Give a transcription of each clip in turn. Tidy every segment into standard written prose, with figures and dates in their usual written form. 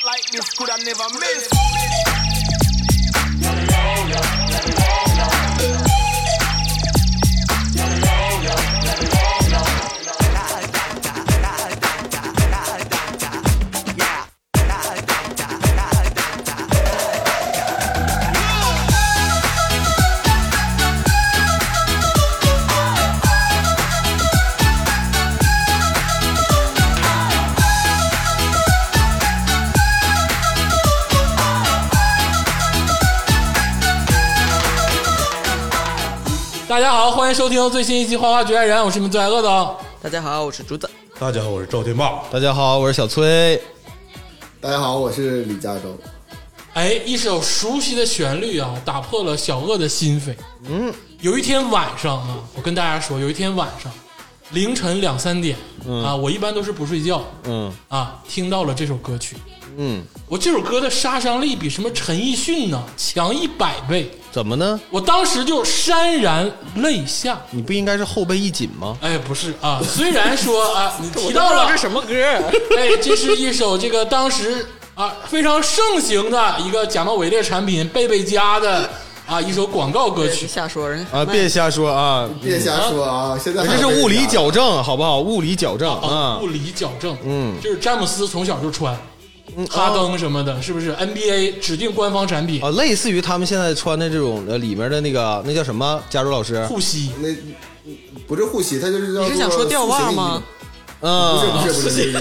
like this could I never miss. 大家好，欢迎收听最新一期《花花局爱人》，我是你们最爱恶的。 大家好，我是竹子。 大家好，我是赵天霸。 大家好，我是小崔。 大家好，我是李嘉洲。 哎，一首熟悉的旋律啊，打破了小恶的心扉。有一天晚上啊，我跟大家说，有一天晚上凌晨2、3点啊，我一般都是不睡觉，听到了这首歌曲。我这首歌的杀伤力比什么陈奕迅呢强100倍。 怎么呢？ 我当时就潸然泪下。 你不应该是后背一紧吗？ 哎，不是啊，虽然说啊，你提到了这什么歌？ 哎，这是一首这个当时啊非常盛行的一个假冒伪劣产品贝贝佳的啊一首广告歌曲。 瞎说人啊，别瞎说啊， 别瞎说啊！现在这是物理矫正，好不好？物理矫正啊， 物理矫正。就是詹姆斯从小就穿。哈登什么的，是不是 NBA 指定官方产品啊？类似于他们现在穿的这种里面的那个那叫什么？加州老师护膝， 那不是护膝，它就是叫。 你是想说吊袜吗？ 不是，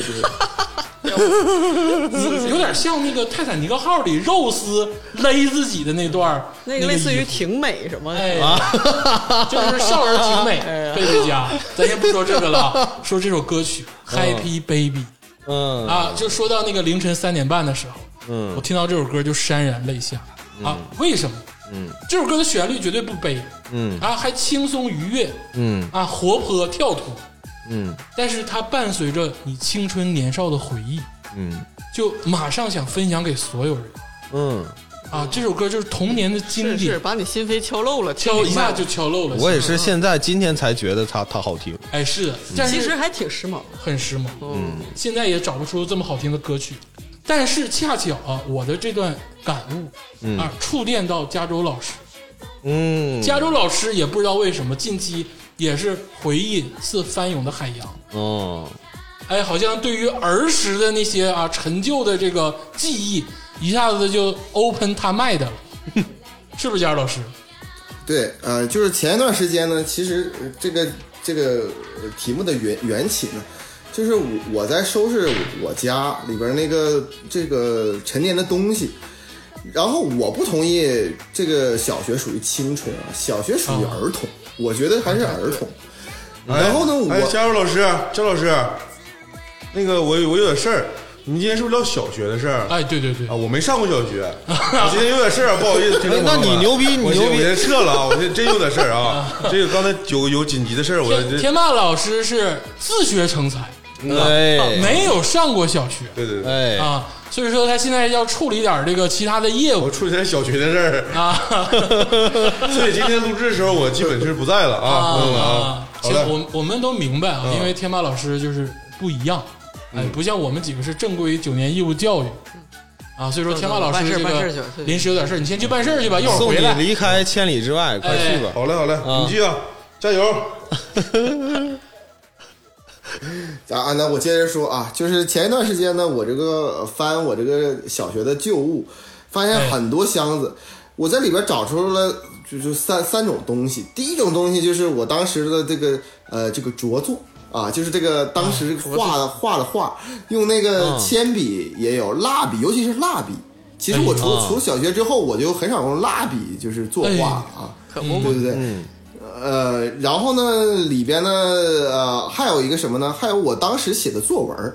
有点像那个泰坦尼克号里肉丝勒自己的那段， 那个类似于挺美什么的， 就是少儿挺美贝贝佳。咱先不说这个了，说这首歌曲 Happy Baby。就说到那个凌晨3点半的时候，我听到这首歌就潸然泪下啊！为什么？这首歌的旋律绝对不悲，还轻松愉悦，活泼跳脱，但是它伴随着你青春年少的回忆，就马上想分享给所有人，这首歌就是童年的经典， 是把你心扉敲漏了， 敲一下就敲漏了。 我也是现在今天才觉得它好听。 哎，是的，但是其实还挺时髦的， 很时髦。现在也找不出这么好听的歌曲，但是恰巧啊，我的这段感悟触电到加州老师。加州老师也不知道为什么近期也是回忆似翻涌的海洋。哎，好像对于儿时的那些陈旧的这个记忆。一下子就 open 他麦的了，是不是佳老师？ 对，就是前一段时间呢，其实这个题目的缘起呢，就是我在收拾我家里边那个这个陈年的东西，然后我不同意这个小学属于青春啊，小学属于儿童，我觉得还是儿童。然后呢， 加州老师，赵老师，那个我有点事儿。你今天是不是聊小学的事儿？ 哎，对啊， 我没上过小学，我今天有点事儿，不好意思。 那你牛逼， 我先撤了啊！我现在真有点事儿啊！这个刚才有紧急的事儿， 天霸老师是自学成才，没有上过小学， 对所以说他现在要处理点这个其他的业务， 我处理点小学的事儿啊。所以今天录制的时候，我基本是不在了啊。 行，我们都明白啊，因为天霸老师就是不一样。哎，不像我们几个是正规9年义务教育所以说天霸老师这个临时有点事，你先去办事去吧，一会儿回来。 送你离开千里之外，快去吧。 好嘞，你去啊，加油。 那我接着说啊，就是前一段时间呢，我这个翻我这个小学的旧物，发现很多箱子，我在里边找出了就是三种东西。第一种东西就是我当时的这个着作。就是这个当时画的画，用那个铅笔也有，蜡笔，尤其是蜡笔。其实我除了小学之后，我就很少用蜡笔就是作画对不对？然后呢，里边呢，还有一个什么呢？还有我当时写的作文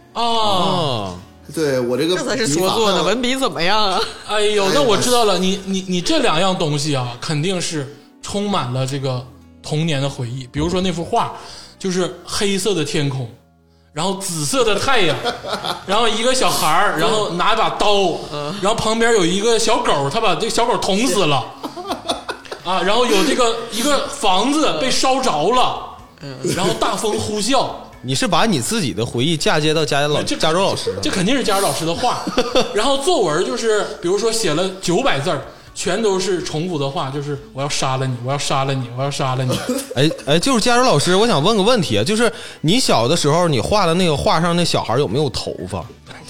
对我这才是说作呢，文笔怎么样啊？ 哎呦，那我知道了，你这2样东西肯定是充满了这个童年的回忆。比如说那幅画。就是黑色的天空，然后紫色的太阳，然后一个小孩儿，然后拿一把刀，然后旁边有一个小狗，他把这个小狗捅死了，然后有这个一个房子被烧着了，然后大风呼啸， 你是把你自己的回忆嫁接到加州老师， 这肯定是加州老师的话。然后作文就是，比如说写了900字，全都是重复的话，就是我要杀了你，我要杀了你，我要杀了你。 就是加州老师，我想问个问题啊，就是你小的时候你画的那个画上那小孩有没有头发？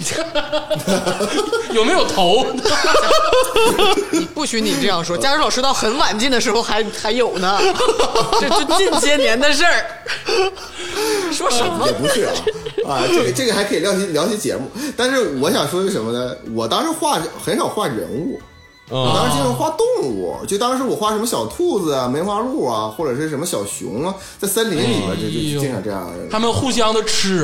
有没有头？ 你不许你这样说，加州老师到很晚近的时候还有呢，这近些年的事儿。说什么？ 也不是啊，这个还可以聊起节目，但是我想说是什么呢？我当时很少画人物。我当时经常画动物，就当时我画什么小兔子啊、梅花鹿啊，或者是什么小熊啊，在森林里边就经常这样。 他们互相的吃，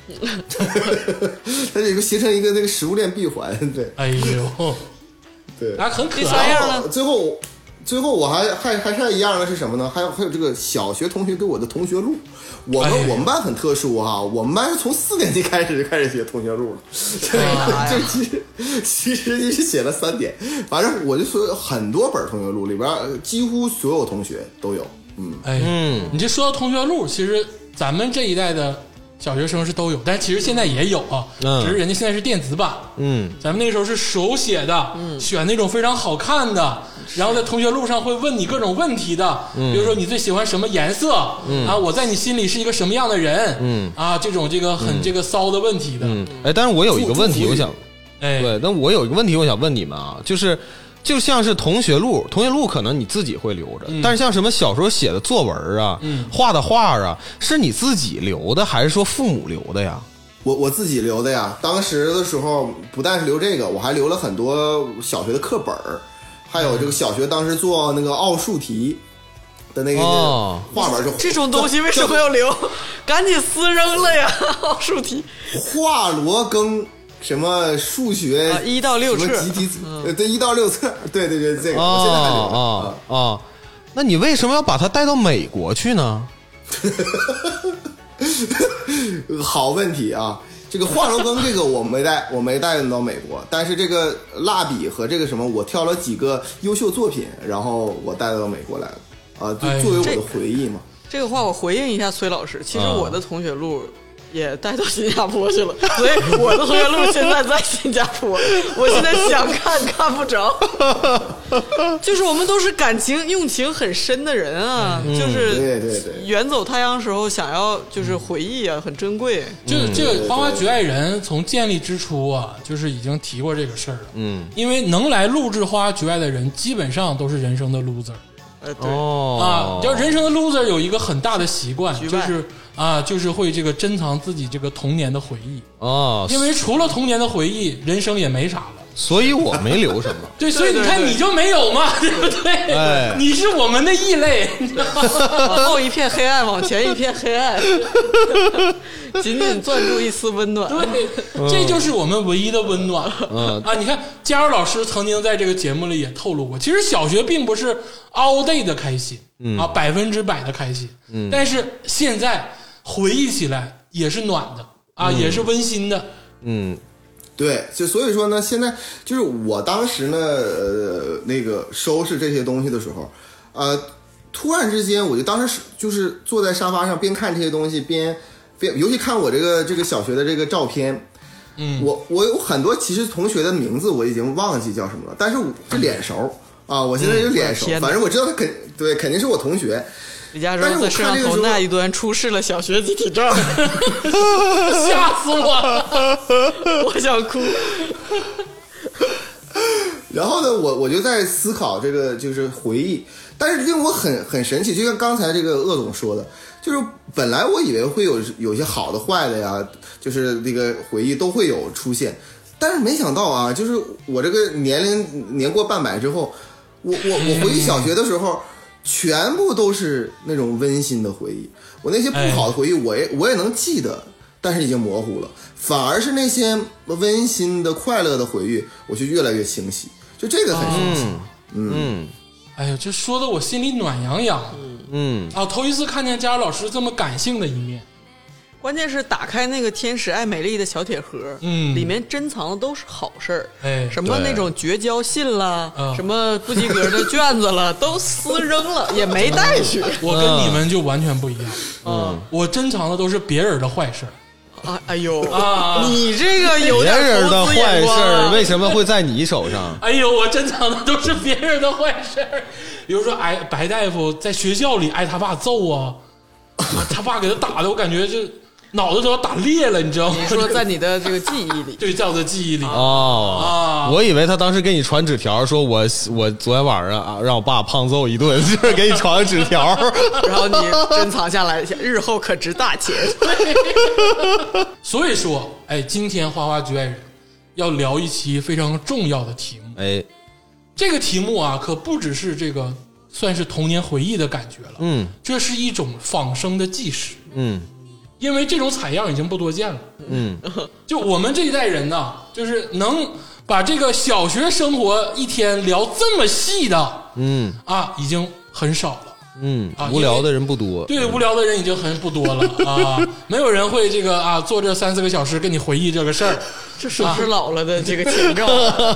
它这个形成一个那个食物链闭环，对。 哎呦， 对， 还很可爱啊。 最后我还差一样的是什么呢？还有这个小学同学给我的同学录。我们班很特殊哈，我们班是从4年级开始写同学录了，其实就是写了3点，反正我就说很多本同学录里边几乎所有同学都有。 你这说到同学录，其实咱们这一代的小学生是都有，但其实现在也有啊，只是人家现在是电子版。咱们那个时候是手写的，选那种非常好看的，然后在同学录上会问你各种问题的，比如说你最喜欢什么颜色啊？我在你心里是一个什么样的人？这种这个很这个骚的问题的。 但是我有一个问题，我想，对，但我有一个问题，我想问你们啊，就像是同学录可能你自己会留着，但是像什么小时候写的作文啊，画的画啊，是你自己留的还是说父母留的呀？ 我自己留的呀。当时的时候不但是留这个，我还留了很多小学的课本，还有这个小学当时做那个奥数题的那个画本， 这种东西为什么要留？赶紧撕扔了呀！奥数题， 华罗庚。什么数学 1到6册， 什么集题，对，1到6册，对，这个我现在还留那你为什么要把它带到美国去呢？ 好问题啊！这个华罗庚这个我没带到美国，但是这个蜡笔和这个什么，我挑了几个优秀作品，然后我带到美国来了就作为我的回忆嘛。 这个话我回应一下崔老师，其实我的同学录也带到新加坡去了，所以我的同学录现在在新加坡，我现在想看不着。就是我们都是感情用情很深的人啊，就是远走他乡时候想要就是回忆啊，很珍贵。 这个花花局爱人从建立之初啊，就是已经提过这个事儿了。因为能来录制花花局爱的人，基本上都是人生的 loser。就人生的 loser 有一个很大的习惯，就是会这个珍藏自己这个童年的回忆因为除了童年的回忆，人生也没啥了。 所以我没留什么。 对，所以你看你就没有嘛，对不对？你是我们的异类。 往后一片黑暗，往前一片黑暗，紧紧攥住一丝温暖。 对，这就是我们唯一的温暖。你看佳茹老师曾经在这个节目里也透露过，其实小学并不是 all day 的开心100%的开心，但是现在回忆起来也是暖的也是温馨的。 对，就所以说呢，现在就是我当时呢，那个收拾这些东西的时候，突然之间，我就当时就是坐在沙发上边看这些东西边尤其看我这个小学的这个照片，我有很多其实同学的名字我已经忘记叫什么了，但是这脸熟我现在就脸熟，反正我知道他肯定是我同学。 李嘉诚在摄像头那一端出示了小学集体照， 吓死我了， 我想哭。 然后呢，我就在思考这个就是回忆，但是令我很神奇，就像刚才这个鄂总说的，就是本来我以为会有些好的坏的呀，就是那个回忆都会有出现，但是没想到就是我这个年过半百之后，我回忆小学的时候。全部都是那种温馨的回忆，我那些不好的回忆我也能记得，但是已经模糊了，反而是那些温馨的快乐的回忆我就越来越清晰，就这个很神奇。 哎呀，这说的我心里暖洋洋。头一次看见佳茹老师这么感性的一面。 关键是打开那个天使爱美丽的小铁盒，里面珍藏的都是好事儿，什么那种绝交信啦，什么不及格的卷子了，都撕扔了，也没带去。 我跟你们就完全不一样，我珍藏的都是别人的坏事儿。 哎呦啊！你这个有点别人的坏事为什么会在你手上？ 哎呦，我珍藏的都是别人的坏事，比如说白大夫在学校里挨他爸揍啊，他爸给他打的，我感觉就脑子都要打裂了，你知道吗？ 你说在你的这个记忆里， 对，在我的记忆里我以为他当时给你传纸条，说我昨天晚上啊让我爸胖揍一顿，就是给你传个纸条， 然后你珍藏下来，日后可值大钱。 所以说，今天花花局外人要聊一期非常重要的题目，这个题目啊，可不只是这个算是童年回忆的感觉了，这是一种仿生的纪实，因为这种采样已经不多见了，就我们这一代人呢，就是能把这个小学生活一天聊这么细的，已经很少了， 无聊的人不多， 对，无聊的人已经很不多了啊，没有人会这个坐这3-4个小时跟你回忆这个事儿， 这是不是老了的这个前兆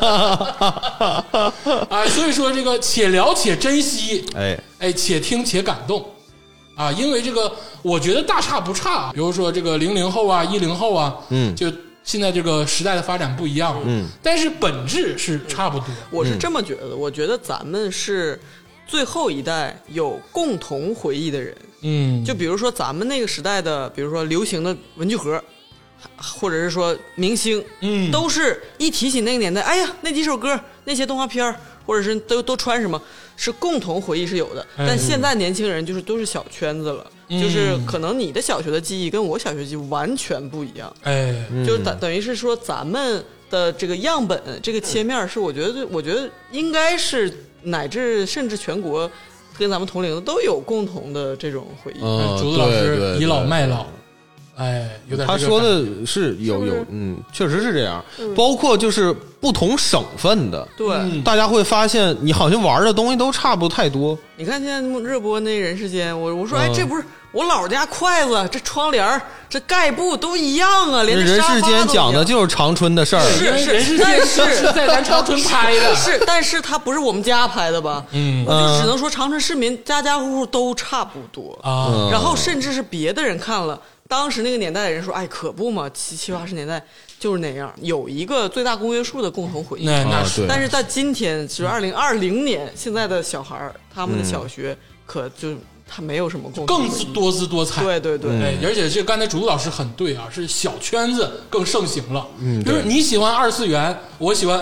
所以说这个且聊且珍惜，且听且感动。因为这个我觉得大差不差，比如说这个00后啊10后啊，就现在这个时代的发展不一样，但是本质是差不多。 我是这么觉得，我觉得咱们是最后一代有共同回忆的人，就比如说咱们那个时代的，比如说流行的文具盒，或者是说明星，都是一提起那个年代，哎呀，那几首歌，那些动画片，或者是都穿什么，是共同回忆是有的。但现在年轻人就是都是小圈子了，就是可能你的小学的记忆跟我小学记忆完全不一样，就等于是说咱们的这个样本，这个切面是我觉得应该是乃至甚至全国跟咱们同龄的都有共同的这种回忆。 竹子老师倚老卖老。有点他说的是有确实是这样，包括就是不同省份的， 对， 大家会发现你好像玩的东西都差不太多。 你看现在热播那人世间，我说这不是我姥家筷子，这窗帘这盖布都一样啊，连人世间讲的就是长春的事儿， 人世间是在咱长春拍的， 但是他不是我们家拍的吧？我就只能说长春市民家家户户都差不多然后甚至是别的人看了。当时那个年代的人说：“可不嘛，70、80年代就是那样，有一个最大公约数的共同回忆。” 那是。 但是在今天，就是2020年，现在的小孩他们的小学可就他没有什么共同回忆， 更多姿多彩。 对， 而且这刚才竹子老师很对啊，是小圈子更盛行了。就是你喜欢2次元，我喜欢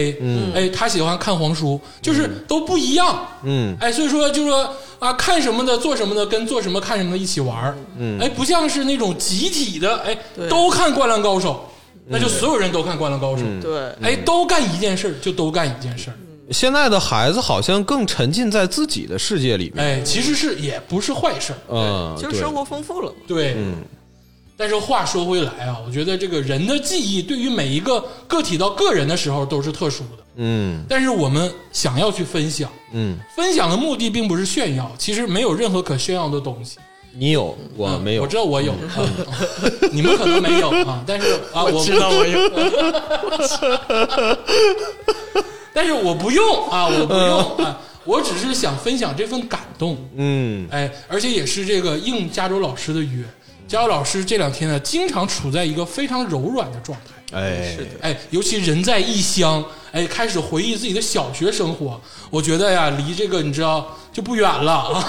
NBA，他喜欢看黄书，就是都不一样。所以说就是说。看什么的做什么的，跟做什么看什么的一起玩，不像是那种集体的，都看灌篮高手，那就所有人都看灌篮高手， 对， 都干一件事就都干一件事。 现在的孩子好像更沉浸在自己的世界里面， 其实也不是坏事， 就是生活丰富了， 对，但是话说回来啊，我觉得这个人的记忆对于每一个个体到个人的时候都是特殊的。但是我们想要去分享，分享的目的并不是炫耀，其实没有任何可炫耀的东西。 你有，我没有， 我知道我有，你们可能没有但是我知道我有， 但是我不用我不用我只是想分享这份感动，而且也是这个应加州老师的约。加州老师这2天呢，经常处在一个非常柔软的状态， 是的， 尤其人在异乡，开始回忆自己的小学生活，我觉得呀，离这个你知道就不远了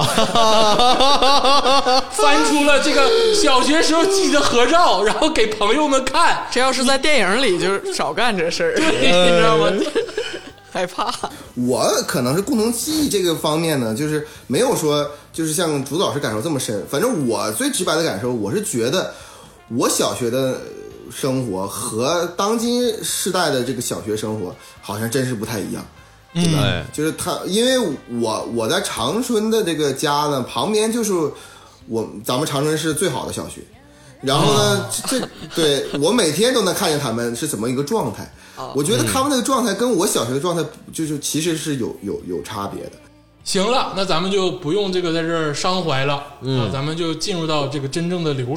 翻出了这个小学时候记的合照，然后给朋友们看。 这要是在电影里，就少干这事儿，你知道吗？害怕。 我可能是共同记忆这个方面呢，就是没有说就是像竹子老师感受这么深。反正我最直白的感受，我是觉得我小学的生活和当今世代的这个小学生活好像真是不太一样，对吧？就是因为我在长春的这个家呢，旁边就是咱们长春市最好的小学。然后呢，对我每天都能看见他们是怎么一个状态。我觉得他们那个状态跟我小学的状态就是其实是有差别的。 行了，那咱们就不用这个在这儿伤怀了咱们就进入到这个真正的流程。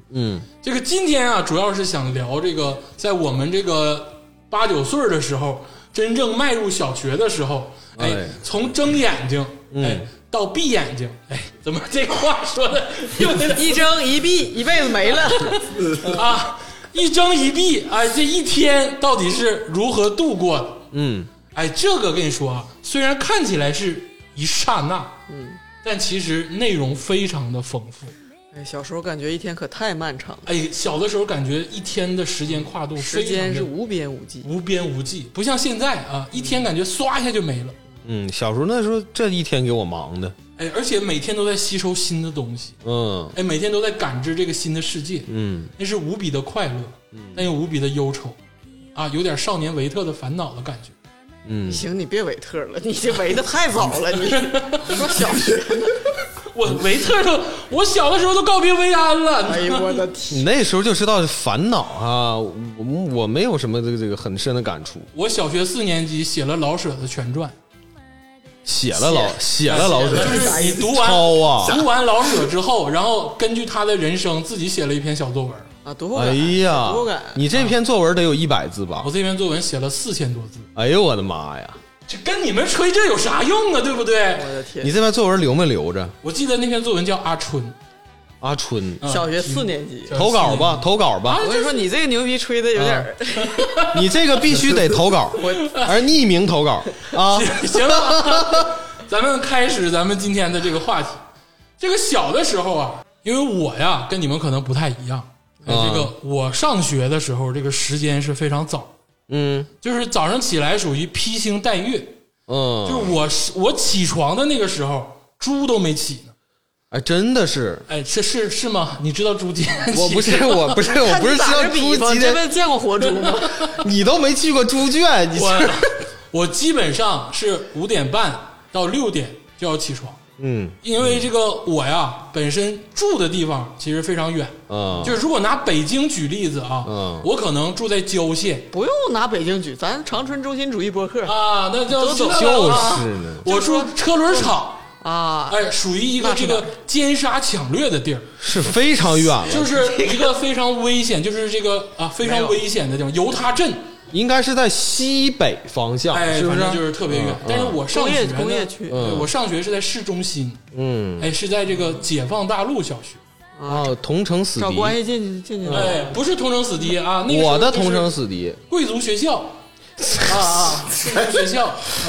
这个今天啊，主要是想聊这个，在我们这个8、9岁的时候，真正迈入小学的时候，从睁眼睛，到闭眼睛，怎么这个话说的？ 一睁一闭，一辈子没了啊！一睁一闭，这一天到底是如何度过的？这个跟你说啊，虽然看起来是一刹那，但其实内容非常的丰富。 小时候感觉一天可太漫长。 小的时候感觉一天的时间跨度时间是无边无际， 无边无际，不像现在啊，一天感觉唰一下就没了。 小时候那时候这一天给我忙的， 而且每天都在吸收新的东西，每天都在感知这个新的世界，那是无比的快乐，但又无比的忧愁，有点少年维特的烦恼的感觉。 行，你别维特了，你这维的太早了，你说小学呢？ 我维特都，我小的时候都告别维安了。 哎呦我的天！ 你那时候就知道烦恼啊，我没有什么这个很深的感触。 我小学4年级写了老舍的全传， 写了老舍， 就是你读完老舍之后，然后根据他的人生自己写了一篇小作文读后感。 哎呀，你这篇作文得有100字吧？ 我这篇作文写了4000多字。 哎呦我的妈呀！ 这跟你们吹这有啥用啊？对不对？ 我的天！ 你这篇作文留没留着？ 我记得那篇作文叫阿春， 小学4年级， 投稿吧。 我跟你说，你这个牛逼吹的有点你这个必须得投稿，而匿名投稿啊！ 行了，咱们开始咱们今天的这个话题。这个小的时候啊，因为我呀跟你们可能不太一样，这个我上学的时候，这个时间是非常早。就是早上起来属于披星戴月，就是我起床的那个时候，猪都没起呢。 真的是， 是吗？你知道猪几点起？ 我不是知道猪几点。 你见过活猪吗？ 你都没去过猪圈， 我基本上是5点半到6点就要起床。因为这个我呀本身住的地方其实非常远，就是如果拿北京举例子啊，我可能住在郊县， 不用拿北京举，咱长春中心主义博客那就是呢。 我住车轮厂啊， 属于一个这个奸杀抢掠的地儿， 是非常远了， 就是一个非常危险，就是这个非常危险的地方，犹他镇。 应该是在西北方向，是不是？ 就是特别远。但是我上学工业区， 我上学是在市中心，是在这个解放大路小学。 同城死敌， 找关系进去。 不是同城死敌啊，那个我的同城死敌， 贵族学校贵族学校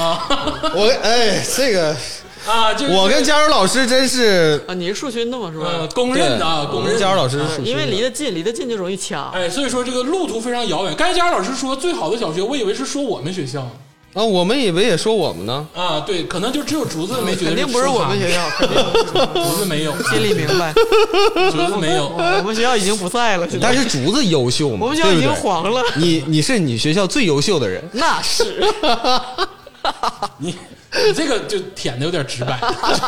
这个。 就是我跟佳茹老师真是你是树勋的吗？是吧？ 公认的公认。 佳茹老师是树勋的， 因为离得近就容易掐。 所以说这个路途非常遥远。刚才佳茹老师说最好的小学，我以为是说我们学校我们以为也说我们呢。 对，可能就只有竹子没觉得， 肯定不是我们学校， 竹子没有， 心里明白， 竹子没有， 我们学校已经不在了。 但是竹子优秀嘛， 我们学校已经黄了。 你是你学校最优秀的人， 那是。 你这个就舔的有点直白。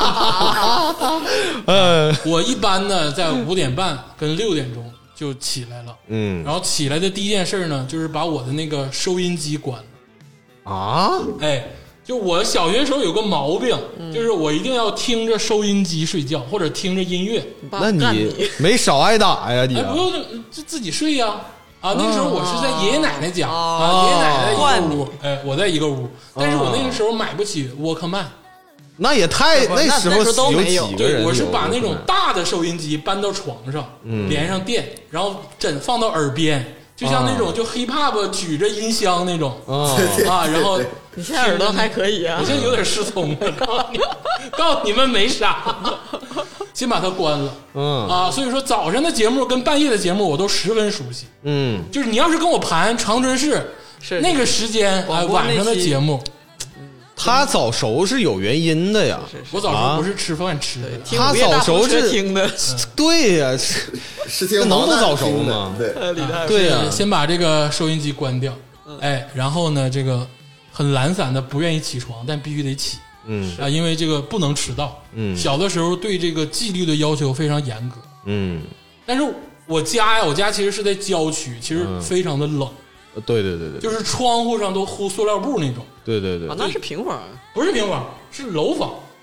我一般呢在5点半跟6点钟就起来了，然后起来的第一件事呢就是把我的那个收音机关了。就我小学时候有个毛病，就是我一定要听着收音机睡觉或者听着音乐。 那你没少挨打呀？你不用就自己睡呀。那个时候我是在爷爷奶奶家爷爷奶奶一个屋，我在一个屋，但是我那个时候买不起沃克曼， 那也太那时候都没有。 对，我是把那种大的收音机搬到床上，连上电，然后放到耳边，就像那种就 hiphop 举着音箱那种然后你现在耳朵还可以啊， 我现在有点失聪了，告诉你们没啥。先把它关了，所以说早上的节目跟半夜的节目我都十分熟悉，就是你要是跟我盘长春市那个时间晚上的节目， 他早熟是有原因的呀。 我早熟不是吃饭吃的， 他早熟是听的， 对呀， 是听能不早熟吗？ 对呀，先把这个收音机关掉，然后呢，这个很懒散的不愿意起床，但必须得起。因为这个不能迟到。小的时候对这个纪律的要求非常严格。但是我家其实是在郊区，其实非常的冷。 对， 就是窗户上都糊塑料布那种。 对， 那是平房， 不是平房，是楼房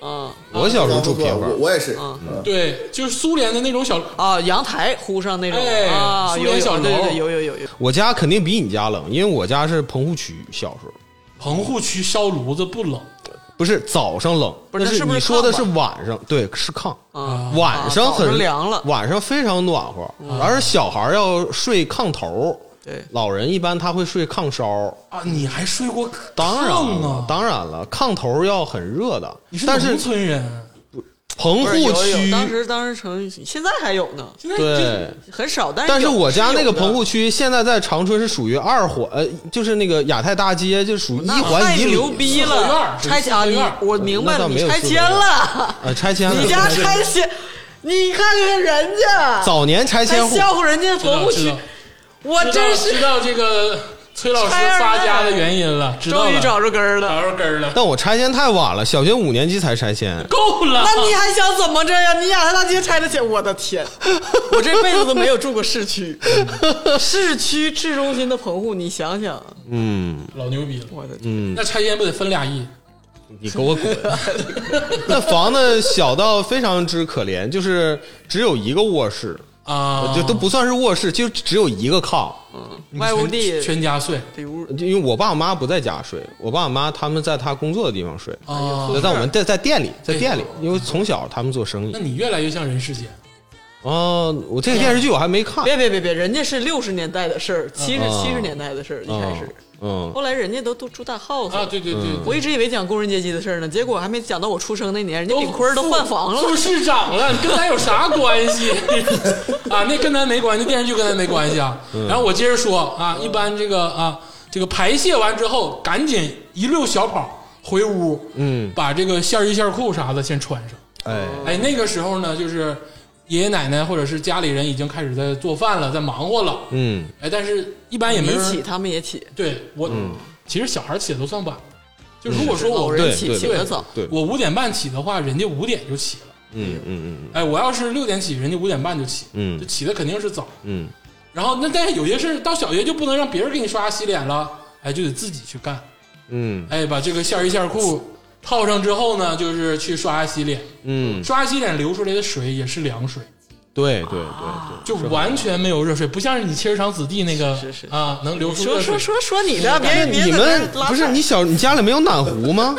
我小时候住平房， 我也是。 对，就是苏联的那种小阳台糊上那种苏联小楼， 有。 我家肯定比你家冷，因为我家是棚户区，小时候。 棚户区烧炉子不冷。 不是早上冷，但是你说的是晚上，对，是炕晚上很凉了， 晚上非常暖和，而小孩要睡炕头， 对， 老人一般他会睡炕梢啊。你还睡过炕啊？ 当然了，炕头要很热的。 你是农村人。 棚户区当时成，现在还有呢， 对， 很少， 但是我家那个棚户区现在在长春是属于2环，就是那个亚太大街，就属于1环以里。 牛逼了，拆迁我明白了，你拆迁了， 拆迁了， 你家拆迁，你看看人家早年拆迁户， 笑话人家棚户区，我真是知道这个。崔老师发家的原因了， 终于找着根儿了， 找着根儿了。 但我拆迁太晚了，小学5年级才拆迁， 够了。 那你还想怎么着呀？你亚太大街拆得起？我的天，我这辈子都没有住过市区，市区市中心的棚户，你想想， 老牛逼了， 我的天， 那拆迁不得分2亿？ 你给我滚！那房子小到非常之可怜，就是只有一个卧室。就都不算是卧室，就只有一个炕， 外屋地全家睡， 因为我爸我妈不在家睡，我爸我妈他们在他工作的地方睡，在我们在店里，因为从小他们做生意。 那你越来越像人世间。 我这个电视剧我还没看。 别，人家是60年代的事儿，70年代的事儿，一开始。后来人家都住大 house 啊，对， 我一直以为讲工人阶级的事儿呢，结果还没讲到我出生那年，人家炳坤都换房了， 副市长了，跟咱有啥关系啊？那跟咱没关系，电视剧跟咱没关系啊。然后我接着说啊，一般这个排泄完之后，赶紧一溜小跑回屋，把这个线衣线裤啥的先穿上。哎，那个时候呢，就是爷爷奶奶或者是家里人已经开始在做饭了，在忙活了。但是一般也没人起，他们也起。 对我，其实小孩起的都算晚。就如果说我人起得早， 我5点半起的话，人家5点就起了。我要是6点起，人家5点半就起。就起的肯定是早。然后但是有些事到小学就不能让别人给你刷牙洗脸了，就得自己去干。把这个线衣线裤套上之后呢，就是去刷牙洗脸。刷牙洗脸流出来的水也是凉水。 对， 就完全没有热水，不像是你切尔场子弟那个能流出热水。 说你的，别你们不是你家里没有暖壶吗？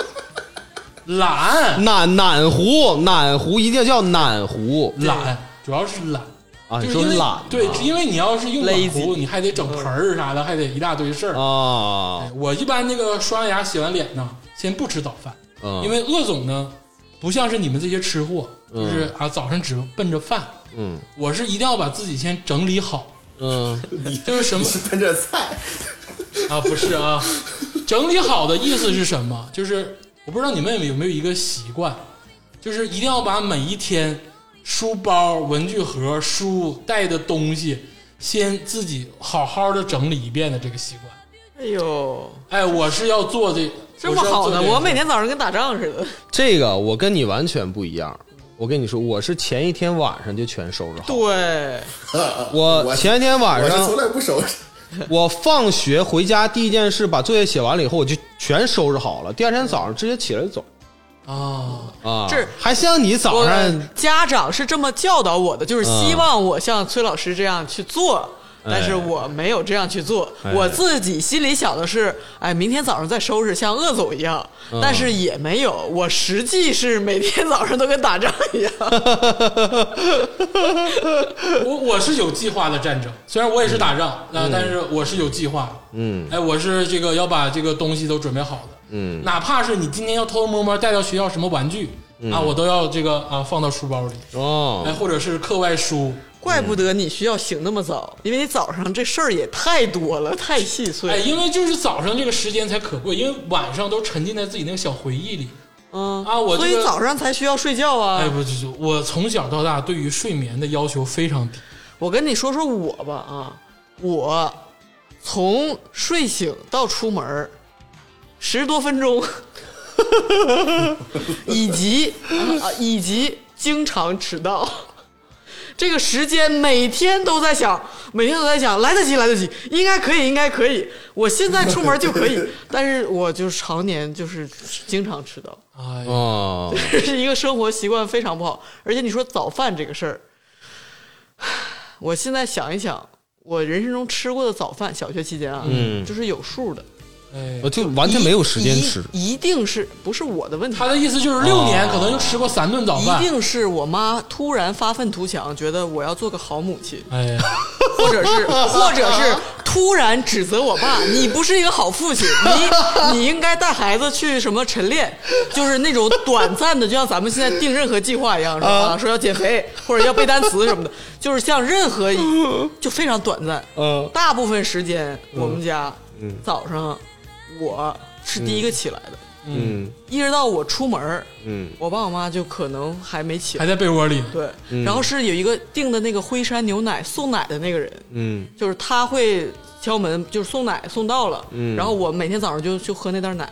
暖壶一定要叫暖壶， 懒主要是懒啊，你说懒对，因为你要是用暖壶，你还得整盆儿啥的，还得一大堆事儿啊。我一般那个刷完牙洗完脸呢，先不吃早饭，因为鄂总呢不像是你们这些吃货，就是早上只奔着饭。我是一定要把自己先整理好。就是什么奔着菜啊？不是啊，整理好的意思是什么？就是我不知道你们有没有一个习惯，就是一定要把每一天书包、文具盒、书带的东西先自己好好的整理一遍的这个习惯。 哎呦， 我是要做这么好呢？我每天早上跟打仗似的。 这个我跟你完全不一样。我跟你说，我是前一天晚上就全收拾好。 对， 我前一天晚上我从来不收拾。 我放学回家第一件事把作业写完了以后，我就全收拾好了。第二天早上直接起来走。 这还像你早上家长是这么教导我的，就是希望我像崔老师这样去做。但是我没有这样去做，我自己心里想的是，明天早上再收拾，像鄂总一样。但是也没有，我实际是每天早上都跟打仗一样。 我是有计划的战争，虽然我也是打仗，但是我是有计划。我是这个要把这个东西都准备好的。哪怕是你今天要偷偷摸摸带到学校什么玩具我都要这个放到书包里。或者是课外书。 怪不得你需要醒那么早，因为你早上这事儿也太多了，太细碎。 因为就是早上这个时间才可贵，因为晚上都沉浸在自己那个小回忆里。 所以早上才需要睡觉啊。 我从小到大对于睡眠的要求非常低。 我跟你说说我吧我从睡醒到出门10多分钟，以及经常迟到。 这个时间每天都在想，来得及，应该可以，我现在出门就可以，但是我就常年就是经常迟到，这是一个生活习惯非常不好。而且你说早饭这个事儿，我现在想一想，我人生中吃过的早饭，小学期间啊，就是有数的。 我就完全没有时间吃， 一定是不是我的问题？ 他的意思就是6年可能就吃过3顿早饭， 一定是我妈突然发愤图强，觉得我要做个好母亲，或者是突然指责我爸，你不是一个好父亲，你应该带孩子去什么晨练，就是那种短暂的，就像咱们现在定任何计划一样，是吧？说要减肥或者要背单词什么的，就是像任何就非常短暂。大部分时间我们家早上。我是第一个起来的，一直到我出门，我爸我妈就可能还没起来， 还在被窝里。 对，然后是有一个订的那个辉山牛奶送奶的那个人，就是他会敲门，就是送奶送到了，然后我每天早上就喝那袋奶。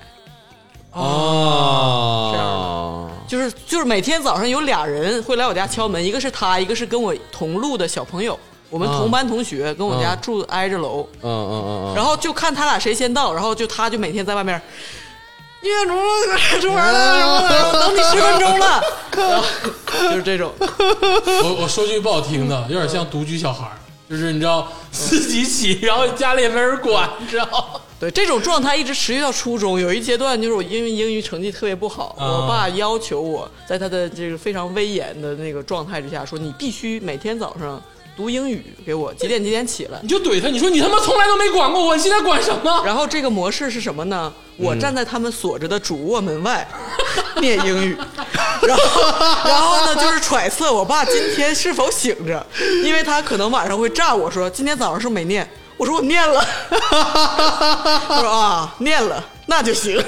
这样的，就是每天早上有俩人会来我家敲门，一个是他，一个是跟我同路的小朋友。我们同班同学跟我家住挨着楼，然后就看他俩谁先到，然后他就每天在外面，1点钟了，出门了，等你10分钟了，然后就是这种。 我说句不好听的，有点像独居小孩，就是你知道自己起，然后家里也没人管，你知道。 对，这种状态一直持续到初中，有一阶段就是我因为英语成绩特别不好，我爸要求我在他的这个非常威严的那个状态之下说，你必须每天早上读英语给我几点起来， 你就怼他，你说你他妈从来都没管过我，你现在管什么？ 然后这个模式是什么呢？我站在他们锁着的主卧门外念英语，然后呢就是揣测我爸今天是否醒着，因为他可能晚上会炸我说今天早上是不是没念，我说我念了，他说啊念了那就行。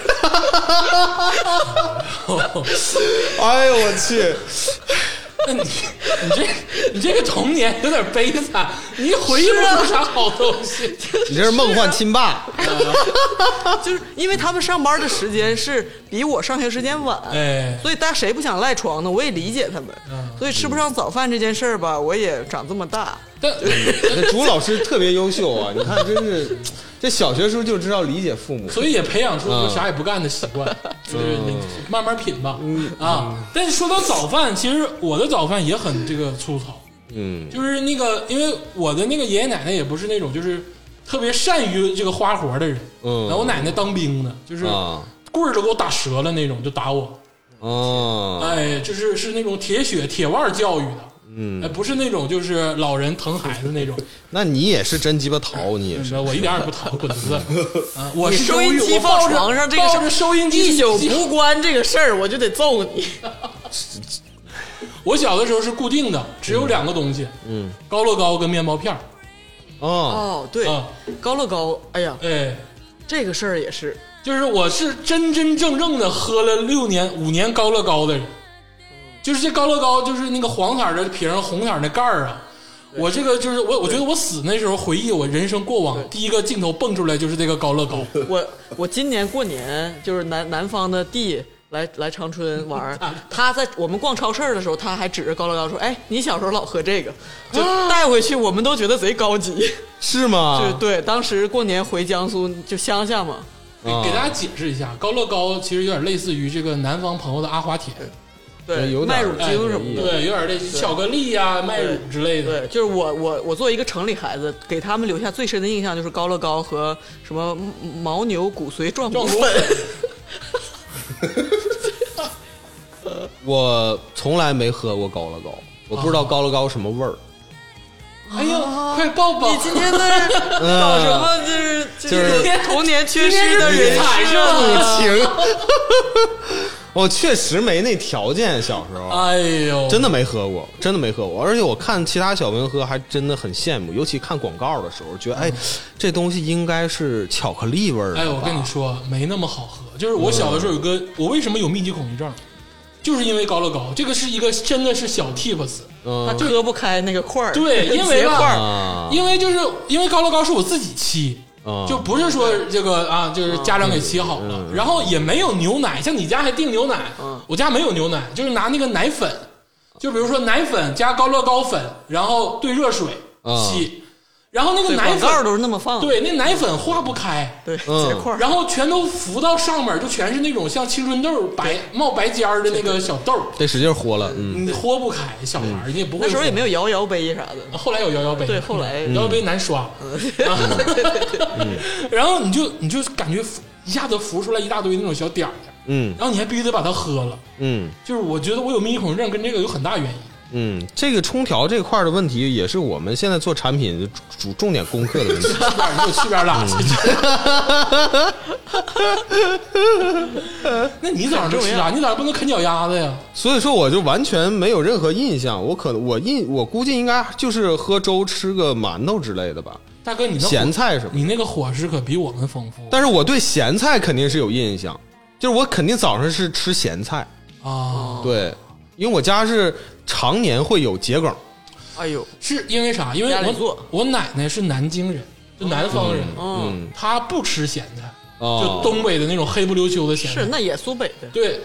哎呦我去。 那你这个童年有点悲惨，你回忆不出啥好东西。 你这是梦幻亲爸。 就是因为他们上班的时间是比我上学时间晚，所以大家谁不想赖床呢？我也理解他们，所以吃不上早饭这件事儿吧，我也长这么大。 朱老师特别优秀啊！你看，真是这小学时候就知道理解父母， 所以也培养出啥也不干的习惯，就是你慢慢品吧。但是说到早饭，其实我的早饭也很这个粗糙，就是那个，因为我的那个爷爷奶奶也不是那种就是特别善于这个花活的人，然后我奶奶当兵的，就是棍儿都给我打折了那种，就打我。就是那种铁血铁腕教育的。不是那种就是老人疼孩子那种。 那你也是真鸡巴淘，你也是。 我一点也不淘，滚犊子！我是收音机放床上这个抱着收音机一宿不关这个事儿，我就得揍你。 我小的时候是固定的，只有2个东西，高乐高跟面包片。 对，高乐高，哎呀，这个事儿也是， 就是我是真真正正的喝了5年高乐高的人。就是这高乐高，就是那个黄色的瓶，红色的盖儿啊。我这个就是我觉得我死那时候回忆我人生过往，第一个镜头蹦出来就是这个高乐高。 我今年过年就是南方的弟来长春玩，他在我们逛超市的时候，他还指着高乐高说：“哎，你小时候老喝这个，就带回去，我们都觉得贼高级。” 是吗？ 对，当时过年回江苏就乡下嘛。 给大家解释一下，高乐高其实有点类似于这个南方朋友的阿华田。 对，麦乳精什么的， 对，有点类似巧克力呀、麦乳之类的。 对，就是我作为一个城里孩子，给他们留下最深的印象就是高乐高和什么牦牛骨髓壮骨粉。 我从来没喝过高乐高，我不知道高乐高什么味儿。 哎呦，快抱抱！ 你今天在搞什么？就是童年缺失的人情。我确实没那条件，小时候， 哎呦， 真的没喝过，而且我看其他小朋友喝，还真的很羡慕，尤其看广告的时候，觉得这东西应该是巧克力味儿。 我跟你说，没那么好喝。就是我小的时候有个，我为什么有密集恐惧症，就是因为高乐高，这个是一个真的是小 tips， 它割不开那个块儿。 对，因为因为高乐高是我自己沏。就不是说这个就是家长给沏好了，然后也没有牛奶，像你家还订牛奶，我家没有牛奶，就是拿那个奶粉， 就比如说奶粉加高乐高粉，然后兑热水洗。然后那个奶粉都是那么放的， 对，那奶粉化不开， 对，结块， 然后全都浮到上面，就全是那种像青春痘冒白尖的那个小豆， 得使劲和了， 你和不开，小孩你也不会。 那时候也没有摇摇杯啥的， 后来有摇摇杯， 对，后来摇摇杯难刷，然后你就感觉一下子浮出来一大堆那种小点儿，然后你还必须得把它喝了，就是我觉得我有密集恐惧症跟这个有很大原因。 这个冲调这块的问题也是我们现在做产品重点攻克的问题。 你给我去边拉去！那你早上吃啊？你早上不能啃脚丫子呀？ 所以说我就完全没有任何印象。我估计应该就是喝粥吃个馒头之类的吧。 大哥，你咸菜什么？ 你那个伙食可比我们丰富。 但是我对咸菜肯定是有印象，就是我肯定早上是吃咸菜啊。 对，因为我家是常年会有桔梗。 哎呦， 是因为啥？因为我奶奶是南京人，就南方人，她不吃咸菜，就东北的那种黑不溜秋的咸菜。 是，那也苏北的。 对，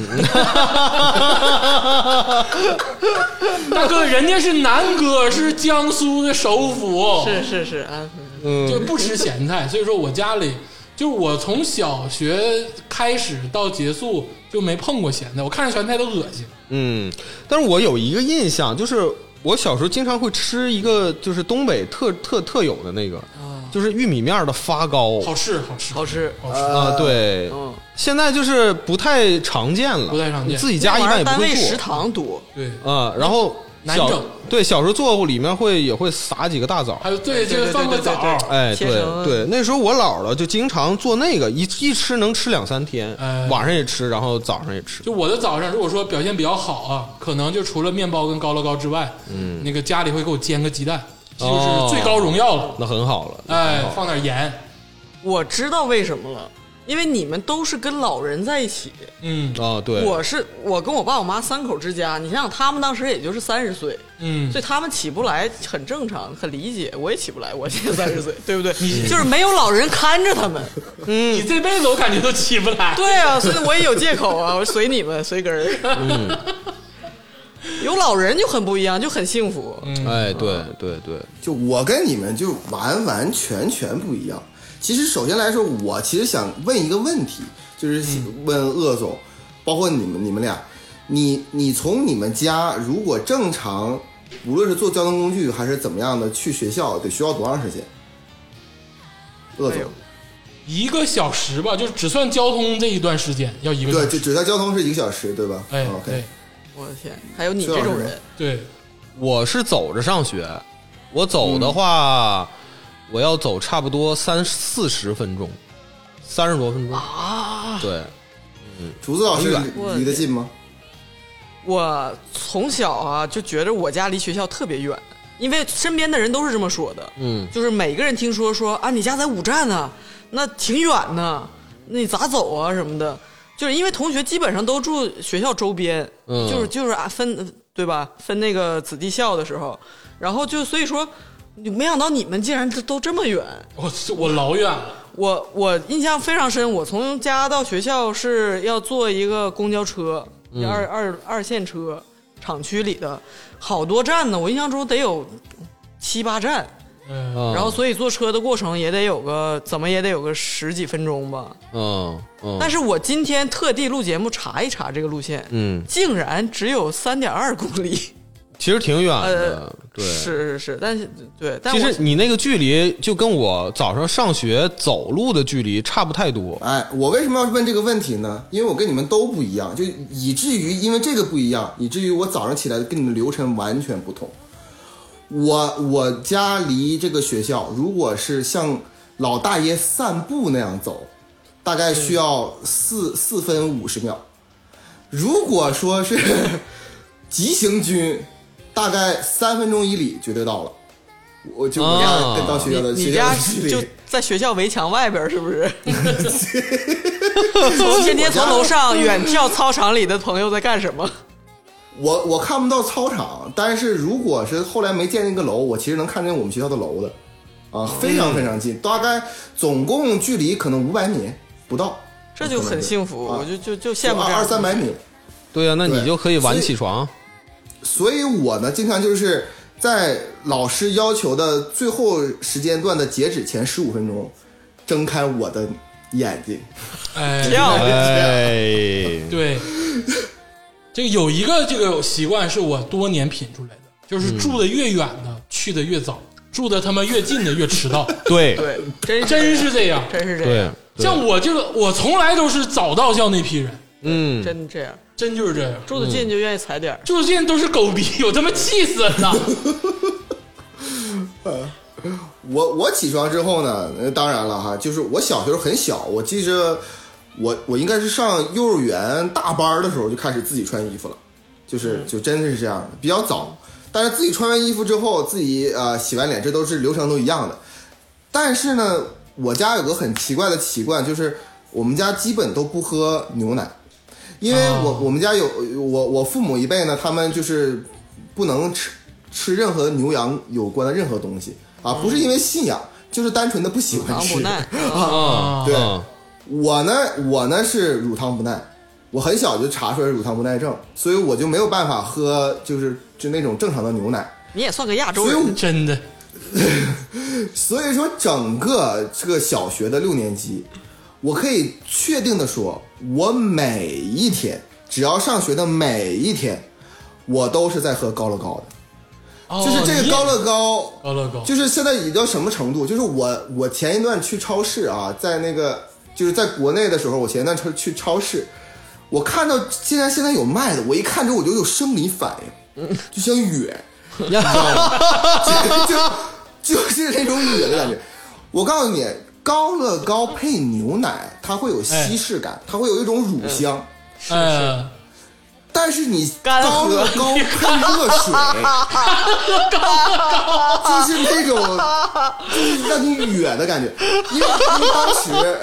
大哥，人家是南哥，是江苏的首府， 是啊， 就不吃咸菜，所以说我家里。就是我从小学开始到结束就没碰过咸菜，我看着咸菜都恶心。 但是我有一个印象，就是我小时候经常会吃一个，就是东北特有的那个，就是玉米面的发糕， 好吃啊！对，现在就是不太常见了， 不太常见， 自己家一般也不会做， 单位食堂多， 对然后。 难整， 对，小时候做里面也会撒几个大枣， 还有对，这个放个枣， 哎，对，那时候我姥姥就经常做那个，一吃能吃2-3天，晚上也吃，然后早上也吃。 就我的早上，如果说表现比较好啊，可能就除了面包跟高乐高之外，那个家里会给我煎个鸡蛋，就是最高荣耀了， 那很好了， 哎，放点盐。 我知道为什么了。因为你们都是跟老人在一起， 对， 我跟我爸我妈3口之家，你想想他们当时也就是30岁，所以他们起不来很正常，很理解，我也起不来，我现在30岁，对不对？就是没有老人看着他们， 你这辈子我感觉都起不来。 对啊，所以我也有借口啊，我随你们随根儿。有老人就很不一样，就很幸福。 哎，对， 就我跟你们就完全不一样。其实首先来说，我其实想问一个问题，就是问鄂总，包括你们俩，你从你们家如果正常，无论是坐交通工具还是怎么样的去学校，得需要多长时间？鄂总 ，1个小时吧，就只算交通这一段时间要1个小时。 对，只算交通是1个小时，对吧？ 哎， 对。 我的天，还有你这种人？ 对， 我是走着上学，我走的话。我要走差不多30-40分钟，30多分钟啊！ 对， 竹子老师离得近吗？ 我从小啊就觉得我家离学校特别远，因为身边的人都是这么说的。就是每个人听说啊，你家在5站呢，那挺远呢，那你咋走啊什么的？就是因为同学基本上都住学校周边，就是分对吧？分那个子弟校的时候，然后就所以说。没想到你们竟然都这么远， 我老远了。 我印象非常深，我从家到学校是要坐一个公交车，二线车，厂区里的好多站呢，我印象中得有7-8站，然后所以坐车的过程也得有个10几分钟吧。但是我今天特地录节目查一查这个路线，竟然只有3.2公里。 其实挺远的，对， 是，但是对，但其实你那个距离就跟我早上上学走路的距离差不太多。 哎，我为什么要问这个问题呢？因为我跟你们都不一样，就以至于因为这个不一样，以至于我早上起来跟你们流程完全不同。我家离这个学校，如果是像老大爷散步那样走，大概需要4分50秒。如果说是急行军，大概3分钟1里绝对到了。我就不家跟到学校的你家就在学校围墙外边是不是？天天从楼上远眺操场里的朋友在干什么？ 我看不到操场，但是如果是后来没建那个楼，我其实能看见我们学校的楼的，啊，非常非常近，大概总共距离可能500米不到， 这就很幸福，我就羡慕这样 200-300米。 对啊，那你就可以晚起床。 所以我呢经常就是在老师要求的最后时间段的截止前15分钟睁开我的眼睛。 对，这个有一个这个习惯是我多年品出来的，就是住的越远的去的越早，住的他妈越近的越迟到。 对， 真是这样， 真是这样。 像我这个，我从来都是早到校那批人。 真这样， 真就是这样。 住得近就愿意踩点， 住得近都是狗逼，我他妈气死了呢。 我起床之后呢，当然了哈，就是我小时候很小，我记着我应该是上幼儿园大班的时候就开始自己穿衣服了，就真的是这样的，比较早。但是自己穿完衣服之后，自己洗完脸，这都是流程都一样的。但是呢，我家有个很奇怪的习惯，就是我们家基本都不喝牛奶，因为我们家有我父母一辈呢，他们就是不能吃任何牛羊有关的任何东西啊，不是因为信仰，就是单纯的不喜欢吃。 乳糖不耐对，我呢是乳糖不耐，我很小就查出来乳糖不耐症，所以我就没有办法喝就那种正常的牛奶。 你也算个亚洲人， 真的。 所以说整个这个小学的6年级，我可以确定的说，我每一天只要上学的每一天，我都是在喝高乐高的。就是这个高乐高，就是现在已经到什么程度？就是我前一段去超市啊，在那个就是在国内的时候，我前一段去超市，我看到现在有卖的，我一看之后我就有生理反应，就像哕，你知道吗？就是那种哕的感觉。我告诉你，高乐高配牛奶，它会有稀释感，它会有一种乳香。但是你高乐高配热水，就是那种就是让你哕的感觉。因为当时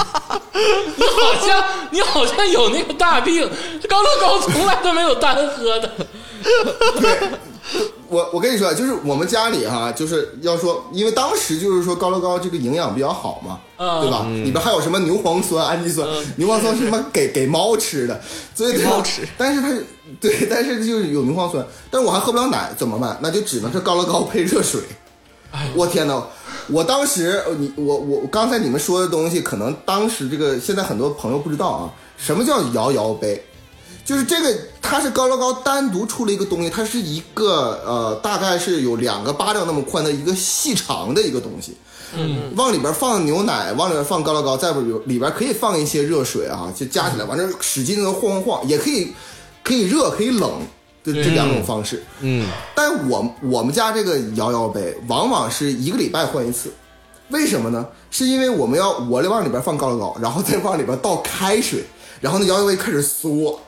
你好像有那个大病，高乐高从来都没有单喝的。 对。我跟你说，就是我们家里哈，就是要说，因为当时就是说高乐高这个营养比较好嘛，对吧？里边还有什么牛磺酸、氨基酸，牛磺酸是什么给猫吃的，所以猫吃。 但是但是就是有牛磺酸，但是我还喝不了奶，怎么办？那就只能是高乐高配热水。我天哪！我当时我刚才你们说的东西，可能当时这个现在很多朋友不知道啊，什么叫摇摇杯？就是这个，它是高乐高单独出了一个东西，它是一个大概是有2个巴掌那么宽的一个细长的一个东西，往里边放牛奶，往里边放高乐高，再不里边可以放一些热水啊，就加起来，完了使劲的晃，也可以热可以冷的这2种方式。但我们家这个摇摇杯往往是1个礼拜换一次，为什么呢？是因为我往里边放高乐高，然后再往里边倒开水，然后那摇摇杯开始缩，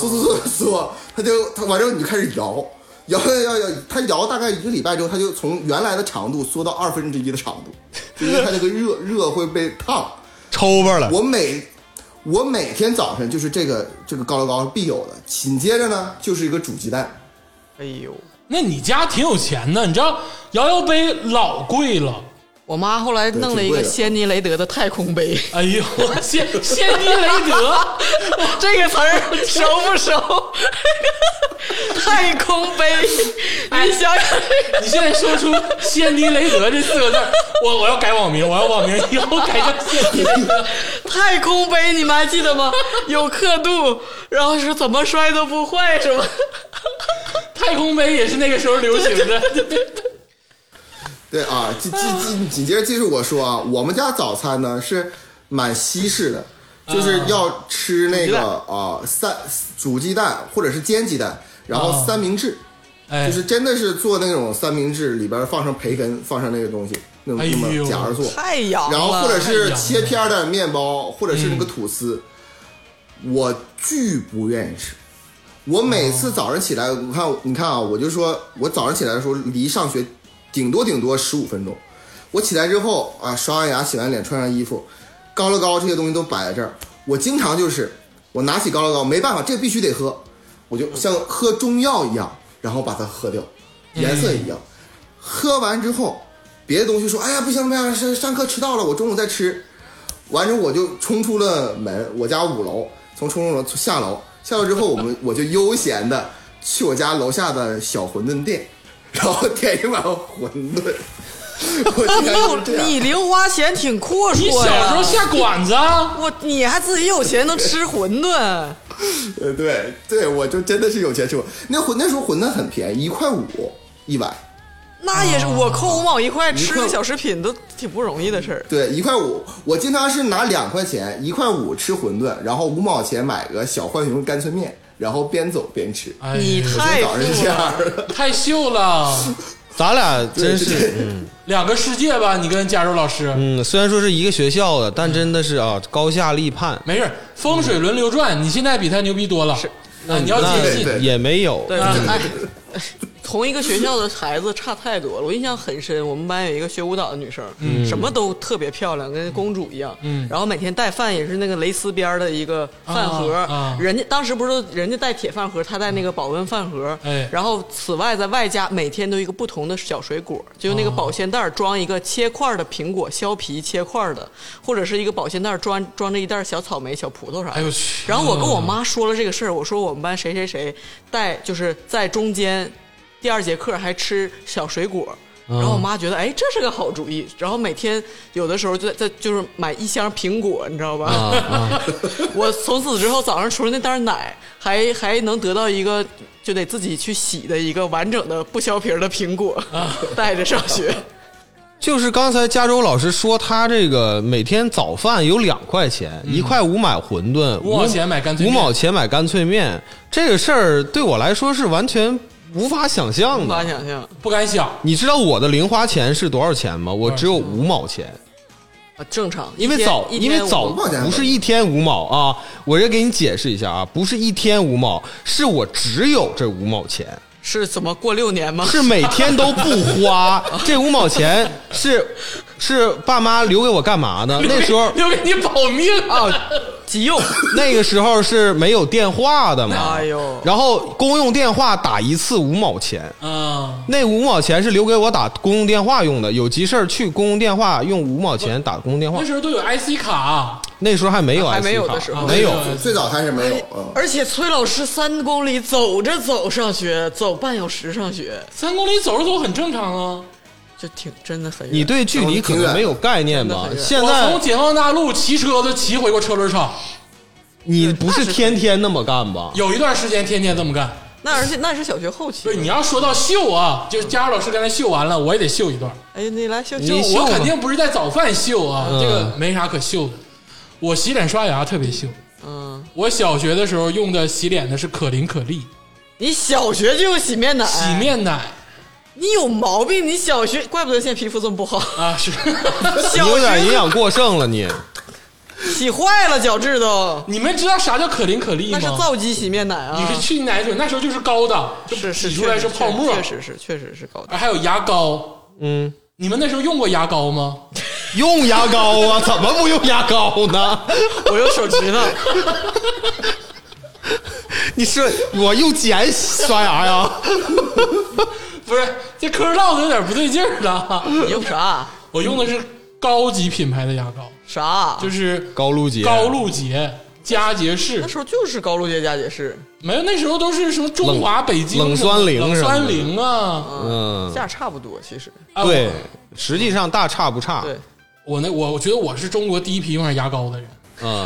它完之后你就开始摇，它摇大概1个礼拜之后，它就从原来的长度缩到1/2的长度，就因为它那个热会被烫抽巴了。 我每天早晨就是这个高乐高必有的，紧接着呢就是一个煮鸡蛋。 哎呦， 那你家挺有钱的，你知道摇摇杯老贵了。 我妈后来弄了一个仙尼雷德的太空杯。 哎呦，仙尼雷德这个词儿熟不熟？太空杯，你想想， 你现在说出仙尼雷德这4个字，我要改网名，我要网名以后改成仙尼雷德。 太空杯，你们还记得吗？有刻度，然后是怎么摔都不坏，是吗？ 太空杯也是那个时候流行的。 对啊，紧接着继续我说啊，我们家早餐呢是蛮西式的，就是要吃那个煮鸡蛋或者是煎鸡蛋，然后三明治，就是真的是做那种三明治，里边放上培根，放上那个东西，那么夹着做， 太洋了。 然后或者是切片的面包，或者是那个吐司，我巨不愿意吃。我每次早上起来，你看啊，我就说我早上起来的时候离上学顶多15分钟，我起来之后啊，刷完牙洗完脸穿上衣服，高乐高这些东西都摆在这儿，我经常就是我拿起高乐高，没办法，这必须得喝，我就像喝中药一样，然后把它喝掉，颜色一样，喝完之后别的东西说哎呀不行上课迟到了，我中午再吃，完之后我就冲出了门，我家5楼，从冲出楼下楼之后我就悠闲的去我家楼下的小馄饨店，然后点一碗馄饨。 你零花钱挺阔绰呀！ 你小时候下馆子啊？ 你还自己有钱能吃馄饨？ 对，我就真的是有钱吃。那时候馄饨很便宜，1.5块一碗。 那也是我扣5毛1块吃个小食品都挺不容易的事儿。 对，1.5块，我经常是拿2块钱，1.5块吃馄饨，然后5毛钱买个小浣熊干脆面，然后边走边吃。 你太富了， 太秀了。 咱俩真是两个世界吧，你跟加州老师。 虽然说是一个学校的，但真的是啊，高下立判。 没事，风水轮流转，你现在比他牛逼多了。是，你要坚信。 也没有。 对，同一个学校的孩子差太多了，我印象很深。我们班有一个学舞蹈的女生，什么都特别漂亮，跟公主一样。然后每天带饭也是那个蕾丝边的一个饭盒。人家当时不是人家带铁饭盒，她带那个保温饭盒。然后此外在外加每天都一个不同的小水果，就那个保鲜袋装一个切块的苹果，削皮切块的，或者是一个保鲜袋装着一袋小草莓、小葡萄啥的。然后我跟我妈说了这个事儿，我说我们班谁谁谁带就是在中间。第2节课还吃小水果，然后我妈觉得这是个好主意，然后每天有的时候就是买1箱苹果，你知道吧？我从此之后早上除了那袋奶，还能得到一个就得自己去洗的一个完整的不削皮的苹果，带着上学。 就是刚才加州老师说他这个每天早饭有2块钱，1.5块买馄饨 ，5毛钱买干脆面 ，5毛钱买干脆面，这个事儿对我来说是完全无法想象的， 无法想象， 不敢想。 你知道我的零花钱是多少钱吗？我只有5毛钱。 正常， 因为早不是1天5毛啊，我也给你解释一下啊，不是1天5毛，是我只有这5毛钱。 是怎么过6年吗？ 是每天都不花，这5毛钱是爸妈留给我干嘛呢？那时候留给你保命啊，急用。 那个时候是没有电话的嘛， 哎呦， 然后公用电话打1次5毛钱啊，那5毛钱是留给我打公用电话用的，有急事儿去公用电话用5毛钱打公用电话。 那时候都有 IC 卡， 那时候还没有 IC 卡， 还没有的时候没有， 最早开始没有。 而且崔老师3公里走着走上学，走半小时上学 ，3公里走着走很正常啊。 就真的很远， 你对距离可能没有概念吧？现在我从解放大路骑车子骑回过车轮厂， 你不是天天那么干吧？ 有一段时间天天这么干。 而且那是小学后期。 对，你要说到秀啊，就是佳茹老师刚才秀完了，我也得秀一段。 你来秀， 我肯定不是在早饭秀啊，这个没啥可秀的。我洗脸刷牙特别秀。我小学的时候用的洗脸的是可伶可俐。 你小学就用洗面奶？ 洗面奶。 你有毛病！你小学怪不得现在皮肤这么不好啊！是， 你有点营养过剩了，你洗坏了脚趾头。 你们知道啥叫可伶可俐吗？ 那是皂基洗面奶啊！ 你是去奶水，那时候就是高的，就洗出来是泡沫， 确实是高的。 还有牙膏，你们那时候用过牙膏吗？ 用牙膏啊，怎么不用牙膏呢？ 我用手指头。 你是我用碱刷牙呀？ 不是，这嗑唠的有点不对劲儿了。 你用啥？ 我用的是高级品牌的牙膏。 啥？ 就是高露洁、 佳洁士。 那时候就是高露洁、佳洁士。 没有，那时候都是什么中华、北京冷酸灵啊， 价差不多，其实。 对，实际上大差不差。 对， 我觉得我是中国第一批用上牙膏的人。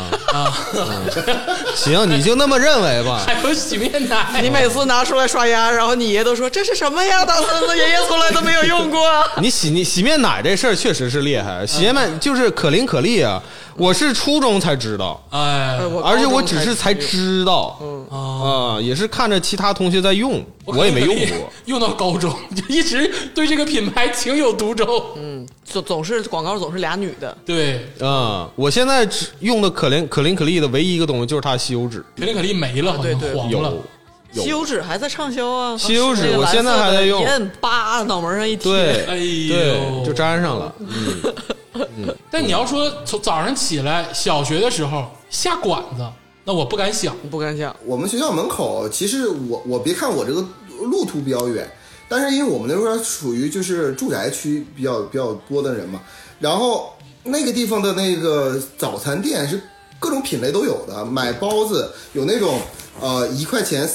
行，你就那么认为吧。 还有洗面奶， 你每次拿出来刷牙，然后你爷都说这是什么呀？当时爷爷从来都没有用过。 你洗面奶这事儿确实是厉害，洗面奶就是可伶可俐啊。我是初中才知道，而且我只是才知道，也是看着其他同学在用，我也没用过， 用到高中就一直对这个品牌情有独钟。 总是广告总是俩女的。 对， 我现在用的可伶可俐的唯一一个东西就是它吸油纸， 可伶可俐没了，好像黄了。 吸油纸还在畅销啊！ 吸油纸我现在还在用， 一摁叭脑门上一贴， 对， 哎呦， 就粘上了。 但你要说从早上起来，小学的时候下馆子，那我不敢想， 不敢想。 我们学校门口，其实我别看我这个路途比较远，但是因为我们那时候属于就是住宅区比较多的人嘛，然后那个地方的那个早餐店是各种品类都有的，买包子有那种1块钱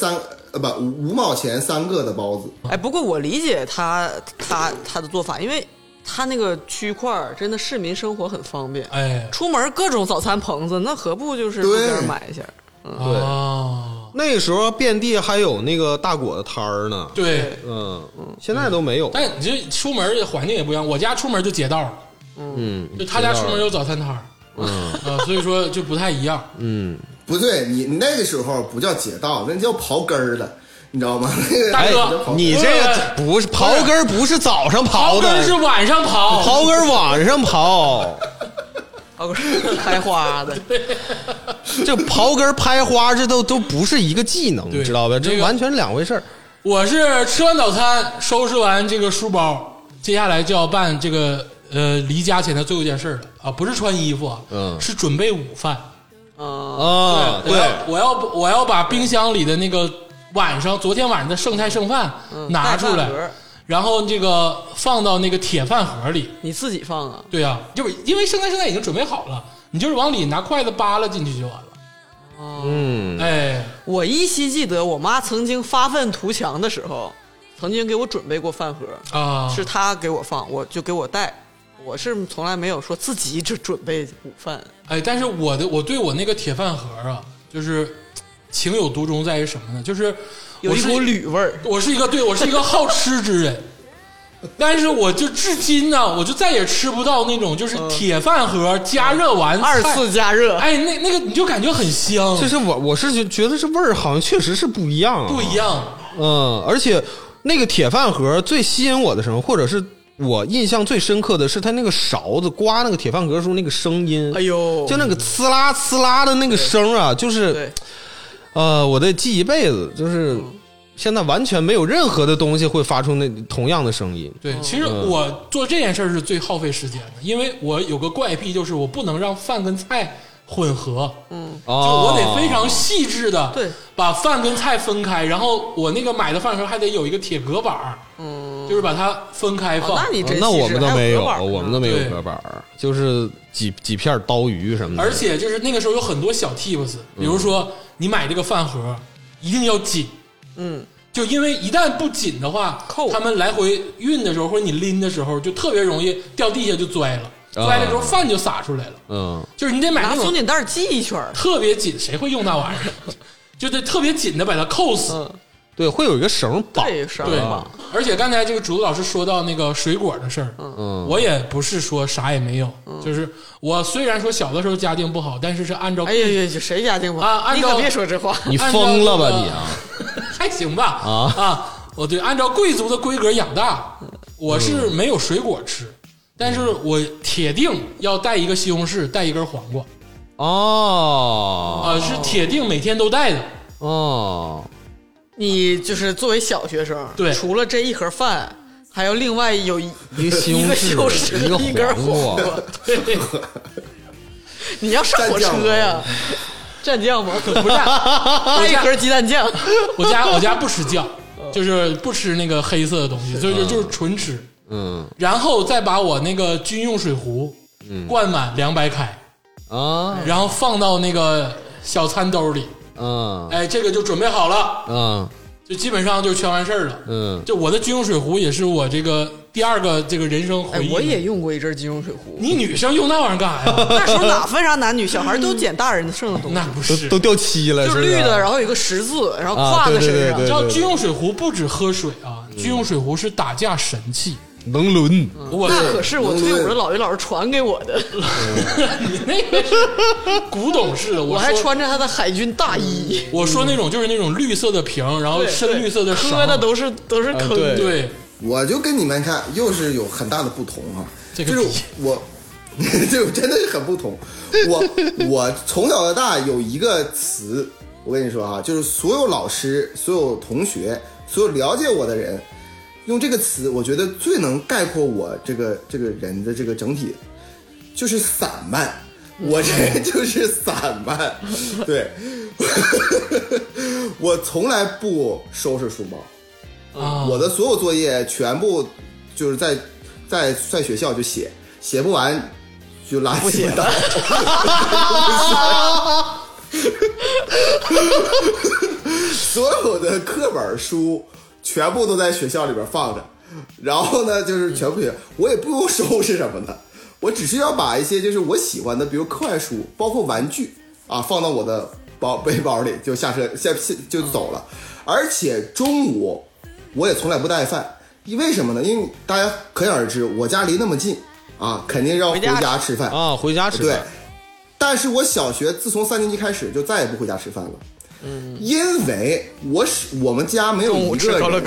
5毛钱3个的包子。 哎，不过我理解他的做法，因为他那个区块真的市民生活很方便， 哎， 出门各种早餐棚子，那何不就是路边买一下？ 对。那个时候遍地还有那个大果子摊儿呢。 对， 现在都没有。 但你这出门环境也不一样，我家出门就街道，就他家出门有早餐摊儿，所以说就不太一样。 不对，你那个时候不叫街道，那叫刨根儿的，你知道吗？ 大哥， 你这个不是刨根儿，不是早上刨的， 刨根是晚上刨， 刨根晚上刨。 开花的， 这刨根拍花，这都不是一个技能，你知道吧？这完全是两回事儿。 我是吃完早餐，收拾完这个书包，接下来就要办这个离家前的最后一件事了啊，不是穿衣服啊，是准备午饭啊。对，我要把冰箱里的那个昨天晚上的剩菜剩饭拿出来。然后这个放到那个铁饭盒里， 你自己放啊？ 对啊，就是因为剩菜已经准备好了，你就是往里拿筷子扒拉进去就完了。哎， 我依稀记得我妈曾经发愤图强的时候，曾经给我准备过饭盒啊，是她给我放，我就给我带，我是从来没有说自己准备午饭。 哎，但是我对我那个铁饭盒啊，就是情有独钟在于什么呢？就是有一股铝味儿。 我是一个好吃之人，但是我就至今呢，我就再也吃不到那种就是铁饭盒加热完菜 2次加热， 哎，那个你就感觉很香。 就是我是觉得这味儿好像确实是不一样， 不一样。 而且那个铁饭盒最吸引我的什么，或者是我印象最深刻的是它那个勺子刮那个铁饭盒的时候那个声音， 哎呦， 就那个呲啦呲啦的那个声啊，就是我得记一辈子，就是现在完全没有任何的东西会发出那同样的声音。 对，其实我做这件事是最耗费时间的，因为我有个怪癖，就是我不能让饭跟菜混合，就我得非常细致的把饭跟菜分开，然后我那个买的饭盒还得有一个铁隔板，就是把它分开放。 那你真那我们都没有， 我们都没有隔板，就是几片刀鱼什么的。 而且就是那个时候有很多小 tips，比如说你买这个饭盒一定要紧，就因为一旦不紧的话，他们来回运的时候或者你拎的时候就特别容易掉地下就摔了。摔了之后饭就洒出来了，就是你得买那种拿松紧带系一圈， 特别紧，谁会用那玩意儿？就得特别紧的把它扣死。 对，会有一个绳绑。 对， 而且刚才这个竹子老师说到那个水果的事儿，我也不是说啥也没有，就是我虽然说小的时候家境不好，但是按照哎呀，谁家境不好啊？ 你可别说这话， 你疯了吧你啊？ 还行吧按照贵族的规格养大，我是没有水果吃。但是我铁定要带一个西红柿，带一根黄瓜。是铁定每天都带的。 你就是作为小学生， 对， 除了这一盒饭，还有另外有一个西红柿， 一根黄瓜。对，你要上火车呀？蘸酱吗？ 不蘸， 带一盒鸡蛋酱。 我家不吃酱，就是不吃那个黑色的东西，所以就是纯吃。然后再把我那个军用水壶灌满200开然后放到那个小餐兜里这个就准备好了就基本上就全完事儿了就我的军用水壶也是我这个第2个这个人生回忆。 我也用过一阵军用水壶。 你女生用那玩意儿干啥呀？ 那时候哪分啥男女，小孩都捡大人剩的东西。 那不是都掉漆了， 就是绿的，然后有个十字，然后挎在身上。 知道军用水壶不止喝水啊，军用水壶是打架神器。 能轮， 那可是我退伍的老爷老师传给我的。 你那个是古董式的， 我还穿着他的海军大衣。 我说那种就是那种绿色的瓶，然后深绿色的喝的都是坑。 对， 我就跟你们看，又是有很大的不同啊。就是我，就真的是很不同。我从小到大有一个词，我跟你说啊，就是所有老师、所有同学、所有了解我的人。用这个词，我觉得最能概括我这个人的这个整体，就是散漫。我这人就是散漫，对，我从来不收拾书包，我的所有作业全部就是在学校就写不完就垃圾倒。 所有的课本书全部都在学校里边放着，然后呢就是全部我也不用收拾什么的，我只需要把一些就是我喜欢的，比如课外书，包括玩具啊，放到我的背包里，就下车就走了。而且中午我也从来不带饭，为什么呢？因为大家可想而知，我家离那么近啊，肯定要回家吃饭啊，回家吃饭。 对，但是我小学自从3年级开始就再也不回家吃饭了。因为我们家没有一个人，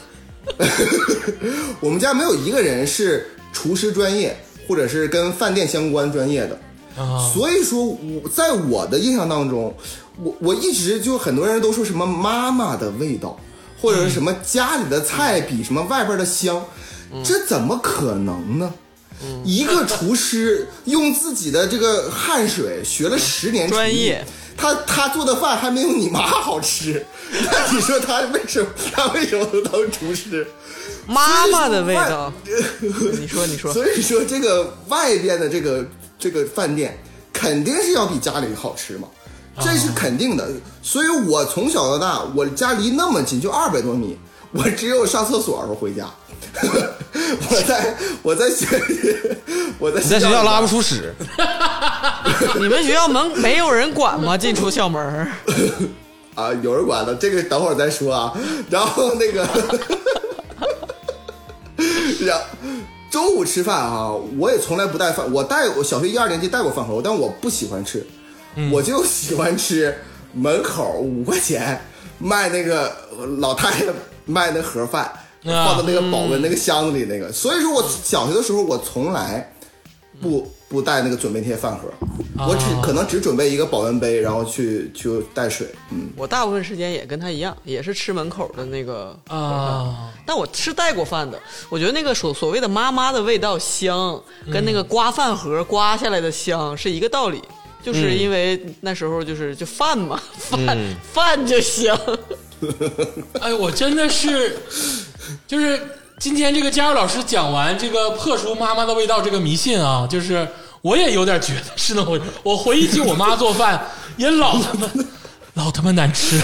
我们家没有一个人是厨师专业或者是跟饭店相关专业的，所以说在我的印象当中，我一直就很多人都说什么妈妈的味道，或者是什么家里的菜比什么外边的香，这怎么可能呢？一个厨师用自己的这个汗水学了10年专业， 他做的饭还没有你妈好吃，那你说他为什么能当厨师？ 妈妈的味道，你说， 所以说这个外边的这个饭店肯定是要比家里好吃嘛，这是肯定的。所以我从小到大，我家离那么近，就200多米，我只有上厕所的时候回家。我在学校拉不出屎。 你们学校门没有人管吗？进出校门啊，有人管的，这个等会儿再说啊。然后那个，中午吃饭啊，我也从来不带饭。我小学1、2年级带过饭盒，但我不喜欢吃，我就喜欢吃门口5块钱卖那个老太太卖那盒饭。放到那个保温那个箱子里那个，所以说我小学的时候我从来不带那个准备那些饭盒，我可能只准备一个保温杯，然后去带水。 我大部分时间也跟他一样，也是吃门口的那个但我是带过饭的。我觉得那个所谓的妈妈的味道香，跟那个刮饭盒刮下来的香是一个道理，就是因为那时候就饭嘛，饭就香。 哎，我真的是，就是今天这个佳茹老师讲完这个破除妈妈的味道这个迷信啊，就是我也有点觉得是那回事。我回忆起我妈做饭也老他妈难吃。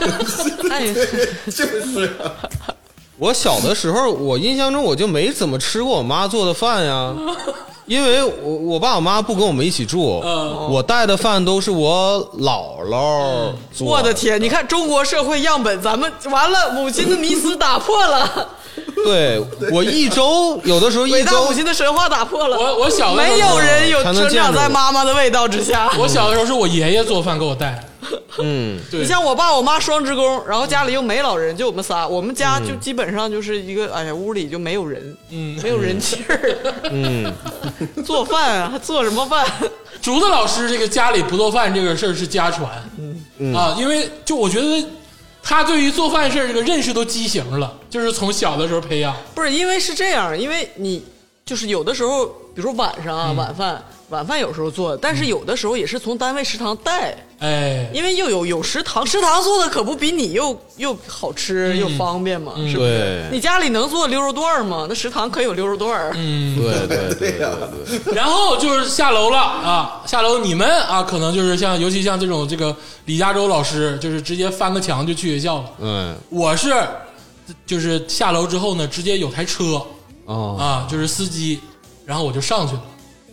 就是。 我小的时候，我印象中我就没怎么吃过我妈做的饭呀。因为我爸我妈不跟我们一起住，我带的饭都是我姥姥做。 我的天，你看中国社会样本，咱们完了，母亲的迷思打破了。 对，我一周有的时候伟大母亲的神话打破了。 我小的时候没有人有成长在妈妈的味道之下。 我小的时候是我爷爷做饭给我带。对。 你像我爸我妈双职工，然后家里又没老人，就我们仨，我们家就基本上就是一个，哎呀，屋里就没有人，没有人气儿。做饭啊，做什么饭？ 竹子老师这个家里不做饭这个事儿是家传，因为就我觉得他对于做饭事儿这个认识都畸形了，就是从小的时候培养。 不是因为是这样，因为你就是有的时候，比如说晚上啊，晚饭有时候做，但是有的时候也是从单位食堂带。因为又有食堂做的可不比你又好吃又方便嘛，是不是？你家里能做溜肉段吗？那食堂可有溜肉段。 对。 然后就是下楼了啊，下楼你们啊，可能就是尤其像这种这个李嘉洲老师，就是直接翻个墙就去学校了。我是就是下楼之后呢，直接有台车就是司机，然后我就上去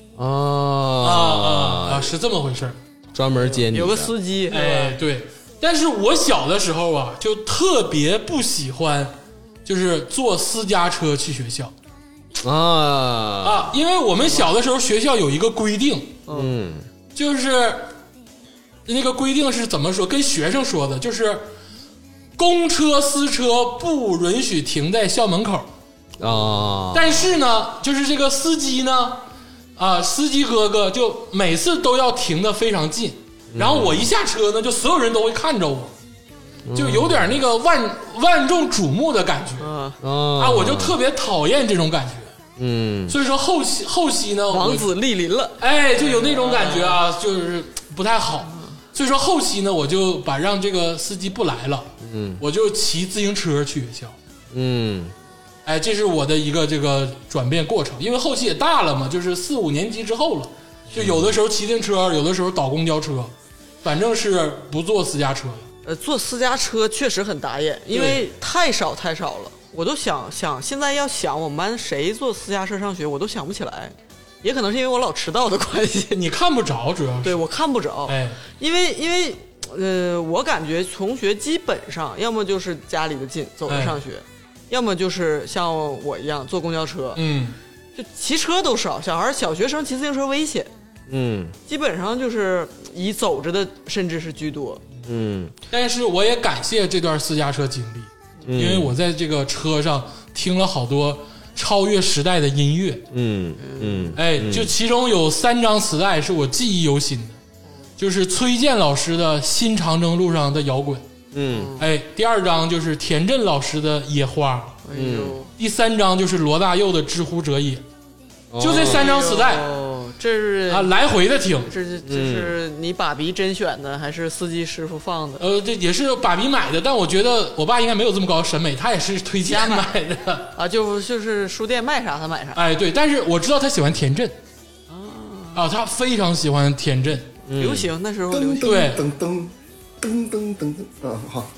了。是这么回事。 专门接你有个司机， 对。但是我小的时候啊，就特别不喜欢，就是坐私家车去学校因为我们小的时候学校有一个规定，就是那个规定是怎么说？跟学生说的，就是公车、私车不允许停在校门口但是呢，就是这个司机呢。司机哥哥就每次都要停得非常近，然后我一下车呢，就所有人都会看着我，就有点那个万众瞩目的感觉我就特别讨厌这种感觉。所以说后期呢， 王子莅临了， 就有那种感觉就是不太好。所以说后期呢，我就让这个司机不来了，我就骑自行车去学校。这是我的一个这个转变过程，因为后期也大了嘛，就是4、5年级之后了，就有的时候骑自行车，有的时候倒公交车，反正是不坐私家车了。 坐私家车确实很打眼，因为太少了。我都想现在要想我们班谁坐私家车上学，我都想不起来。也可能是因为我老迟到的关系， 你看不着，主要是对我看不着。因为我感觉同学基本上要么就是家里的近走着上学，要么就是像我一样坐公交车。就骑车都少，小学生骑自行车危险。基本上就是以走着的甚至是居多。 但是我也感谢这段私家车经历，因为我在这个车上听了好多超越时代的音乐。就其中有3张磁带是我记忆犹新的，就是崔健老师的《新长征路上的摇滚》。第2张就是田震老师的《野花》。第3张就是罗大佑的《知乎者也》。就这3张磁带。 这是来回的听， 这是你爸比甄选的还是司机师傅放的？ 这也是爸比买的，但我觉得我爸应该没有这么高审美，他也是推荐买的啊，就是书店卖啥他买啥。 对，但是我知道他喜欢田震他非常喜欢田震， 流行那时候流行， 对， 噔噔噔噔噔噔，好。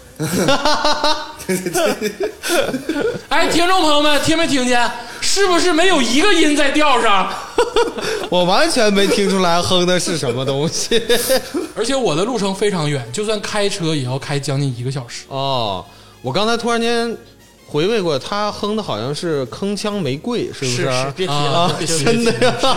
听众朋友们，听没听见？是不是没有一个音在调上？ 我完全没听出来哼的是什么东西。 而且我的路程非常远，就算开车也要开将近1个小时。 我刚才突然间回味过，他哼的好像是铿锵玫瑰，是不是？ 是别提了， 真的呀，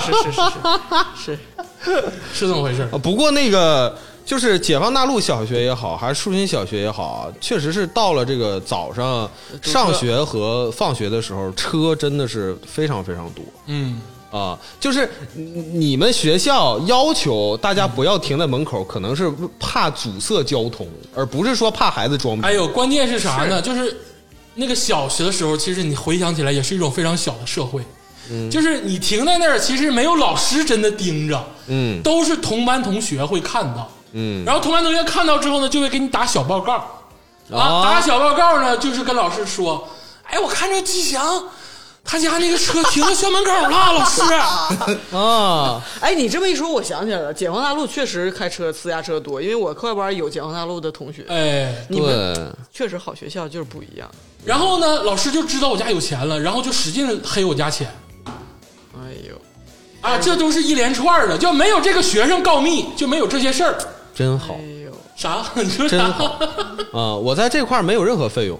是这么回事。 不过那个。就是解放大路小学也好，还是树新小学也好，确实是到了这个早上上学和放学的时候，车真的是非常非常多。就是你们学校要求大家不要停在门口，可能是怕阻塞交通，而不是说怕孩子装逼。 关键是啥呢？就是那个小学的时候，其实你回想起来也是一种非常小的社会。就是你停在那儿，其实没有老师真的盯着，都是同班同学会看到。然后同班同学看到之后呢，就会给你打小报告，打小报告呢，就是跟老师说，我看着吉祥，他家那个车停到校门口了，老师。 你这么一说，我想起来了，解放大路确实开车私家车多，因为我课外班有解放大路的同学。你们确实好学校就是不一样。 然后呢，老师就知道我家有钱了，然后就使劲黑我家钱。这都是一连串的，就没有这个学生告密，就没有这些事儿。 真好。 啥？你说真好我在这块没有任何费用。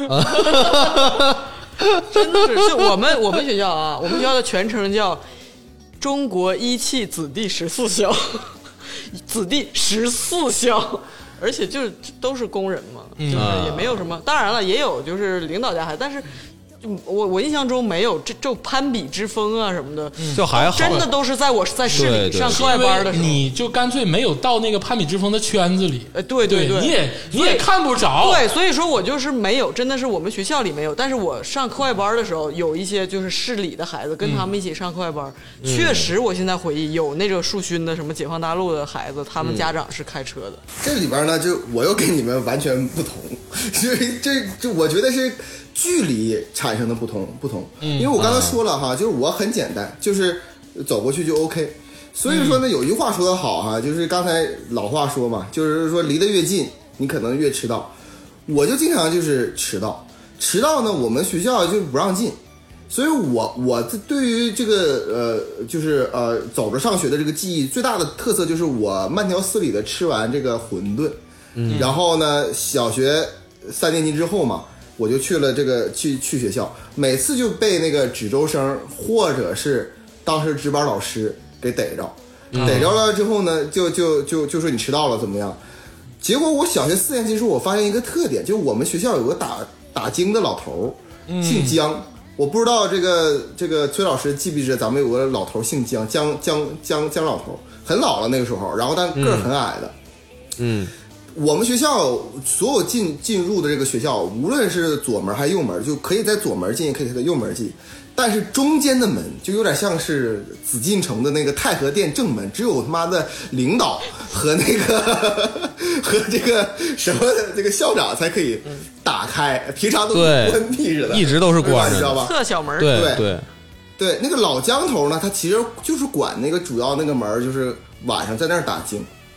真的是我们学校我们学校的全称叫中国一汽子弟14校，子弟14校，而且就是都是工人嘛，就是也没有什么。当然了，也有就是领导家孩子，但是。我印象中没有这攀比之风什么的， 就还好， 真的都是在我在市里上课外班的时候， 你就干脆没有到那个攀比之风的圈子里。 对， 你也看不着。 对，所以说我就是没有，真的是我们学校里没有，但是我上课外班的时候，有一些就是市里的孩子跟他们一起上课外班，确实我现在回忆有那个树勋的什么解放大路的孩子，他们家长是开车的。 这里边呢，就我又跟你们完全不同，这我觉得是。距离产生的不同，因为我刚才说了就是我很简单，就是走过去就 OK。所以说呢，有一句话说得好就是刚才老话说嘛，就是说离得越近，你可能越迟到。我就经常就是迟到呢，我们学校就不让进。所以我对于这个就是走着上学的这个记忆最大的特色就是我慢条斯理的吃完这个馄饨，然后呢，小学3年级之后嘛。我就去了这个去学校，每次就被那个值周生或者是当时值班老师给逮着了之后呢，就说你迟到了怎么样？结果我小学4年级的时候，我发现一个特点，就是我们学校有个打更的老头，姓姜。我不知道这个崔老师记不记得，咱们有个老头姓姜老头，很老了那个时候，然后但个儿很矮的。我们学校所有进入的这个学校，无论是左门还是右门，就可以在左门进，也可以在右门进。但是中间的门就有点像是紫禁城的那个太和殿正门，只有他妈的领导和那个和这个什么这个校长才可以打开，平常都关闭着的， 一直都是关着， 你知道吧？侧小门。 对，那个老姜头呢，他其实就是管那个主要那个门，就是晚上在那儿打更。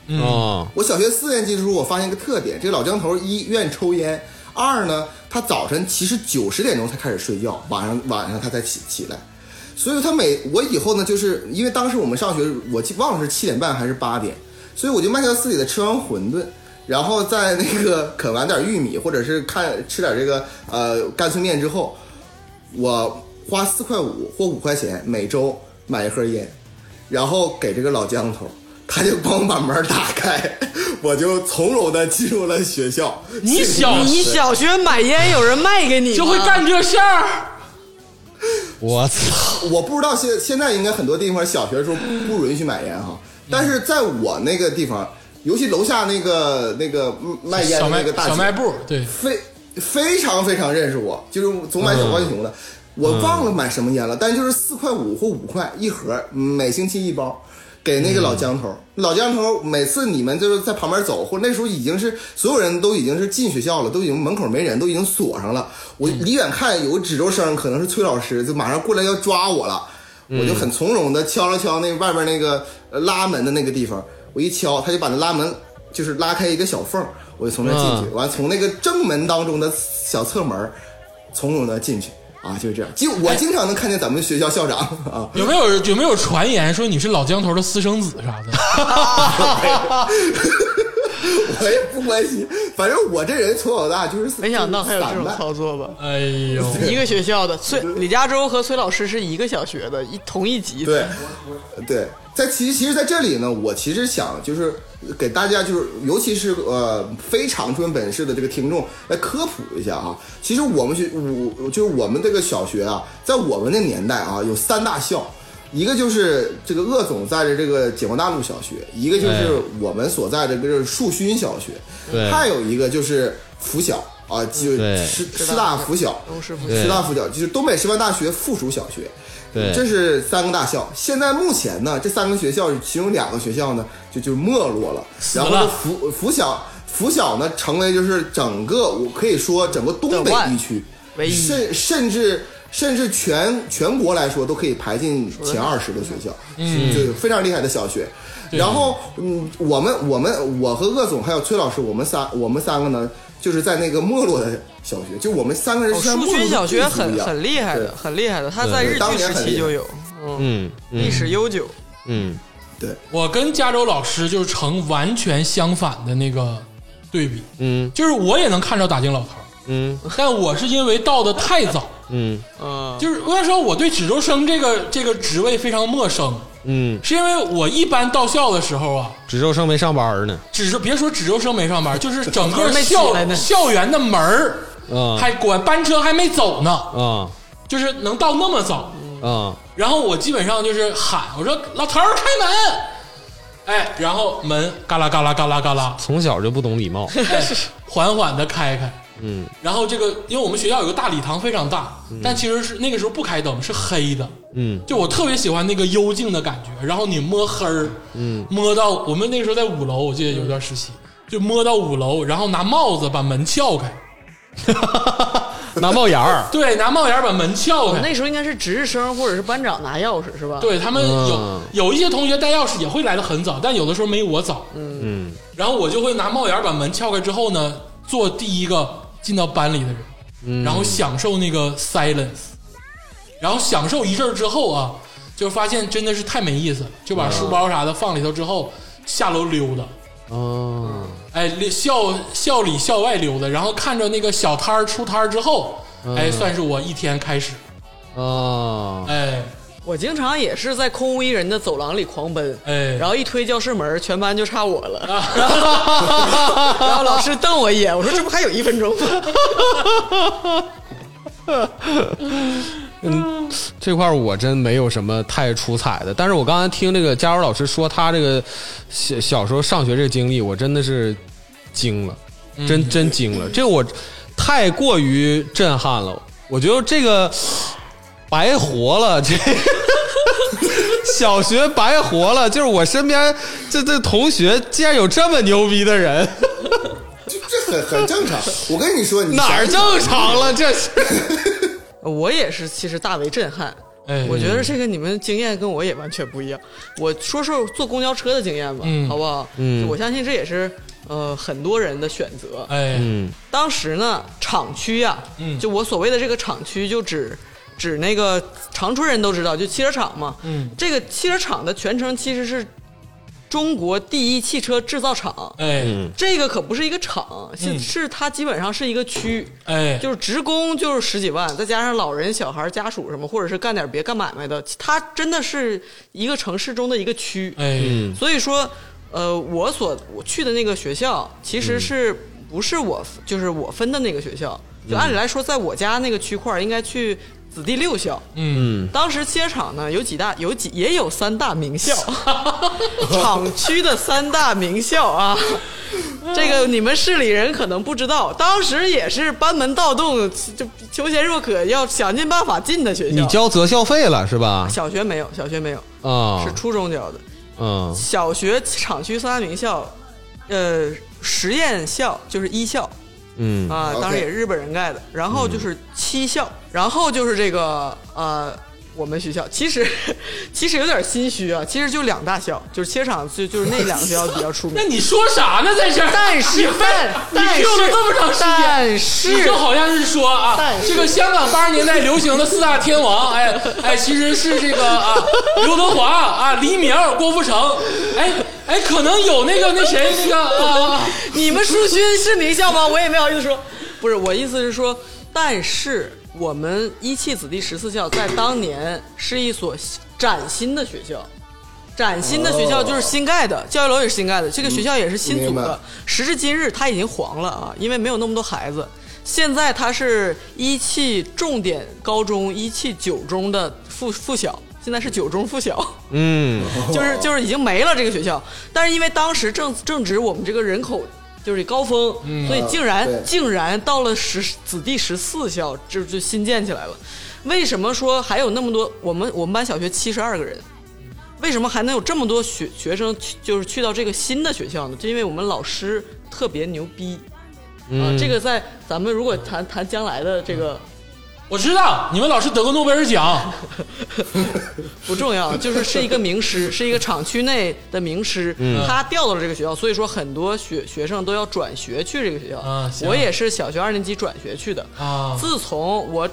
我小学4年级的时候，我发现一个特点，这个老江头一愿意抽烟，二呢，他早晨其实9、10点钟才开始睡觉，晚上他才起来。所以我以后呢，就是因为当时我们上学，我忘了是7点半还是8点，所以我就慢条斯理的吃完馄饨，然后在那个啃完点玉米，或者是吃点这个干脆面之后，我花4块5或5块钱每周买一盒烟，然后给这个老江头，他就帮我把门打开，我就从容的进入了学校。 你小学买烟有人卖给你吗？ 就会干这事儿。 我操！ 我不知道现在应该很多地方小学的时候不允许买烟哈，但是在我那个地方，尤其楼下那个卖烟的那个大姐小卖部，对， 非常非常认识我，就是总买小浣熊的。我忘了买什么烟了，但就是4块5或5块一盒，每星期1包。给那个老江头，老江头每次你们就是在旁边走，或者那时候已经是所有人都已经是进学校了，都已经门口没人，都已经锁上了。我离远看有个值周生，可能是崔老师，就马上过来要抓我了。我就很从容的敲了敲那外边那个拉门的那个地方，我一敲，他就把那拉门就是拉开一个小缝，我就从那进去，完从那个正门当中的小侧门从容的进去。啊，就是这样。我经常能看见咱们学校校长啊。 有没有传言说你是老江头的私生子啥的？ 我也不关心，反正我这人从小到大就是。 没想到还有这种操作吧？ 哎呦， 一个学校的李嘉洲和崔老师是一个小学的，同一级。 对，其实在这里呢，我其实想就是给大家就是尤其是非长春本市的这个听众来科普一下啊。其实我们这个小学啊，在我们那年代啊，有3大校。一个就是这个鄂总在的这个解放大路小学，一个就是我们所在的这个树勋小学，还有一个就是附小啊，就师大附小，师大附小就是东北师范大学附属小学，这是3个大校。现在目前呢，这3个学校其中2个学校呢就没落了，然后附小呢成为就是整个我可以说整个东北地区，甚至全国来说都可以排进前20的学校，就非常厉害的小学。然后我和鄂总还有崔老师，我们三个呢，就是在那个没落的小学，就我们3个人是在没落的。树勋小学很厉害的，很厉害的，他在日据时期就有，历史悠久。 对， 我跟加州老师就是成完全相反的那个对比，就是我也能看着打更老头，但我是因为到的太早。就是我要说我对值周生这个职位非常陌生，是因为我一般到校的时候啊， 值周生没上班呢， 别说值周生没上班，就是整个校园的门还关，班车还没走呢，就是能到那么早，然后我基本上就是喊我说老头开门，哎，然后门嘎啦嘎啦嘎啦嘎啦， 从小就不懂礼貌， 缓缓的开。然后这个，因为我们学校有个大礼堂非常大，但其实是那个时候不开灯，是黑的。就我特别喜欢那个幽静的感觉。然后你摸黑儿，摸到我们那个时候在5楼，我记得有段实习，就摸到5楼，然后拿帽子把门撬开， 拿帽檐儿， 对，拿帽檐把门撬开。 那时候应该是值日生或者是班长拿钥匙是吧？ 对，他们有一些同学带钥匙也会来得很早，但有的时候没我早。然后我就会拿帽檐把门撬开之后呢，做第一个进到班里的人，然后享受那个 silence， 然后享受一阵之后啊，就发现真的是太没意思了，就把书包啥的放里头之后，下楼溜达。哎，校里校外溜达，然后看着那个小摊出摊之后，哎，算是我一天开始。哎。 我经常也是在空无一人的走廊里狂奔，然后一推教室门，全班就差我了，然后老师瞪我一眼，我说这不还有1分钟吗？这块我真没有什么太出彩的，但是我刚才听这个加州老师说他这个小时候上学这个经历，我真的是惊了，真惊了，这我太过于震撼了，我觉得这个白活了，这小学白活了，就是我身边这同学竟然有这么牛逼的人， 这很正常。我跟你说， 哪儿正常了？这是我也是，其实大为震撼。 我觉得这个你们经验跟我也完全不一样。我说说坐公交车的经验吧，好不好？我相信这也是很多人的选择。当时呢，厂区呀，就我所谓的这个厂区，就指那个长春人都知道，就汽车厂嘛。这个汽车厂的全称其实是中国第一汽车制造厂。这个可不是一个厂，是它基本上是一个区。就是职工就是十几万，再加上老人、小孩、家属什么，或者是干点别干买卖的，它真的是一个城市中的一个区。所以说，我去的那个学校其实是不是就是我分的那个学校？就按理来说，在我家那个区块应该去子弟六校。当时汽车厂呢也有3大名校，厂区的3大名校啊。这个你们市里人可能不知道，当时也是班门盗洞，就求贤若渴，要想尽办法进的学校。 你交择校费了是吧？ 小学没有啊， 是初中交的。小学厂区3大名校，实验校就是1校。当然也日本人盖的，然后就是7校，然后就是这个我们学校其实有点心虚啊，其实就2大校，就是汽车厂就是那2个学校比较出名。 那你说啥呢在这儿？ 但是你 Q 了这么长时间， 但是你就好像是说啊，这个香港80年代流行的4大天王，其实是这个刘德华黎明、郭富城，可能有那谁那个你们树勋是名校吗？我也没好意思说，不是，我意思是说，但是我们一汽子弟14校在当年是一所崭新的学校。崭新的学校就是新盖的，教育楼也是新盖的，这个学校也是新组的。时至今日它已经黄了啊，因为没有那么多孩子。现在它是一汽重点高中、一汽9中的附小，现在是9中附小。就是已经没了这个学校。但是因为当时正值我们这个人口就是高峰，所以竟然到了子弟14校就新建起来了。为什么说还有那么多？我们班小学72个人。为什么还能有这么多学生就是去到这个新的学校呢？就因为我们老师特别牛逼。这个在咱们如果谈将来的这个， 我知道你们老师得过诺贝尔奖， 不重要，是一个名师，是一个厂区内的名师，他调到了这个学校，所以说很多学生都要转学去这个学校。我也是小学2年级转学去的。自从我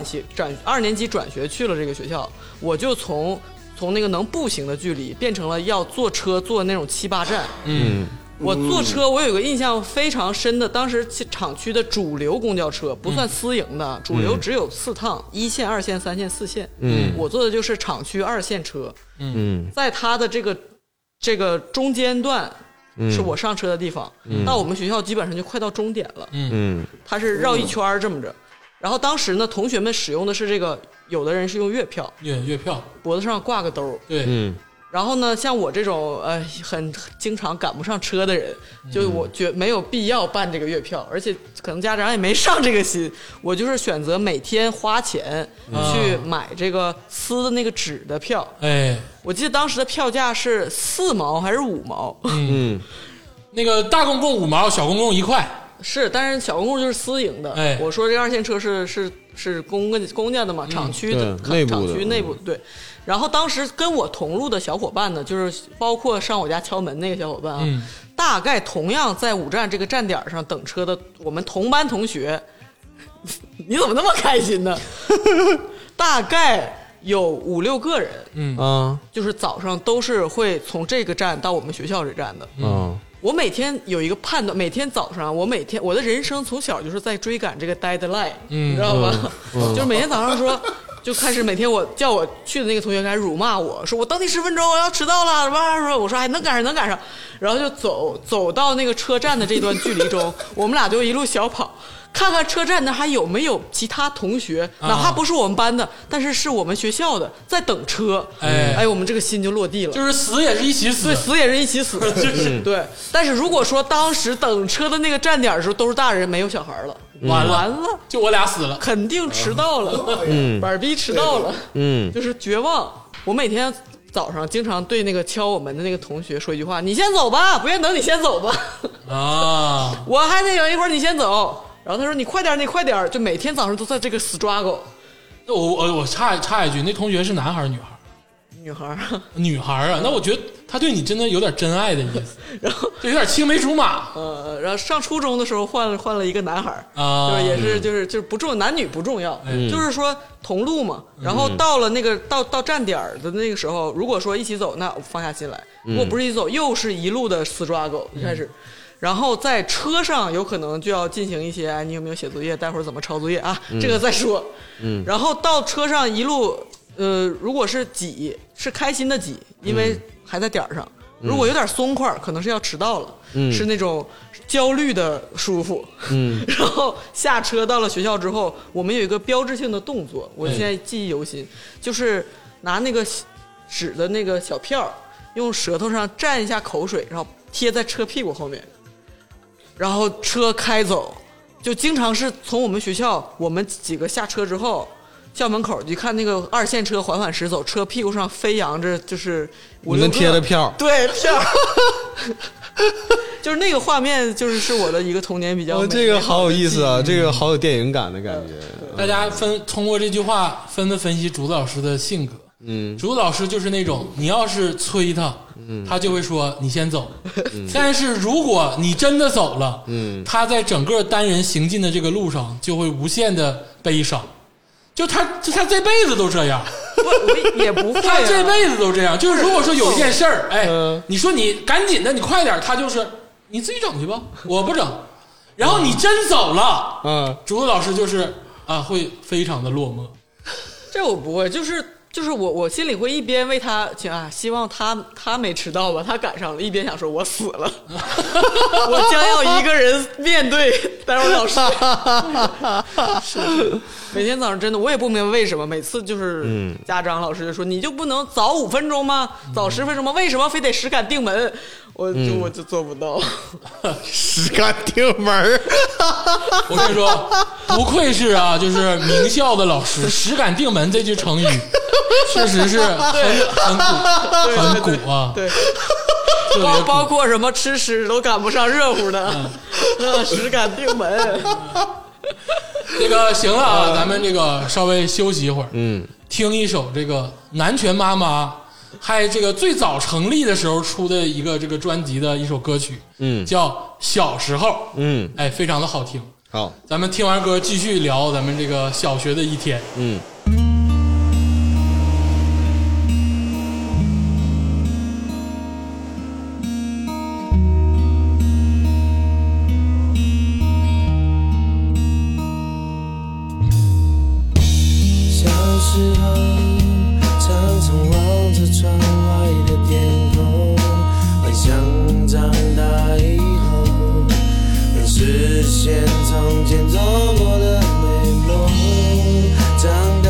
2年级转学去了这个学校，我就从那个能步行的距离变成了要坐车坐那种7、8站。我坐车，我有个印象非常深的，当时厂区的主流公交车不算私营的，主流只有4趟，1线、2线、3线、4线。我坐的就是厂区2线车。在它的这个中间段是我上车的地方，到我们学校基本上就快到终点了。它是绕一圈这么着。然后当时呢，同学们使用的是这个，有的人是用月票，脖子上挂个兜。 对， 然后呢，像我这种很经常赶不上车的人，就我觉没有必要办这个月票，而且可能家长也没上这个心，我就是选择每天花钱去买这个撕的那个纸的票。我记得当时的票价是4毛还是5毛？ 那个大公共5毛，小公共1块。 是，但是小公共就是私营的。我说这2线车是公家的嘛，厂区的厂区内部对。然后当时跟我同路的小伙伴呢，就是包括上我家敲门那个小伙伴啊，大概同样在5站这个站点上等车的我们同班同学，你怎么那么开心呢？大概有5、6个人，就是早上都是会从这个站到我们学校这站的。我每天有一个判断，每天早上，我的人生从小就是在追赶这个 deadline，你知道吧？就是每天早上说，就开始每天叫我去的那个同学开始辱骂我说我等你10分钟，我要迟到了，什么说我说能赶上，然后就走到那个车站的这段距离中，我们俩就一路小跑。看看车站那还有没有其他同学，哪怕不是我们班的，但是是我们学校的，在等车。我们这个心就落地了， 就是死也是一起死， 对，死也是一起死，对。但是如果说当时等车的那个站点的时候都是大人，没有小孩了，完了， 就我俩死了， 肯定迟到了，板逼迟到了，就是绝望。我每天早上经常对那个敲我们的那个同学说一句话：“你先走吧，不愿等你先走吧。”我还得有一会儿，你先走。然后他说：“你快点，你快点！”就每天早上都在这个 struggle。 那我插一句，那同学是男孩女孩？女孩啊，那我觉得他对你真的有点真爱的意思，然后就有点青梅竹马。 然后上初中的时候换了一个男孩啊，就是也是就是不重男女不重要，就是说同路嘛。然后到了那个到站点的那个时候，如果说一起走，那放下心来；如果不是一起走，又是一路的死抓狗就开始。然后在车上有可能就要进行一些，你有没有写作业？待会儿怎么抄作业啊？这个再说。然后到车上一路。如果是挤，是开心的挤，因为还在点上。如果有点松快，可能是要迟到了，是那种焦虑的舒服。然后下车到了学校之后，我们有一个标志性的动作，我现在记忆犹新，就是拿那个纸的那个小票，用舌头上蘸一下口水，然后贴在车屁股后面，然后车开走。就经常是从我们学校，我们几个下车之后。校门口就看那个2线车缓缓驶走，车屁股上飞扬着就是你们贴的票， 对票，就是那个画面，就是我的一个童年比较。 这个好有意思啊，这个好有电影感的感觉。 大家通过这句话分析竹子老师的性格。竹子老师就是那种你要是催他，他就会说你先走。但是如果你真的走了，他在整个单人行进的这个路上就会无限的悲伤。就他这辈子都这样， 我也不会、啊， 他这辈子都这样。就是如果说有一件事儿，哎，你说你赶紧的，你快点，他就是你自己整去吧，我不整。然后你真走了，竹子老师就是会非常的落寞。 这我不会，就是我心里会一边为他希望他没迟到吧，他赶上了，一边想说我死了，我将要一个人面对待会儿老师。是每天早上真的我也不明白为什么每次就是家长老师就说你就不能早5分钟吗？早10分钟吗？为什么非得实赶定门？我就做不到。 实赶定门。 我跟你说，不愧是就是名校的老师，实赶定门这句成语确实是很古啊。 对，包括什么吃屎都赶不上热乎的，实赶定门。 这个行了啊，咱们这个稍微休息一会儿，听一首这个南拳妈妈还这个最早成立的时候出的一个这个专辑的一首歌曲，叫小时候，哎，非常的好听。 好， 咱们听完歌继续聊咱们这个小学的一天。 时候常常望着窗外的天空，幻想长大以后能实现从前做过的美梦。长大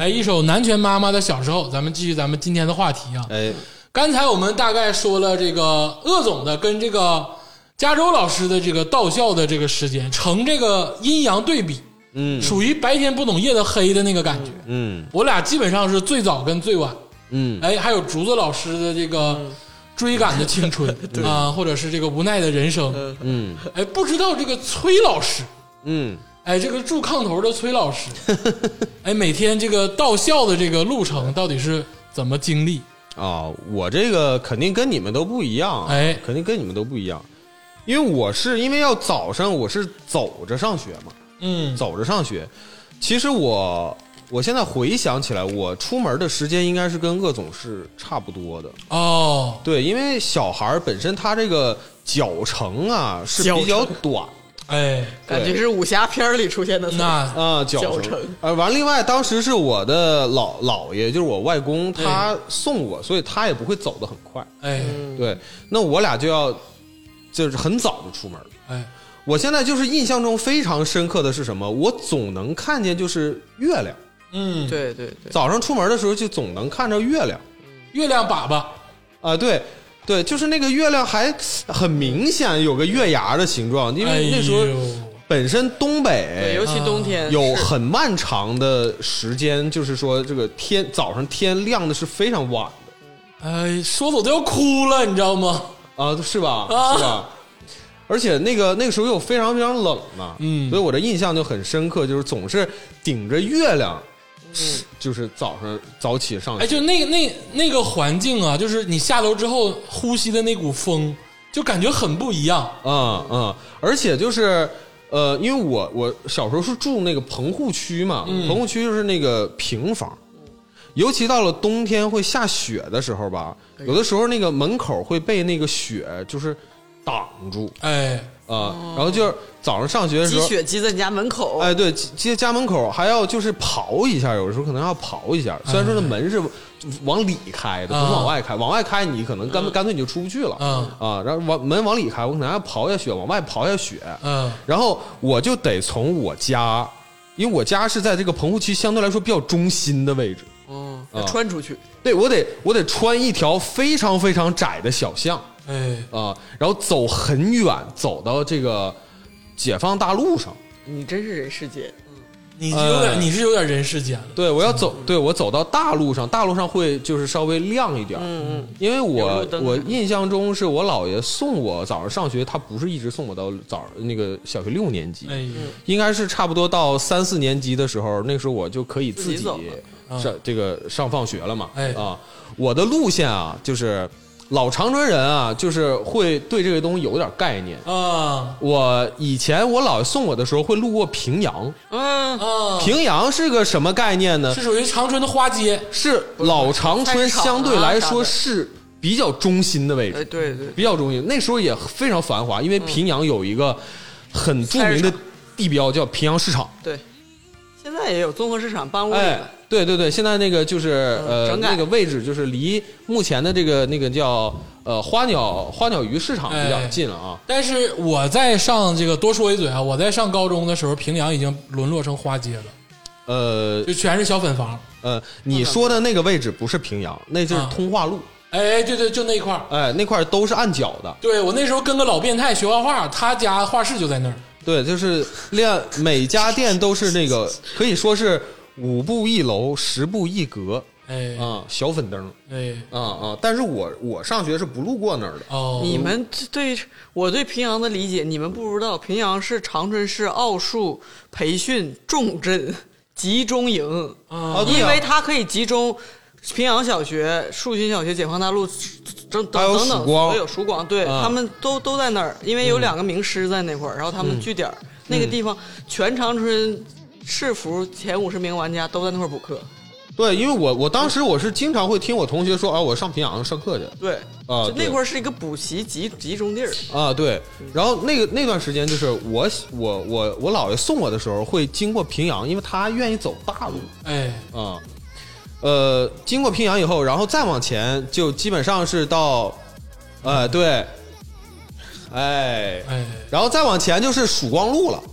来一首南拳妈妈的小时候，咱们继续咱们今天的话题啊。刚才我们大概说了这个鄂总的跟这个加州老师的这个到校的这个时间成这个阴阳对比，属于白天不懂夜的黑的那个感觉，我俩基本上是最早跟最晚，还有竹子老师的这个追赶的青春啊，或者是这个无奈的人生，不知道这个崔老师，这个住炕头的崔老师，每天这个到校的这个路程到底是怎么经历啊？我这个肯定跟你们都不一样，肯定跟你们都不一样，因为因为要早上我是走着上学嘛，走着上学。其实我现在回想起来，我出门的时间应该是跟鄂总是差不多的哦。 对，因为小孩本身他这个脚程啊是比较短。 感觉是武侠片里出现的脚程完，另外当时是我的姥爷，就是我外公，他送我，所以他也不会走得很快。对，那我俩就是很早就出门。我现在就是印象中非常深刻的是什么？我总能看见就是月亮。 对对对， 早上出门的时候就总能看着月亮， 月亮粑粑啊，对。对，就是那个月亮还很明显有个月牙的形状，因为那时候本身东北， 尤其冬天有很漫长的时间，就是说这个早上天亮的是非常晚的。说走都要哭了，你知道吗？ 是吧？是吧？而且那个时候又非常非常冷嘛，所以我的印象就很深刻，就是总是顶着月亮。就是早上早起上学， 就那个环境啊，就是你下楼之后呼吸的那股风，就感觉很不一样。 而且就是因为我小时候是住那个棚户区嘛，棚户区就是那个平房，尤其到了冬天会下雪的时候吧，有的时候那个门口会被那个雪就是挡住，然后就是早上上学的时候， 积雪积在你家门口， 对，积在家门口，还要就是刨一下，有的时候可能要刨一下。虽然说那门是往里开的，不是往外开，往外开你可能干脆你就出不去了，然后门往里开，我可能要刨一下雪，往外刨一下雪，然后我就得从我家，因为我家是在这个棚户区相对来说比较中心的位置， 要穿出去， 对，我得穿一条非常非常窄的小巷。然后走很远，走到这个解放大路上。 你真是人世间， 你是有点人世间了。 对，我要走，对我走到大路上，大路上会就是稍微亮一点。因为我印象中是我姥爷送我早上上学，他不是一直送我到那个小学6年级，应该是差不多到3、4年级的时候，那时候我就可以自己上放学了嘛。我的路线啊，就是老长春人啊，就是会对这个东西有点概念我以前我姥爷送我的时候会路过平阳，平阳是个什么概念呢？ 是属于长春的花街， 是老长春相对来说是比较中心的位置， 对， 比较中心。那时候也非常繁华，因为平阳有一个很著名的地标叫平阳市场， 对，现在也有综合市场搬屋里了。 对，现在那个就是那个位置就是离目前的那个叫花鸟鱼市场比较近了啊。 但是我在上这个多说一嘴啊，我在上高中的时候，平阳已经沦落成花街了，就全是小粉房。 你说的那个位置不是平阳，那就是通化路。 对，就那一块那块都是按脚的。 对，我那时候跟个老变态学画画，他家画室就在那儿。 对，就是每家店都是那个可以说是5步1楼10步1格，小粉灯，但是我上学是不路过那儿的。 你们我对平阳的理解，你们不知道，平阳是长春市奥数培训重镇集中营因为它可以集中平阳小学、树新小学、解放大路等等所有曙光，对，他们都在那儿，因为有2个名师在那块儿，然后他们据点那个地方，全长春市服前50名玩家都在那块儿补课。 对，因为我当时我是经常会听我同学说我上平阳上课去。 对那块儿是一个补习集中地儿对。然后那段时间就是我姥爷送我的时候会经过平阳，因为他愿意走大路。经过平阳以后，然后再往前就基本上是到对。然后再往前就是曙光路了。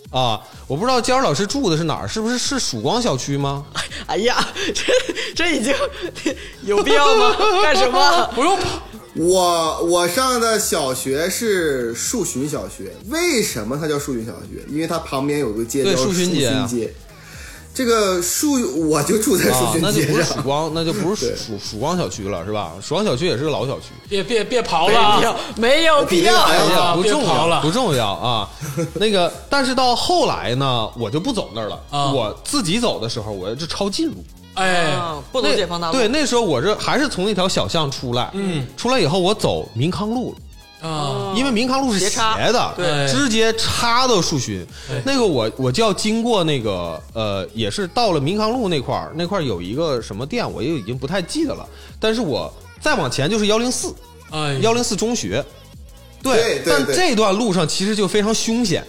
啊，我不知道姜老师住的是哪儿，是不是曙光小区吗？ 哎呀，这已经有必要吗？干什么？ 不用跑。 我上的小学是树巡小学，为什么它叫树巡小学？因为它旁边有个街叫树巡街。 这个我就住在树巡街上， 那就不是曙光，那就不是曙光小区了，是吧？曙光小区也是个老小区。 别跑了， 没有必要， 不重要，不重要啊。那个，但是到后来呢，我就不走那儿了。我自己走的时候，我就抄近路。 哎， 不走解放大路。 对，那时候我还是从那条小巷出来，出来以后我走民康路了。因为民康路是斜的， 对， 直接插到树巡。那个我就要经过那个也是到了民康路那块儿有一个什么店，我也已经不太记得了。但是我再往前就是104中学， 对， 但这段路上其实就非常凶险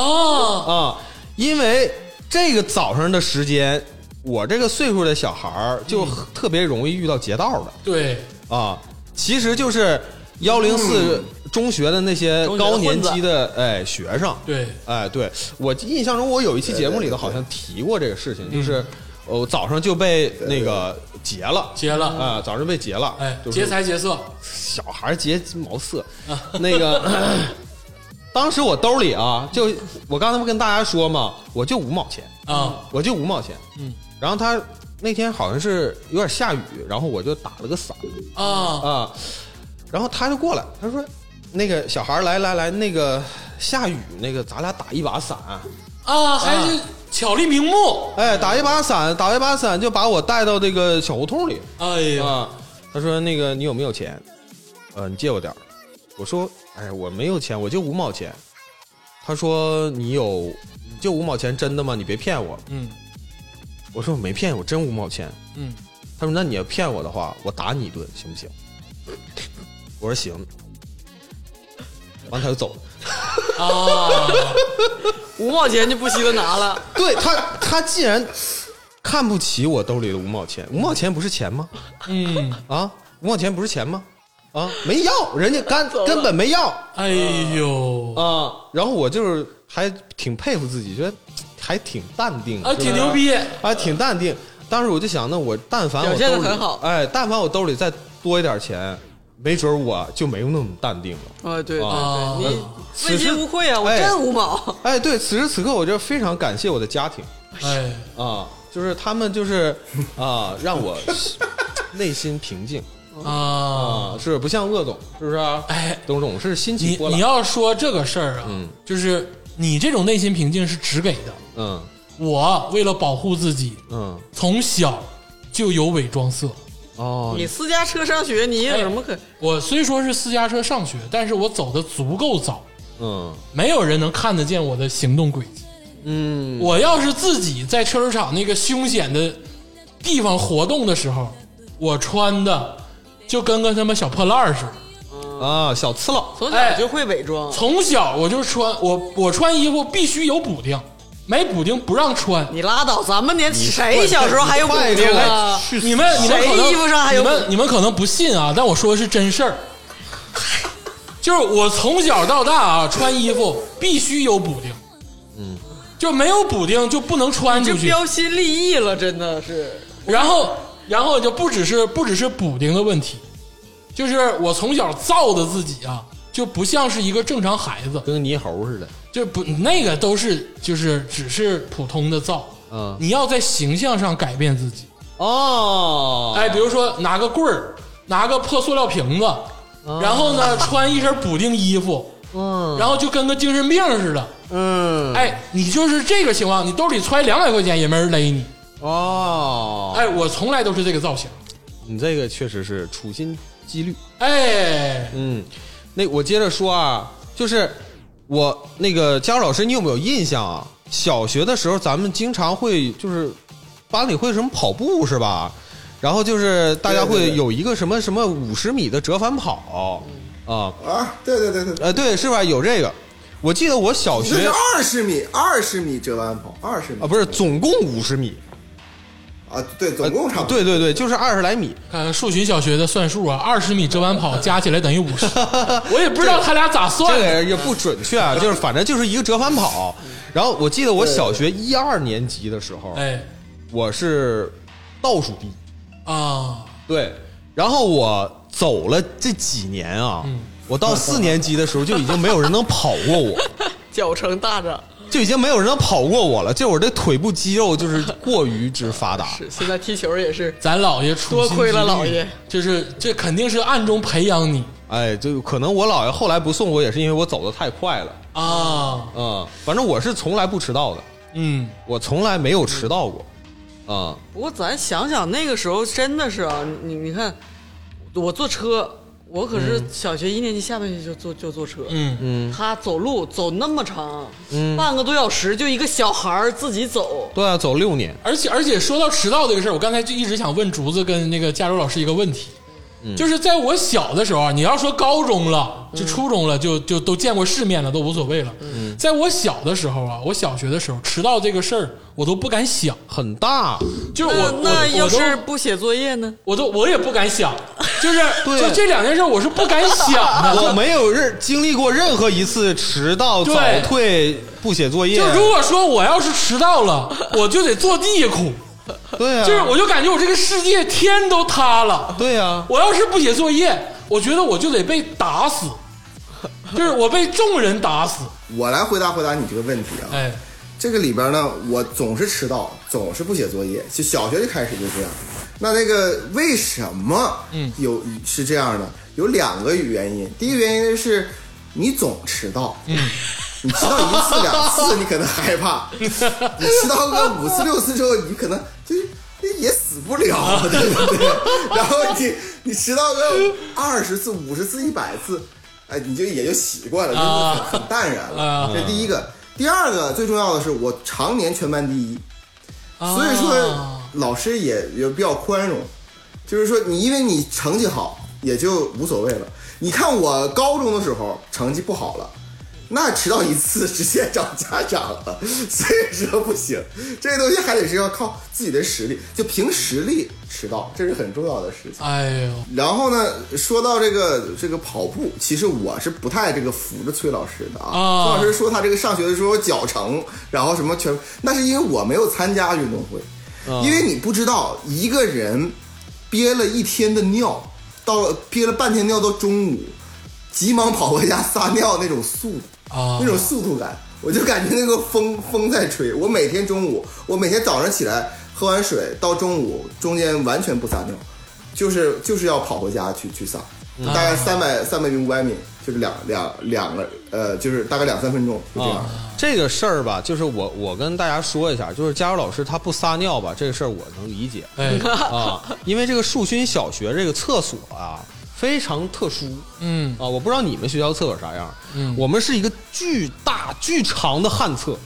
因为这个早上的时间，我这个岁数的小孩就特别容易遇到劫道的。 对其实就是104中学的那些高年级的学生。 对， 对，我印象中我有一期节目里头好像提过这个事情，就是早上就被那个劫了早上被劫了， 劫财劫色， 小孩劫毛色那个当时我兜里就我刚才不跟大家说嘛，我就5毛钱我就5毛钱，然后他那天好像是有点下雨，然后我就打了个伞然后他就过来，他说：“那个小孩来，那个下雨，那个咱俩打一把伞还是巧立名目。 打一把伞就把我带到这个小胡同里。 哎呀， 他说那个你有没有钱？你借我点儿。我说我没有钱，我就5毛钱。他说你就5毛钱，真的吗？你别骗我。我说我没骗，我真5毛钱。他说那你要骗我的话，我打你一顿行不行？我说行，完他就走了 5毛钱就不惜的拿了。 对他既然看不起我兜里的5毛钱，5毛钱不是钱吗？5毛钱不是钱吗？没要，人家根本没要。 哎呦然后我就是还挺佩服自己，觉得还挺淡定挺牛逼挺淡定。当时我就想，那我但凡我表现得很好， 但凡我兜里再多一点钱，没准我就没有那么淡定了。 对，你问心无愧我真5毛。 对，此时此刻我就非常感谢我的家庭。就是他们就是让我内心平静是不像鄂总，是不是董总是心情波澜。 你要说这个事儿就是你这种内心平静是只给的。我为了保护自己，从小就有伪装色。 你私家车上学，你有什么可？ 我虽说是私家车上学，但是我走的足够早，没有人能看得见我的行动轨迹。我要是自己在车车场那个凶险的地方活动的时候，我穿的就跟个他妈小破烂似的小刺佬， 从小就会伪装。 从小我就穿我穿衣服必须有补丁。没补丁不让穿， 你拉倒！咱们谁小时候还有补丁啊？ 你们可能衣服上还有你们可能不信但我说的是真事儿。就是我从小到大穿衣服必须有补丁，就没有补丁就不能穿出去， 就标新立异了，真的是。 然后就不只是补丁的问题，就是我从小造的自己就不像是一个正常孩子， 跟个猕猴似的。 就不那个都是就是只是普通的造，你要在形象上改变自己比如说拿个棍儿，拿个破塑料瓶子，然后呢穿一身补丁衣服，然后就跟个精神病似的，你就是这个情况，你兜里揣200块钱也没人勒你我从来都是这个造型。 你这个确实是处心积虑。 那我接着说就是我那个佳老师，你有没有印象小学的时候咱们经常会就是班里会什么跑步是吧？然后就是大家会有一个什么50米的折返跑对对是吧？有这个，我记得我小学 20米折返跑，20米不是总共50米啊，对，总共差不多。 对对对，就是20来米。 看树群小学的算术啊，20米折返跑加起来等于50，我也不知道他俩咋算的， 这个也不准确啊，就是反正就是一个折返跑。然后我记得我小学1、2年级的时候， 哎， 我是倒数第一啊， 对，然后我走了这几年啊，我到4年级的时候就已经没有人能跑过我， 脚程大涨。 就已经没有人能跑过我了，就我这腿部肌肉就是过于之发达。 是，现在踢球也是， 咱姥爷处心积虑， 多亏了姥爷， 就是这肯定是暗中培养你。 哎，就可能我姥爷后来不送我，也是因为我走得太快了啊。 反正我是从来不迟到的。我从来没有迟到过。 不过咱想想那个时候真的是啊，你看，我坐车。我可是小学1年级下半学期就坐车，他走路走那么长，半个多小时，就一个小孩自己走， 对啊，走6年。 而且说到迟到这个事儿，我刚才就一直想问竹子跟那个加州老师一个问题，就是在我小的时候啊，你要说高中了，就初中了，就都见过世面了，都无所谓了。在我小的时候啊，我小学的时候迟到这个事儿，我都不敢想， 很大。 就是那要是不写作业呢？ 我也不敢想，就是就这2件事我是不敢想的。 我没有经历过任何一次迟到、早退、不写作业。 就如果说我要是迟到了，我就得坐地哭。 对啊， 就是我就感觉我这个世界天都塌了。 对啊， 我要是不写作业，我觉得我就得被打死，就是我被众人打死。 我来回答你这个问题啊。 哎， 这个里边呢，我总是迟到，总是不写作业，就小学就开始就这样。那个为什么是这样呢？有2个原因。第一个原因是你总迟到，你迟到1次2次你可能害怕，你迟到个5次6次之后，你可能就也死不了，对不对？然后你迟到个20次50次100次，哎，你也就习惯了，就很淡然了。这第一个。第2个最重要的是，我常年全班第一，所以说老师也比较宽容，就是说因为你成绩好也就无所谓了。你看我高中的时候成绩不好了，那迟到1次直接找家长了，所以说不行，这个东西还得是要靠自己的实力，就凭实力迟到，这是很重要的事情。 哎呦， 然后呢，说到这个跑步，其实我是不太服着崔老师的啊。崔老师说他这个上学的时候脚程，然后什么那是因为我没有参加运动会，因为你不知道一个人憋了1天的尿，憋了半天尿到中午，急忙跑回家撒尿那种速度。那种速度感，我就感觉那个风在吹。我每天早上起来喝完水到中午中间完全不撒尿，就是要跑回家去撒，大概300米500米，就是两个就是大概2-3分钟就这样。 这个事儿吧，就是我跟大家说一下，就是加州老师他不撒尿吧，这个事儿我能理解。因为这个树勋小学这个厕所啊非常特殊，我不知道你们学校厕所啥样，我们是一个巨大巨长的旱厕，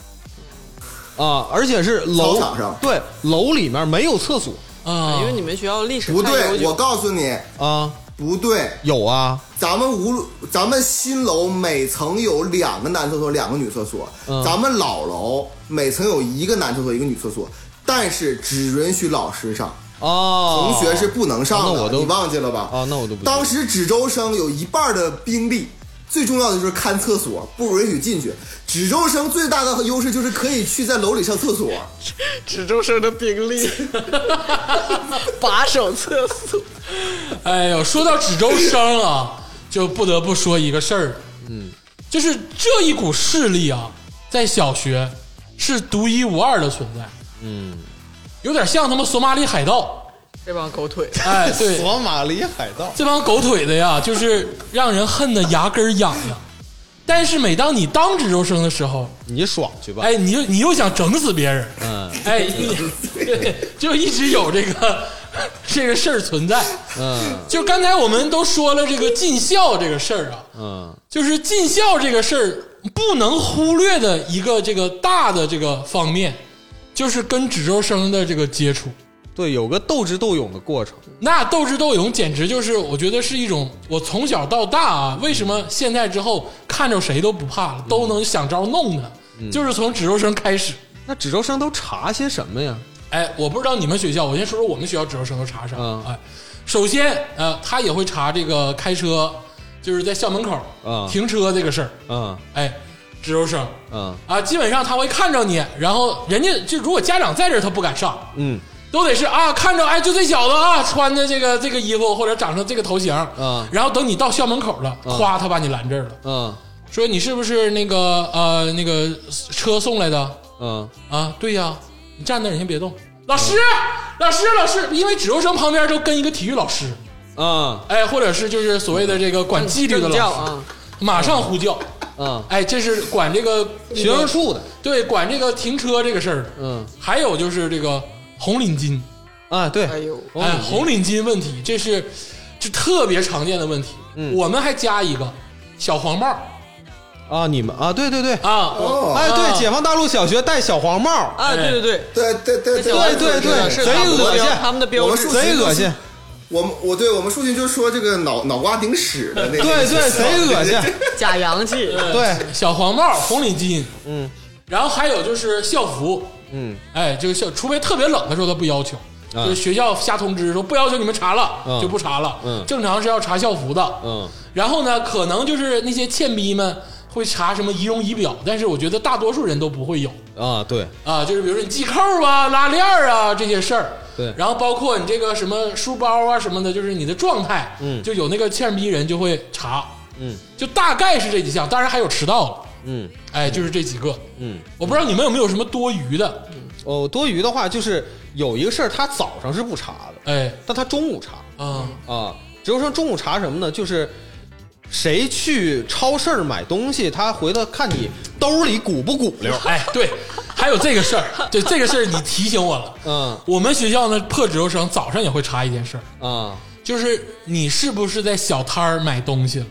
而且是楼操场上， 对，楼里面没有厕所因为你们学校历史不对，我告诉你不对， 有啊， 咱们新楼每层有2个男厕所2个女厕所，咱们老楼每层有1个男厕所1个女厕所，但是只允许老师上。同学是不能上的，你忘记了吧？ 那我都不。 当时芷州生有1半的兵力，最重要的就是看厕所，不允许进去。芷州生最大的优势就是可以去在楼里上厕所。 芷州生的兵力，把守厕所。 哎呦，说到芷州生啊，就不得不说一个事儿，就是这一股势力啊，在小学是独一无二的存在，有点像他们索马里海盗这帮狗腿， 哎，对， 索马里海盗这帮狗腿的呀，就是让人恨得牙根痒痒。但是每当你当芷州生的时候， 你爽去吧， 哎，你又想整死别人，哎，就一直有这个事儿存在，就刚才我们都说了这个尽孝这个事儿啊，就是尽孝这个事儿不能忽略的一个这个大的这个方面。就是跟芷州生的这个接触， 对，有个斗智斗勇的过程。 那斗智斗勇简直就是我觉得是一种我从小到大啊，为什么现在之后看着谁都不怕了，都能想招弄他，就是从芷州生开始。 那芷州生都查些什么呀？ 哎，我不知道你们学校，我先说说我们学校值周生都查啥。哎，首先他也会查这个开车，就是在校门口停车这个事儿。哎，值周生，基本上他会看着你，然后人家就如果家长在这儿，他不敢上，都得是看着，哎，就这小子穿的这个衣服或者长成这个头型，然后等你到校门口了，咵，他把你拦这儿了，说你是不是那个车送来的？对呀，你站那儿，你先别动。老师，因为值周生旁边都跟一个体育老师，哎，或者是就是所谓的这个管纪律的老师，马上呼叫。哎，这是管这个学生处的， 对，管这个停车这个事儿的。还有就是这个红领巾对， 红领巾问题，这是特别常见的问题。我们还加一个小黄帽你们对对，解放大路小学戴小黄帽对， 贼恶心， 他们的标志贼恶心。 我们数学就说这个脑瓜顶屎的那个， 对，贼恶心， 假洋气， 对，小黄帽、红领巾，然后还有就是校服，哎，这个除非特别冷的时候他不要求，就是学校下通知说不要求你们查了，就不查了，正常是要查校服的，然后呢，可能就是那些欠逼们会查什么仪容仪表，但是我觉得大多数人都不会有对就是比如说你系扣拉链这些事儿。 对， 然后包括你这个什么书包什么的，就是你的状态，就有那个欠逼人就会查，就大概是这几项，当然还有迟到了，哎，就是这几个，我不知道你们有没有什么多余的， 多余的话就是有一个事儿，他早上是不查的， 哎， 但他中午查，值周生中午查什么呢？就是谁去超市买东西，他回头看你兜里鼓不鼓溜， 哎，对。还有这个事儿，对这个事儿你提醒我了。我们学校呢破值周生早上也会查一件事儿，就是你是不是在小摊儿买东西了？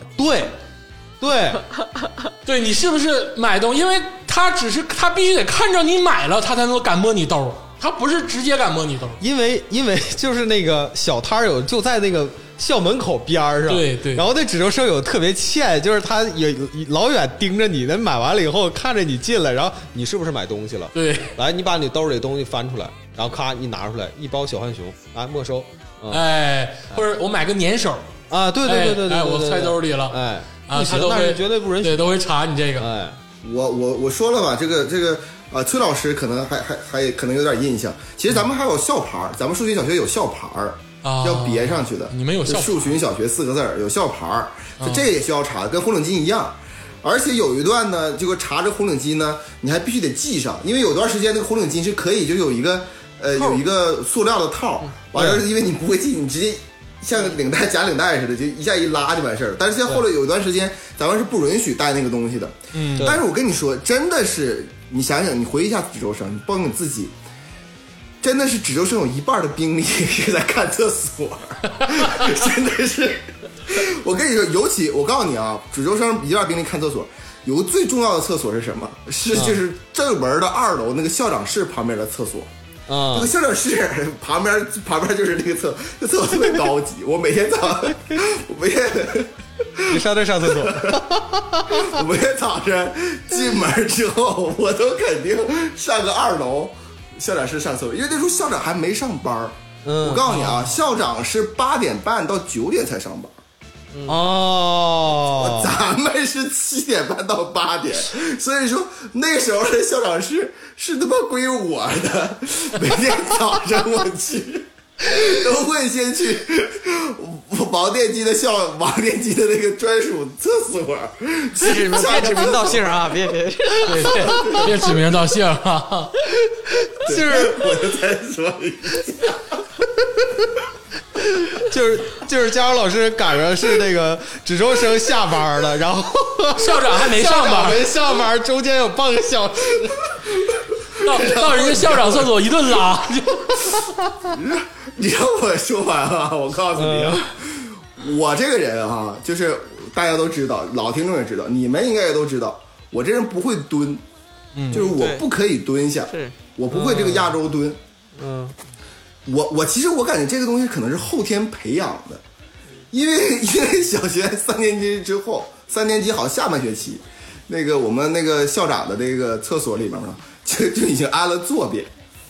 对，你是不是买东西？因为他必须得看着你买了，他才能敢摸你兜，他不是直接敢摸你兜。因为就是那个小摊儿就在那个校门口边上， 对， 然后那值周生有特别欠，就是他也老远盯着你，买完了以后看着你进来，然后你是不是买东西了？ 对， 来，你把你兜里的东西翻出来，然后咔一拿出来，一包小浣熊，来没收， 哎，或者我买个粘手对， 哎，我揣兜里了， 哎， 他都会绝对不允许， 对，都会查你这个， 哎， 我说了吧，这个崔老师可能还可能有点印象，其实咱们还有校牌，咱们数学小学有校牌要别上去的， 你们有校牌， 树群小学4个字有校牌，这也需要查，跟红领巾一样。而且有一段呢，这个查这红领巾呢，你还必须得系上，因为有段时间那个红领巾是可以就有一个塑料的套，完了因为你不会系，你直接像个领带假领带似的，就一下一拉就完事儿。但是现在后来有一段时间，咱们是不允许带那个东西的。但是我跟你说，真的是你想想，你回忆一下值周生，你包括你自己。真的是值周生有一半的兵力是在看厕所，真的是。我跟你说，尤其我告诉你啊，值周生一半兵力看厕所，有个最重要的厕所是什么？就是正门的2楼那个校长室旁边的厕所。那个校长室旁边就是那个厕所特别高级。我每天早上， 你上这上厕所， 我每天早上进门之后，我都肯定上个2楼。校长室上厕所，因为那时候校长还没上班。我告诉你啊，校长是8点半到9点才上班。咱们是7点半到8点，所以说那时候的校长室是他妈归我的。每天早上我去，都会先去王电机的那个专属厕所。 别指名道姓啊！别指名道姓啊！ 就是我就再说一下， 就是佳茹老师赶上是那个值周生下班了，然后校长还没上班，中间有半个小时， 到人家校长厕所一顿拉。 你让我说完啊！我告诉你啊，我这个人啊，就是大家都知道，老听众也知道，你们应该也都知道，我这人不会蹲，就是我不可以蹲下，我不会这个亚洲蹲。我其实我感觉这个东西可能是后天培养的，因为小学3年级之后，3年级好像下半学期，那个我们那个校长的这个厕所里面呢，就已经安了坐便。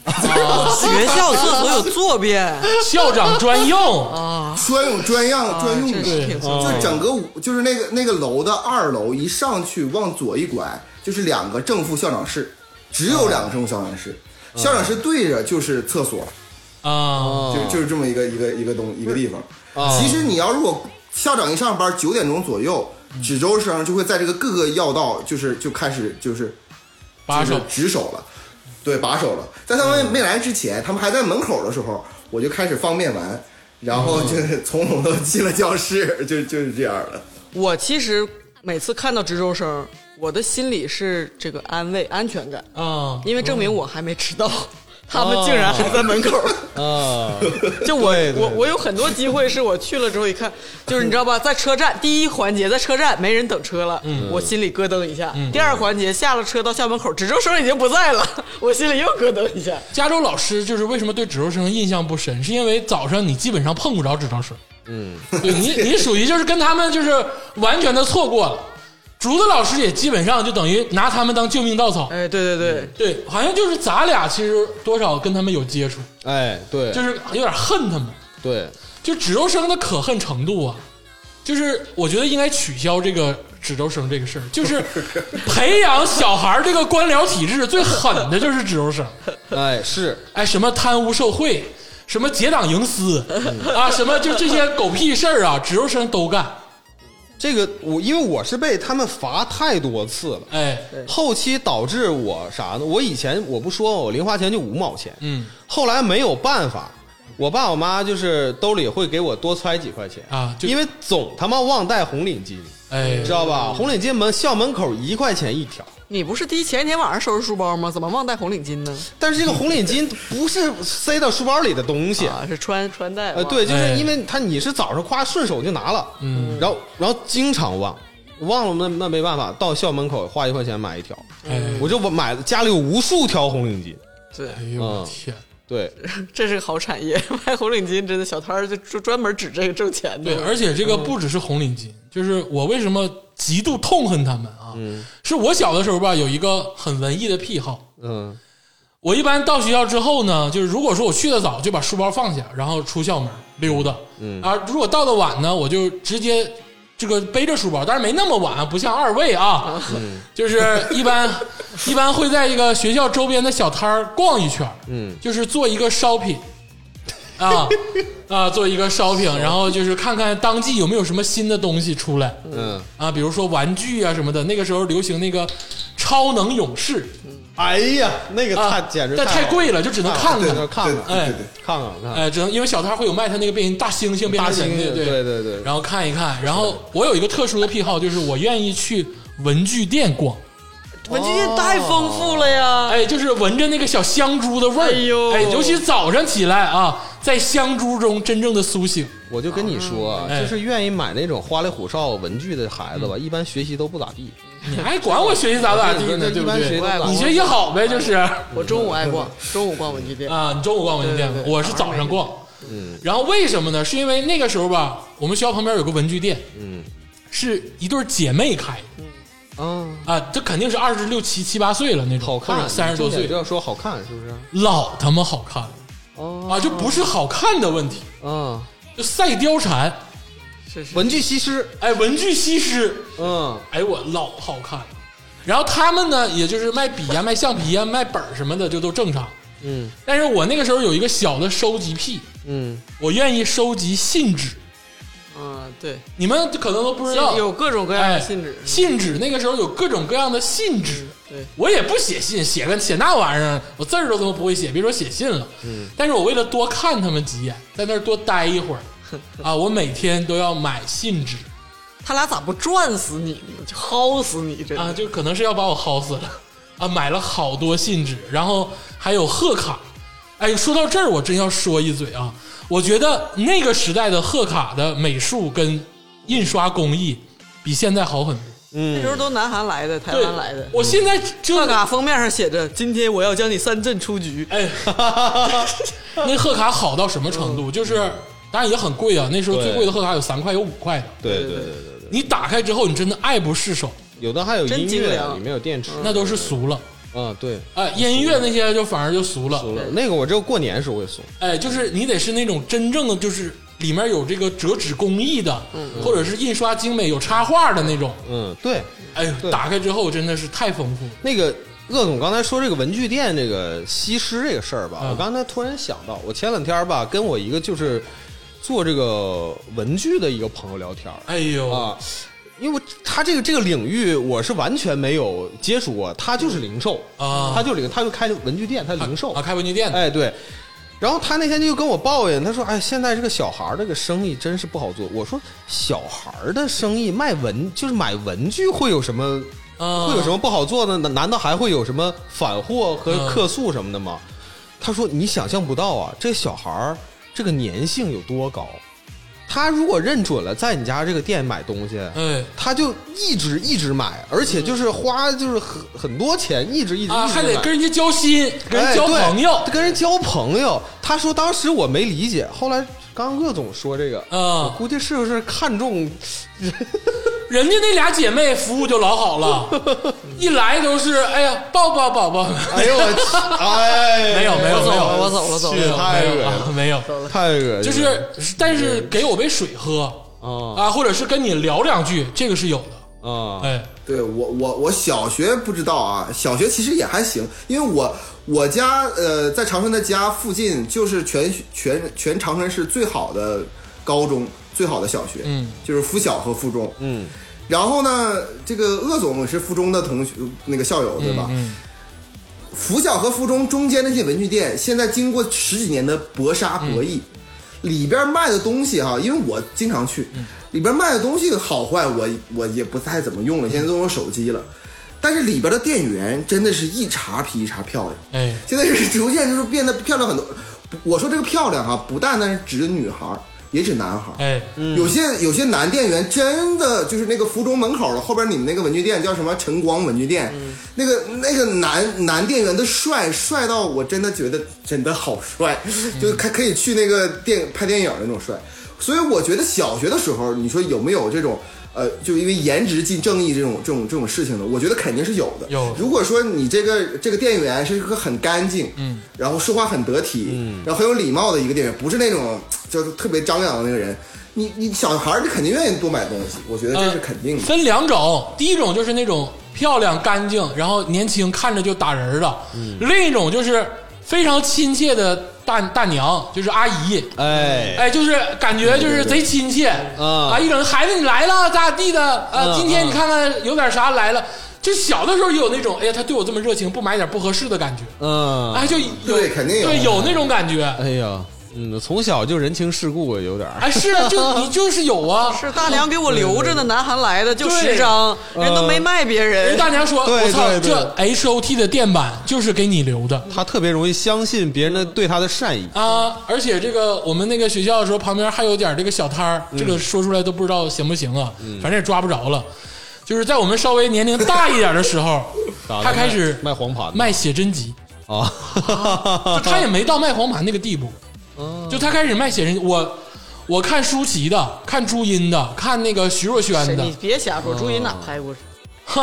学校厕所有坐便， 校长专用啊， 专用的， 对， 就整个就是那个楼的2楼一上去往左一拐，就是2个正副校长室，只有2个正副校长室，校长室对着就是厕所啊， 就是这么一个地方。其实你要如果校长一上班9点钟左右，值周生就会在这个各个要道就开始把守值守了。对，把守了。在他们没来之前，他们还在门口的时候，我就开始方便完，然后就是从容的进了教室，就是这样的。 我其实每次看到值周生，我的心里是这个安慰、安全感啊， 因为证明我还没迟到。他们竟然还在门口啊！就我有很多机会是我去了之后一看，就是你知道吧，在车站第一环节，在车站没人等车了，我心里咯噔一下。第二环节下了车到校门口，值周生已经不在了，我心里又咯噔一下。 加州老师就是为什么对值周生印象不深，是因为早上你基本上碰不着值周生，对你属于就是跟他们就是完全的错过了。竹子老师也基本上就等于拿他们当救命稻草。 哎，对， 好像就是咱俩其实多少跟他们有接触。 哎，对， 就是有点恨他们。 对， 就值周生的可恨程度啊，就是我觉得应该取消这个值周生这个事儿，就是培养小孩这个官僚体制最狠的就是值周生。 哎，是， 哎，什么贪污受贿，什么结党营私啊，什么就这些狗屁事儿啊，值周生都干。 这个因为我是被他们罚太多次了， 哎， 后期导致我啥呢？我以前我不说我零花钱就5毛钱，后来没有办法，我爸我妈就是兜里会给我多揣几块钱啊， 因为总他妈忘带红领巾， 哎， 知道吧？红领巾校门口1块钱一条。 你不是前一天晚上收拾书包吗？怎么忘带红领巾呢？ 但是这个红领巾不是塞到书包里的东西啊，是穿戴。 对，就是因为你是早上夸顺手就拿了，然后经常忘了那没办法，到校门口花1块钱买一条，我就买家里有无数条红领巾。 对， 哎呦我天。 对， 这是个好产业，卖红领巾真的小摊儿就专门指这个挣钱的。 对，而且这个不只是红领巾，就是我为什么极度痛恨他们啊？是我小的时候吧，有一个很文艺的癖好。我一般到学校之后呢，就是如果说我去的早，就把书包放下，然后出校门溜达。如果到的晚呢，我就直接这个背着书包，但是没那么晚，不像2位啊，就是一般会在一个学校周边的小摊儿逛一圈，就是做一个shopping，做一个shopping，然后就是看看当季有没有什么新的东西出来，比如说玩具啊什么的，那个时候流行那个超能勇士。 哎呀，那个简直太贵了，就只能看看， 看， 只能因为小摊会有卖他那个变形大猩猩、变形人， 对， 然后看一看。然后我有一个特殊的癖好，就是我愿意去文具店逛。 文具店太丰富了呀！ 哎，就是闻着那个小香珠的味儿，哎呦，哎，尤其早上起来啊，在香珠中真正的苏醒。 我就跟你说，就是愿意买那种花里胡哨文具的孩子吧，一般学习都不咋地。 你还管我学习咋地呢？对不对？你学习好呗，就是。 我中午爱逛，中午逛文具店啊，你中午逛文具店，我是早上逛。然后为什么呢？是因为那个时候吧，我们学校旁边有个文具店，是一对姐妹开的。这肯定是26、7、8岁了那种， 好看 ，30多岁。 就要说好看，是不是？ 老他妈好看了，就不是好看的问题，就赛貂蝉。 是文具西施， 哎，文具西施，哎，我老好看了。然后他们呢，也就是卖笔啊、卖橡皮啊、卖本什么的，就都正常。但是我那个时候有一个小的收集癖，我愿意收集信纸。 对， 你们可能都不知道， 有各种各样的信纸。 信纸那个时候有各种各样的信纸。 对， 我也不写信，写那玩意儿，我字儿都不会写，别说写信了。但是我为了多看他们几眼，在那儿多待一会儿。我每天都要买信纸， 他俩咋不转死你呢？就薅死你，真的就可能是要把我薅死了买了好多信纸，然后还有贺卡。哎，说到这儿，我真要说一嘴啊！我觉得那个时代的贺卡的美术跟印刷工艺比现在好很多。 那时候都南韩来的，台湾来的。 我现在贺卡封面上写着：“今天我要将你3阵出局。” 哎，那贺卡好到什么程度？就是。当然也很贵啊，那时候最贵的贺卡有3块有5块的。 对， 你打开之后，你真的爱不释手。 有的还有音乐，里面有电池， 那都是俗了。 对， 音乐那些就反而就俗了。 那个我只有过年时候会俗。 就是你得是那种真正的，就是里面有这个折纸工艺的，或者是印刷精美有插画的那种。 对。 打开之后真的是太丰富。 那个鄂总刚才说这个文具店这个西施这个事儿吧，我刚才突然想到，我前两天吧跟我一个就是做这个文具的一个朋友聊天，因为他这个领域我是完全没有接触过，他就是零售他就开文具店，他零售开文具店对。然后他那天就跟我抱怨，他说：“现在这个小孩这个生意真是不好做。”我说：“小孩的生意就是买文具会有什么不好做呢？难道还会有什么返货和客诉什么的吗？”他说：“你想象不到啊，这小孩这个粘性有多高。他如果认准了在你家这个店买东西，他就一直买，而且就是花就是很多钱，一直买， 还得跟人家交心，跟人交朋友， 跟人交朋友。他说当时我没理解，后来刚鄂总说这个，我估计是不是看中人家那俩姐妹服务就老好了，一来都是抱抱宝宝， 哎呦我没有， 我走了， 太恶心，没有， 太恶心， 就是但是给我杯水喝或者是跟你聊两句，这个是有的对我小学不知道啊，小学其实也还行，因为我家在长春的家附近就是全长春市最好的高中，最好的小学，就是附小和附中，然后呢，这个鄂总是附中的同学，那个校友对吧？附小和附中中间那些文具店，现在经过10几年的搏杀博弈，里边卖的东西因为我经常去，里边卖的东西好坏我也不太怎么用了，现在都用手机了。但是里边的店员真的是一茬比一茬漂亮，现在是逐渐就是变得漂亮很多。我说这个漂亮不但是指女孩，也指男孩。有些男店员真的就是那个附中门口的后边，你们那个文具店叫什么晨光文具店，那个男店员的帅到我真的觉得真的好帅，就可以去那个拍电影那种帅。所以我觉得小学的时候，你说有没有这种就因为颜值即正义这种事情呢？我觉得肯定是有的。如果说你这个店员是一个很干净，然后说话很得体，然后很有礼貌的一个店员，不是那种就是特别张扬的那个人，你小孩就肯定愿意多买东西，我觉得这是肯定的。 分两种，第一种就是那种漂亮干净，然后年轻看着就打人的，另一种就是非常亲切的大娘，就是阿姨，就是感觉就是贼亲切一整孩子你来了咋地的今天你看看有点啥来了。就小的时候也有那种他对我这么热情，不买点不合适的感觉，就有对肯定有那种感觉。 哎呀，从小就人情世故有点是你就是有啊， 是大娘给我留着的，南韩来的就10张，人都没卖别人。 人大娘说，我操，这 HOT 的垫板就是给你留的。 他特别容易相信别人对他的善意而且这个我们那个学校的时候，旁边还有点这个小摊儿，这个说出来都不知道行不行啊，反正也抓不着了。就是在我们稍微年龄大一点的时候，他开始卖黄盘、 卖写真集就他也没到卖黄盘那个地步。就他开始卖写真，我看舒淇的，看朱茵的，看那个徐若瑄的。 你别瞎说，朱茵哪拍过？ 哼，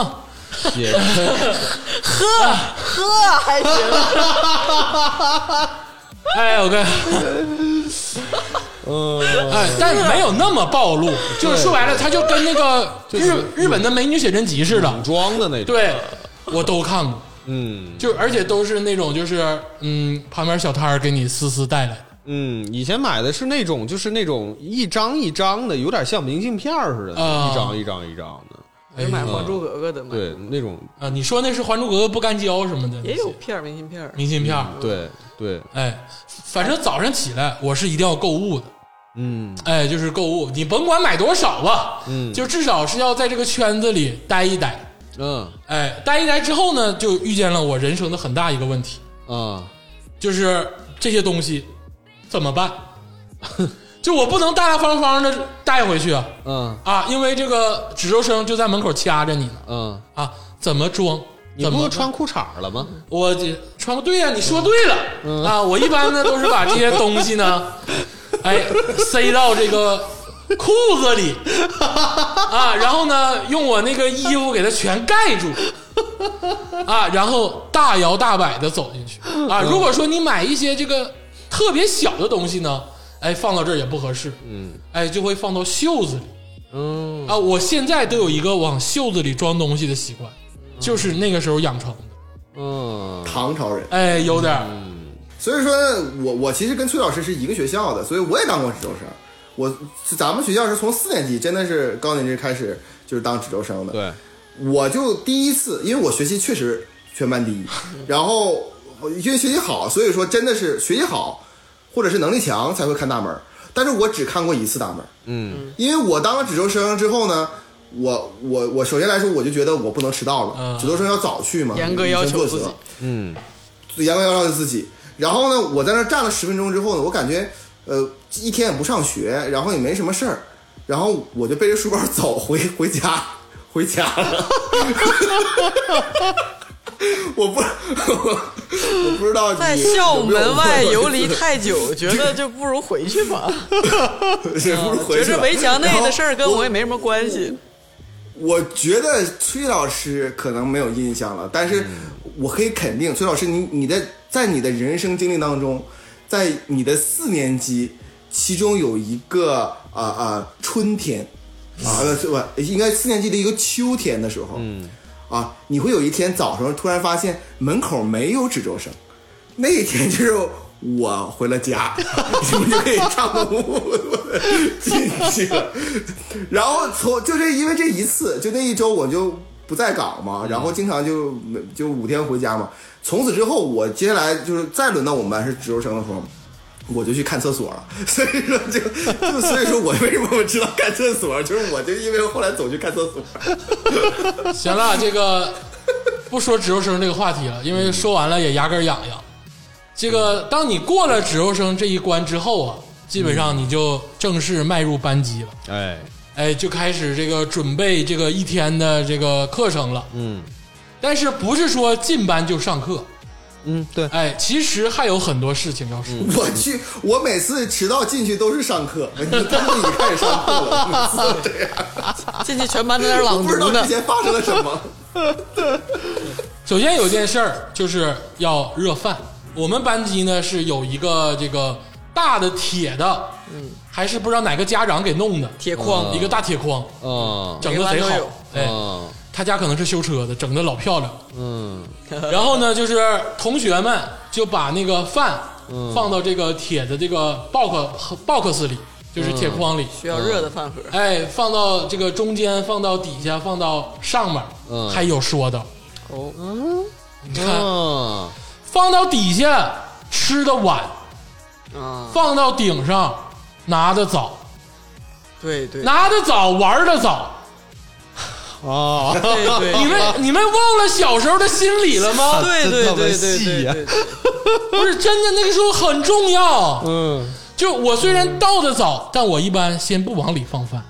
呵还行。 我看，但没有那么暴露，就是说白了，他就跟那个日本的美女写真集似的， 泳装的那种。 对，我都看过。就而且都是那种就是旁边小摊给你丝带来的。 以前买的是那种就是那种一张一张的，有点像明信片似的，一张一张一张的。 买《还珠格格》的嘛？ 对，那种你说那是《还珠格格》不干胶什么的， 也有明信片。 对， 反正早上起来我是一定要购物的。就是购物，你甭管买多少吧，就至少是要在这个圈子里待一待。待一待之后呢，就遇见了我人生的很大一个问题就是这些东西怎么办？就我不能大大方方的带回去因为这个值周生就在门口掐着你呢。怎么装？ 你不是穿裤衩了吗？ 我穿过，对呀，你说对了我一般呢都是把这些东西呢，塞到这个裤子里然后呢用我那个衣服给它全盖住啊，然后大摇大摆的走进去啊。如果说你买一些这个特别小的东西呢，哎，放到这儿也不合适，哎，就会放到袖子里。啊，我现在都有一个往袖子里装东西的习惯，就是那个时候养成的。 唐朝人， 哎，有点。 所以说我其实跟崔老师是一个学校的，所以我也当过值周生。咱们学校是从4年级真的是高年级开始就是当值周生的。 对， 我就第一次，因为我学习确实全班第一，然后因为学习好，所以说真的是学习好或者是能力强才会看大门。但是我只看过一次大门，因为我当了值周生之后呢，我首先来说我就觉得我不能迟到了，值周生要早去嘛， 严格要求自己， 严格要求自己。然后呢，我在那站了10分钟之后呢，我感觉一天也不上学，然后也没什么事儿，然后我就背着书包走回家了。我不知道在校门外游离太久，觉得就不如回去吧。觉着围墙内的事儿跟我也没什么关系。 我觉得崔老师可能没有印象了，但是我可以肯定，崔老师在你的人生经历当中，在你的4年级，其中有一个春天应该4年级的一个秋天的时候，你会有一天早上突然发现门口没有值周生，那一天就是我回了家，你们就可以畅通进去了。然后因为这一次，就那一周我就不在岗嘛，然后经常就5天回家嘛。从此之后，我接下来就是再轮到我们班是值周生的时候，我就去看厕所了。所以说我为什么我知道看厕所，就是我就因为后来总去看厕所。 行了，这个不说值周生这个话题了，因为说完了也牙根痒痒。这个当你过了值周生这一关之后啊，基本上你就正式迈入班级了。哎，就开始这个准备这个一天的这个课程了。但是不是说进班就上课？ 对。 哎，其实还有很多事情要说。 我每次迟到进去都是上课，你根本已经开始上课了，每次都这样。 进去全班在那朗读呢， 不知道之前发生了什么。 首先有件事儿就是要热饭。我们班级呢是有一个这个大的铁的，还是不知道哪个家长给弄的铁筐， 一个大铁筐，整的贼好。哎，他家可能是修车的，整的老漂亮。然后呢，就是同学们就把那个饭放到这个铁的这个 box 里，就是铁筐里， 需要热的饭盒。 哎，放到这个中间，放到底下，放到上面，还有说的。你看。放到底下吃的晚，放到顶上拿的早， 对， 拿的早玩的早， 对， 你们忘了小时候的心理了吗？ 对， 不是真的，那个时候很重要。就我虽然到的早，但我一般先不往里放饭。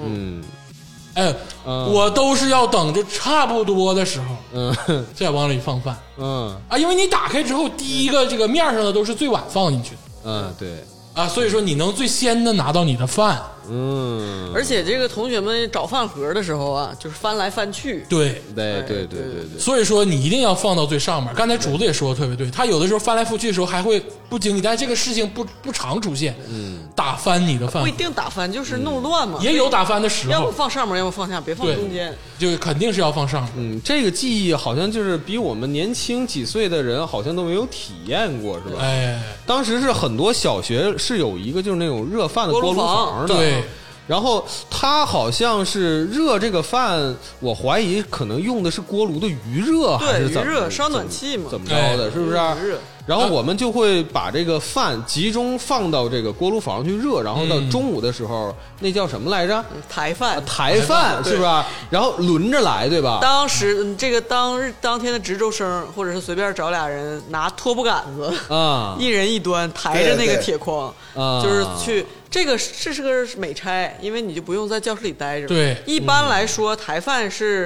我都是要等就差不多的时候，再往里放饭。因为你打开之后，第一个这个面上的都是最晚放进去的。 对。 所以说你能最先的拿到你的饭。 而且这个同学们找饭盒的时候啊，就是翻来翻去。 对。所以说你一定要放到最上面。刚才竹子也说的特别对，他有的时候翻来覆去的时候还会不经意，但这个事情不常出现。打翻你的饭盒不一定打翻，就是弄乱嘛。 也有打翻的时候， 要不放上面，要不放下，别放中间。 就肯定是要放上面。 这个记忆好像就是比我们年轻几岁的人好像都没有体验过，是吧？当时是很多小学是有一个就是那种热饭的锅炉房的。 对。 然后他好像是热这个饭，我怀疑可能用的是锅炉的余热，还是怎么？ 余热烧暖气嘛？ 怎么着的？是不是？然后我们就会把这个饭集中放到这个锅炉房去热，然后到中午的时候，那叫什么来着？ 台饭是不是？然后轮着来，对吧？ 当时这个当天的值周生，或者是随便找俩人拿拖布杆子一人一端抬着那个铁筐，就是去。这是个美差，因为你就不用在教室里待着。 对， 一般来说台饭是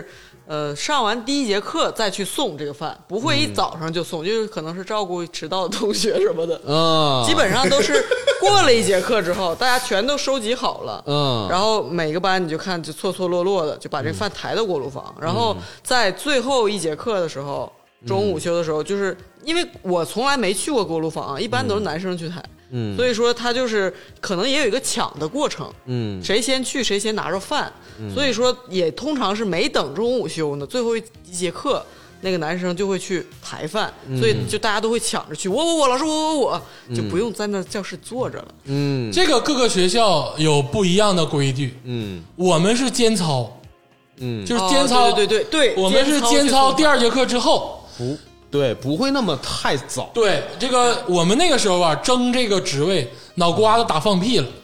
上完第1节课再去送这个饭，不会一早上就送，就是可能是照顾迟到的同学什么的。基本上都是过了1节课之后，大家全都收集好了。然后每个班你就看就错错落落的就把这饭抬到锅炉房，然后在最后1节课的时候，中午午休的时候，就是因为我从来没去过锅炉房，一般都是男生去抬。所以说他就是可能也有一个抢的过程，谁先去谁先拿着饭，所以说也通常是没等中午午休呢，最后一节课那个男生就会去抬饭，所以就大家都会抢着去，我老师我就不用在那教室坐着了。 这个各个学校有不一样的规矩，我们是间操，就是间操， 对， 我们是间操第2节课之后。 对，不会那么太早。 对，这个我们那个时候啊，争这个职位，脑瓜子打放屁了。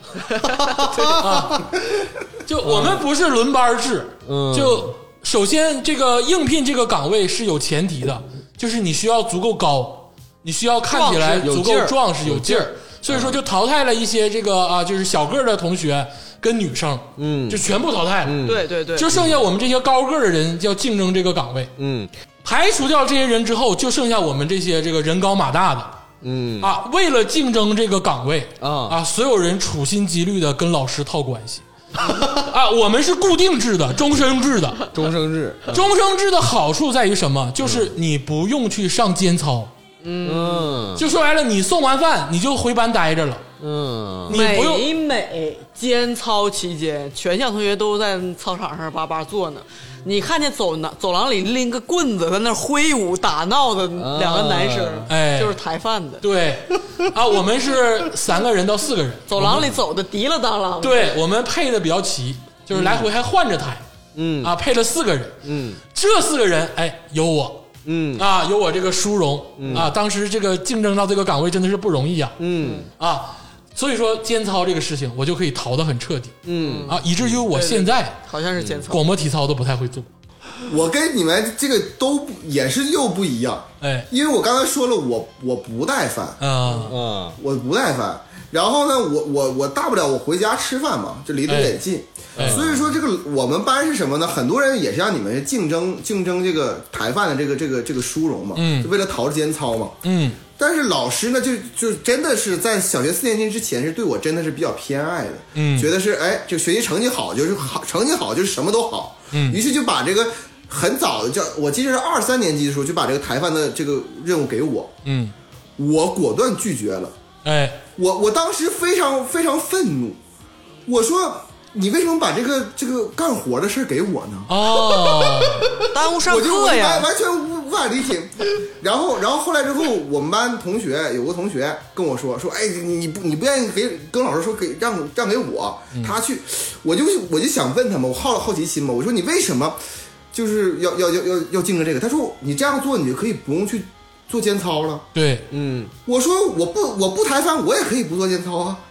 就我们不是轮班制，就首先这个应聘这个岗位是有前提的，就是你需要足够高，你需要看起来足够壮实有劲儿，所以说就淘汰了一些这个就是小个的同学跟女生，就全部淘汰了。 对， 就剩下我们这些高个的人要竞争这个岗位。排除掉这些人之后，就剩下我们这些这个人高马大的，为了竞争这个岗位所有人处心积虑的跟老师套关系。我们是固定制的，终生制的。 终生制， 终生制的好处在于什么？就是你不用去上间操。就说白了，你送完饭你就回班待着了。你不用每间操期间，全校同学都在操场上巴巴坐呢。你看见走廊里拎个棍子在那挥舞打闹的2个男生，就是抬饭的。 对，我们是3个人到4个人， 走廊里走的提了当啷。 对，我们配的比较齐，就是来回还换着抬。配了4个人。这4个人，有我。有我这个殊荣。当时这个竞争到这个岗位真的是不容易啊。所以说间操这个事情我就可以逃得很彻底。以至于我现在好像是间操广播体操都不太会做。 我跟你们这个都也是又不一样。因为我刚才说了我不带饭。我不带饭，然后呢我大不了我回家吃饭嘛，这离得也近。所以说这个我们班是什么呢？很多人也是让你们竞争这个抬饭的这个殊荣嘛，就为了逃间操嘛。但是老师呢就真的是在小学4年级之前是对我真的是比较偏爱的。觉得是这学习成绩好就是好，成绩好就是什么都好。于是就把这个很早的我记得是2、3年级的时候就把这个抬饭的这个任务给我。我果断拒绝了。我当时非常非常愤怒，我说你为什么把这个干活的事给我呢？ 耽误上课呀！ 我就完全无法理解。然后后来之后，我们班同学有个同学跟我说，你不愿意跟老师说让给我，他去，我就想问他们，我好奇心嘛，我说你为什么就是要竞争这个？他说你这样做，你就可以不用去做间操了。 对， 我说我不抬饭，我也可以不做间操啊。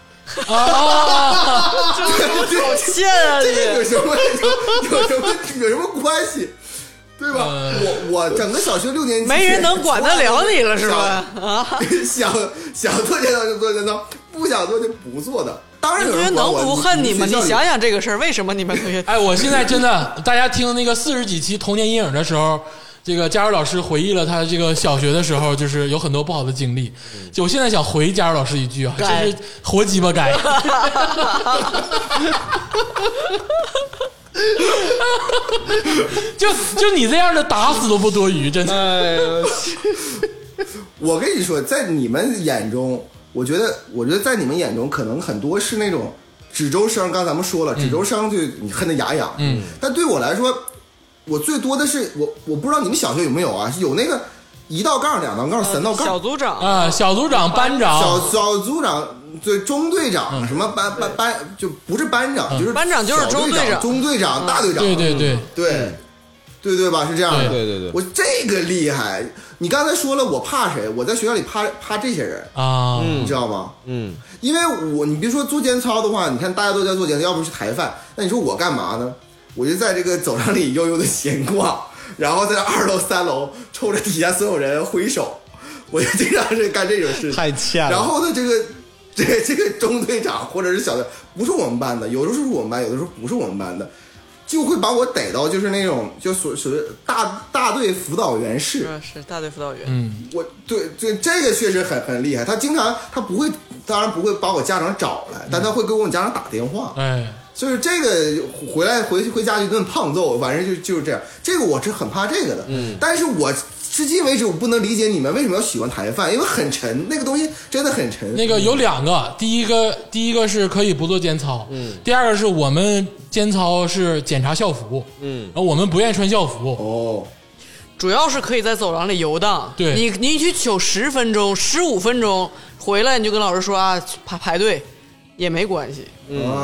好贱啊！ 这个有什么关系？对吧？我整个小学6年级没人能管得了你了，是吧？ 想做间操就做间操，不想做就不做的。当然有人能不恨你吗？你想想这个事儿，为什么你们同学？ 我现在真的，大家听那个40几期童年阴影的时候，这个佳茹老师回忆了他这个小学的时候，就是有很多不好的经历。就我现在想回佳茹老师一句真是活鸡巴该。就你这样的打死都不多余，真的。 我跟你说，在你们眼中，我觉得在你们眼中，可能很多是那种指周生。刚才咱们说了，指周生就你恨得牙痒。但对我来说，我最多的是我不知道你们小学有没有啊？有那个1道杠、2道杠、3道杠。 小组长啊，小组长、班长、 小组长。对，中队长什么班就不是班长，就是班长就是中队长、 中队长、大队长。对吧？是这样的。 对， 我这个厉害。你刚才说了，我怕谁？我在学校里怕这些人啊，你知道吗？因为你别说做间操的话，你看大家都在做间操，要不是抬饭，那你说我干嘛呢？我就在这个走廊里悠悠的闲逛，然后在2楼、3楼冲着底下所有人挥手，我就经常是干这种事情。 太欠了。 然后呢，这个中队长或者是小的，不是我们班的，有的时候是我们班，有的时候不是我们班的。 就会把我逮到就是那种就属于大队辅导员室， 是大队辅导员。 我对这个确实很厉害，他经常他不会，当然不会把我家长找来，但他会给我家长打电话。就是这个回家就顿胖揍，反正就是这样。这个我是很怕这个的，但是我至今为止我不能理解你们为什么要喜欢台饭，因为很沉，那个东西真的很沉。 那个有2个，第一个是可以不做间操，第二个是我们间操是检查校服，然后我们不愿意穿校服。 哦， 主要是可以在走廊里游荡。 对， 你去求10分钟、15分钟回来，你就跟老师说啊，排队也没关系。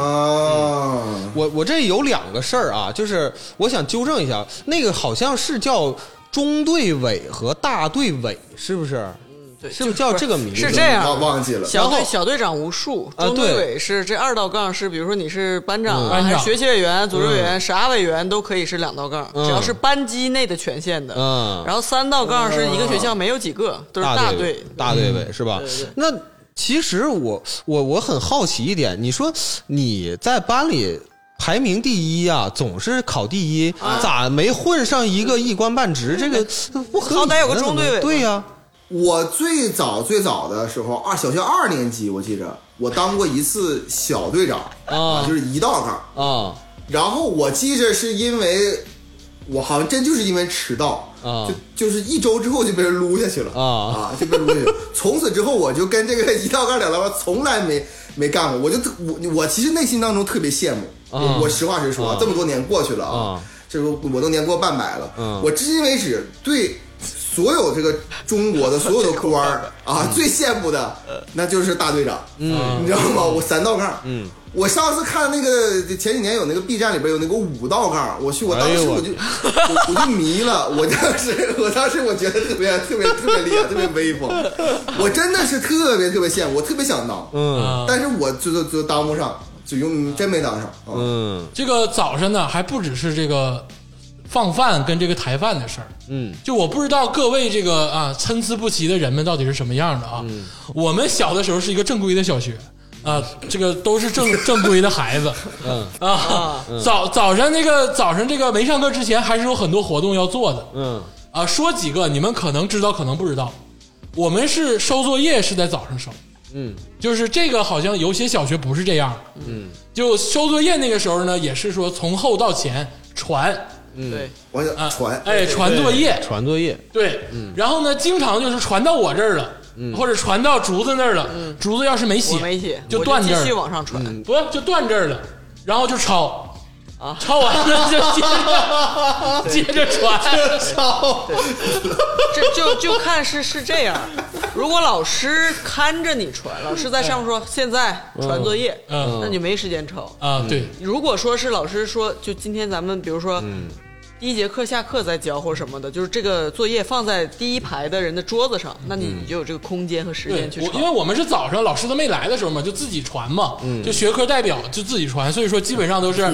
我这有2个事儿啊，就是我想纠正一下，那个好像是叫中队委和大队委，是不是？ 对， 是不是叫这个名字？ 是这样， 忘记了。 小队长无数，中队委是这2道杠是，比如说你是班长还是学习委员、组织委员、啥委员都可以是2道杠，只要是班级内的权限的。然后3道杠是一个学校没有几个，都是大队委是吧？ 那其实我很好奇一点，你说你在班里排名第一啊，总是考第一，咋没混上一个一官半职？这个不合理。 好歹有个中队委。 对呀， 我最早的时候小学2年级，我记着我当过一次小队长就是1道杠啊。然后我记着是因为我好像真就是因为迟到。就是1周之后就被人撸下去了就被撸下去了。从此之后我就跟这个1道杠2道杠从来没干过。我其实内心当中特别羡慕，我实话实说，这么多年过去了这个我都年过半百了，我至今为止对所有这个中国的所有的官儿最羡慕的那就是大队长，你知道吗？我3道杠，我上次看那个前几年有那个 B 站里边有那个5道杠，我当时我就迷了，我当时我觉得特别厉害，特别威风，我真的是特别羡慕，我特别想当，但是我就当不上，真没当上。 这个早上呢还不只是这个放饭跟这个抬饭的事儿，就我不知道各位这个参差不齐的人们到底是什么样的啊。我们小的时候是一个正规的小学这个都是正规的孩子，早上这个没上课之前还是有很多活动要做的，说几个你们可能知道可能不知道，我们是收作业是在早上收，就是这个好像有些小学不是这样，就收作业那个时候呢也是说从后到前传。 对， 我想传， 传作业，对，然后呢，经常就是传到我这儿了，或者传到竹子那儿了，竹子要是没写，就断这儿， 继续往上传， 不就断这儿了，然后就抄，抄完了就接着传， 抄，这就看是这样，如果老师看着你传，老师在上面说现在传作业，那你没时间抄对， 如果说是老师说，就今天咱们比如说。第1节课下课再交或者什么的，就是这个作业放在第1排的人的桌子上，那你就有这个空间和时间去抄。 因为我们是早上老师都没来的时候嘛，就自己传嘛，就学科代表就自己传，所以说基本上都是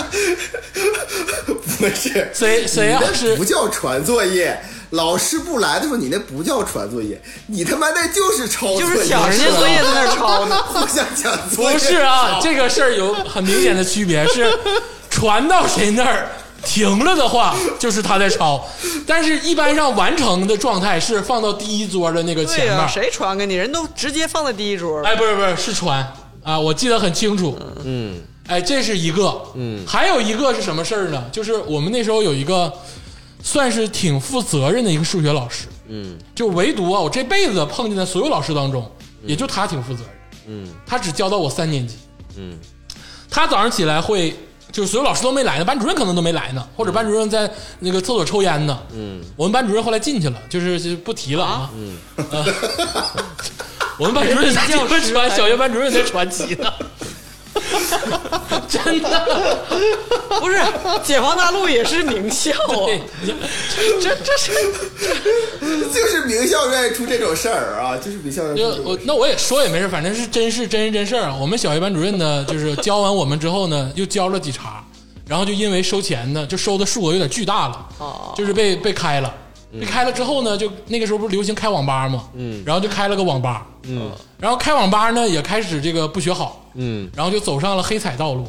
不是谁要是不叫传作业，老师不来的时候你那不叫传作业，你他妈那就是抄作业， 就是抢人家作业在那抄呢， 互相抢作业。 不是这个事儿有很明显的区别，是传到谁那儿停了的话就是他在抄，但是一般上完成的状态是放到第1桌的那个前面。 谁传给你？人都直接放在第1桌。 不是传我记得很清楚。这是一个。还有一个是什么事儿呢？就是我们那时候有一个算是挺负责任的一个数学老师。就唯独我这辈子碰见的所有老师当中，也就他挺负责任。他只教到我3年级。他早上起来会。就是所有老师都没来呢，班主任可能都没来呢，或者班主任在那个厕所抽烟呢。我们班主任后来进去了，就不提了我们班主任在传，小学班主任在传奇呢。真的不是解放大陆也是名校这是就是名校愿意出这种事儿就是名校那我也说也没事，反正是真事儿我们小学班主任呢，就是教完我们之后呢，又教了几茬，然后就因为收钱呢，就收的数额有点巨大了，就是被开了。被开了之后呢，就那个时候不是流行开网吧吗？然后就开了个网吧，然后开网吧呢也开始这个不学好，然后就走上了黑彩道路。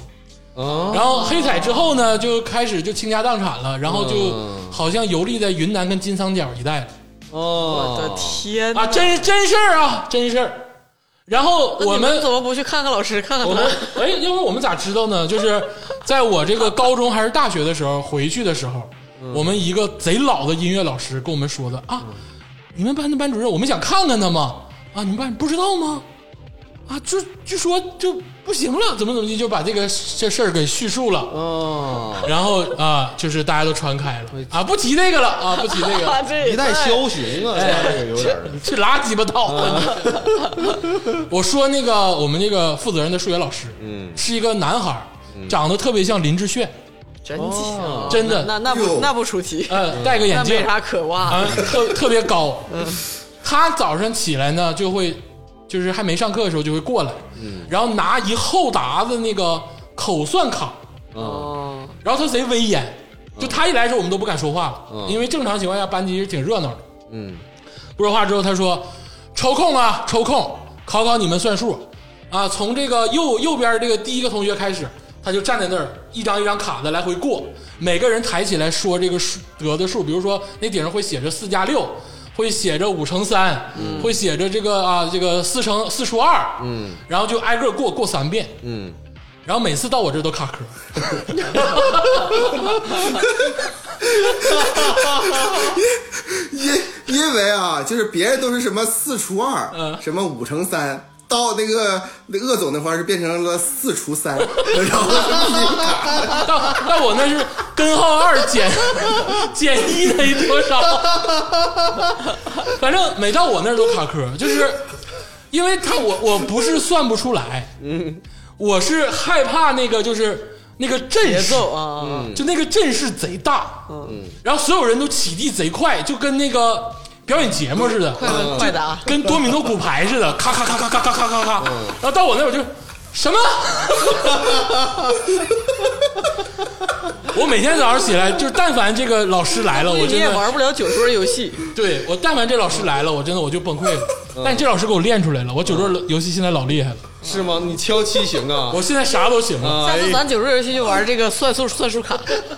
然后黑彩之后呢，就开始就倾家荡产了，然后就好像游历在云南跟金三角一带了。 我的天啊，真事儿啊，真事儿。然后我们怎么不去看看老师，看看他？ 因为我们咋知道呢？就是在我这个高中还是大学的时候回去的时候，我们一个贼老的音乐老师跟我们说的啊，你们班的班主任，我们想看看他嘛，啊，你们班不知道吗？啊，据说就不行了，怎么地，就把这事儿给叙述了。然后啊，就是大家都传开了啊，不提那个了啊，不提那个， 一代枭雄啊，这个有点去拉鸡巴倒。我说那个我们那个负责任的数学老师，是一个男孩，长得特别像林志炫。 真假？ 真的？ 那不出奇。 戴个眼镜， 没啥可挖。 特别高。他早上起来呢，就是还没上课的时候就会过来，然后拿一厚沓子那个口算卡，然后他贼威严，就他一来的时候我们都不敢说话了，因为正常情况下班级是挺热闹的，不说话之后他说抽空考考你们算数啊，从这个右边这个第一个同学开始，他就站在那儿一张一张卡的来回过，每个人抬起来说这个得的数，比如说那顶上会写着4+6。会写着5乘3，会写着这个4除2，然后就挨个过3遍，然后每次到我这都卡壳， 因为啊，就是别人都是什么4除2，什么5乘3。到那个鄂总那块是变成了4除3，然后到我那是根号2减1等于多少？反正每到我那儿都卡壳，就是因为我不是算不出来，我是害怕那个就是那个阵势啊， 就那个阵势贼大，然后所有人都起地贼快，就跟那个。表演节目似的， 快打， 跟多米诺骨牌似的，咔咔咔咔咔咔咔咔咔，然后到我那我就什么？我每天早上起来，就是但凡这个老师来了，我真的你也玩不了9桌游戏。 对我，但凡这老师来了，我真的我就崩溃了。但这老师给我练出来了，我9桌游戏现在老厉害了。 是吗？你敲7行啊？ 我现在啥都行了。 下次咱9桌游戏就玩这个算数卡。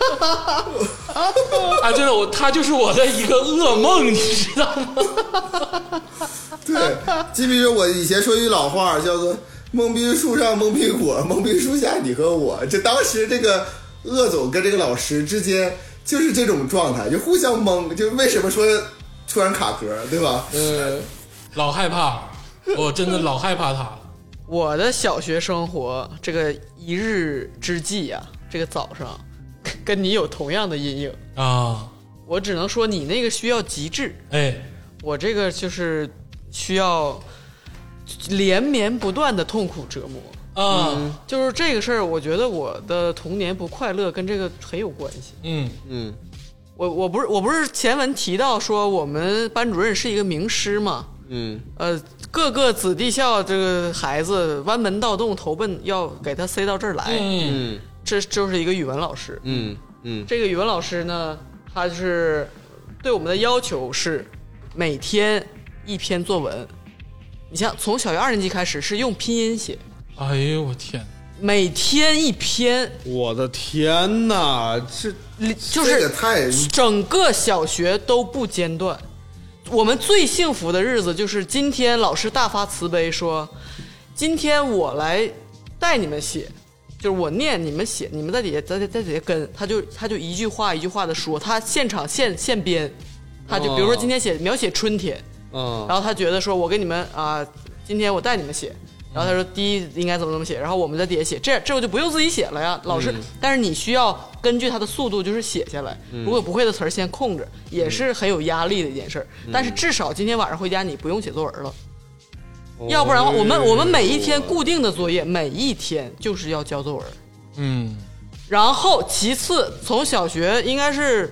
啊，真的，他就是我的一个噩梦，你知道吗？ 对，记不记得我以前说一句老话，叫做“懵逼树上懵逼果，懵逼树下你和我”。这当时这个鄂总跟这个老师之间就是这种状态，就互相懵，就为什么说突然卡壳，对吧？ 老害怕，我真的老害怕他了。 我的小学生活这个一日之计啊，这个早上跟你有同样的阴影啊。 我只能说你那个需要极致，我这个就是需要连绵不断的痛苦折磨啊。就是这个事儿，我觉得我的童年不快乐跟这个很有关系。我不是前文提到说我们班主任是一个名师嘛？各个子弟校这个孩子弯门盗洞投奔，要给他塞到这儿来。这就是一个语文老师。这个语文老师呢，他是对我们的要求是每天1篇作文。你像从小学2年级开始是用拼音写。 哎呦我天！ 每天1篇， 我的天哪！ 就是整个小学都不间断。我们最幸福的日子就是今天老师大发慈悲说，今天我来带你们写，就是我念你们写，你们在底下跟，他就一句话一句话的说，他现场现编，他就比如说今天描写春天，然后他觉得说我给你们今天我带你们写。然后他说第一应该怎么写，然后我们在底下写，这我就不用自己写了呀，老师。但是你需要根据他的速度就是写下来，如果不会的词儿先空着，也是很有压力的一件事。但是至少今天晚上回家你不用写作文了，要不然我们每一天固定的作业，每一天就是要交作文。然后其次从小学应该是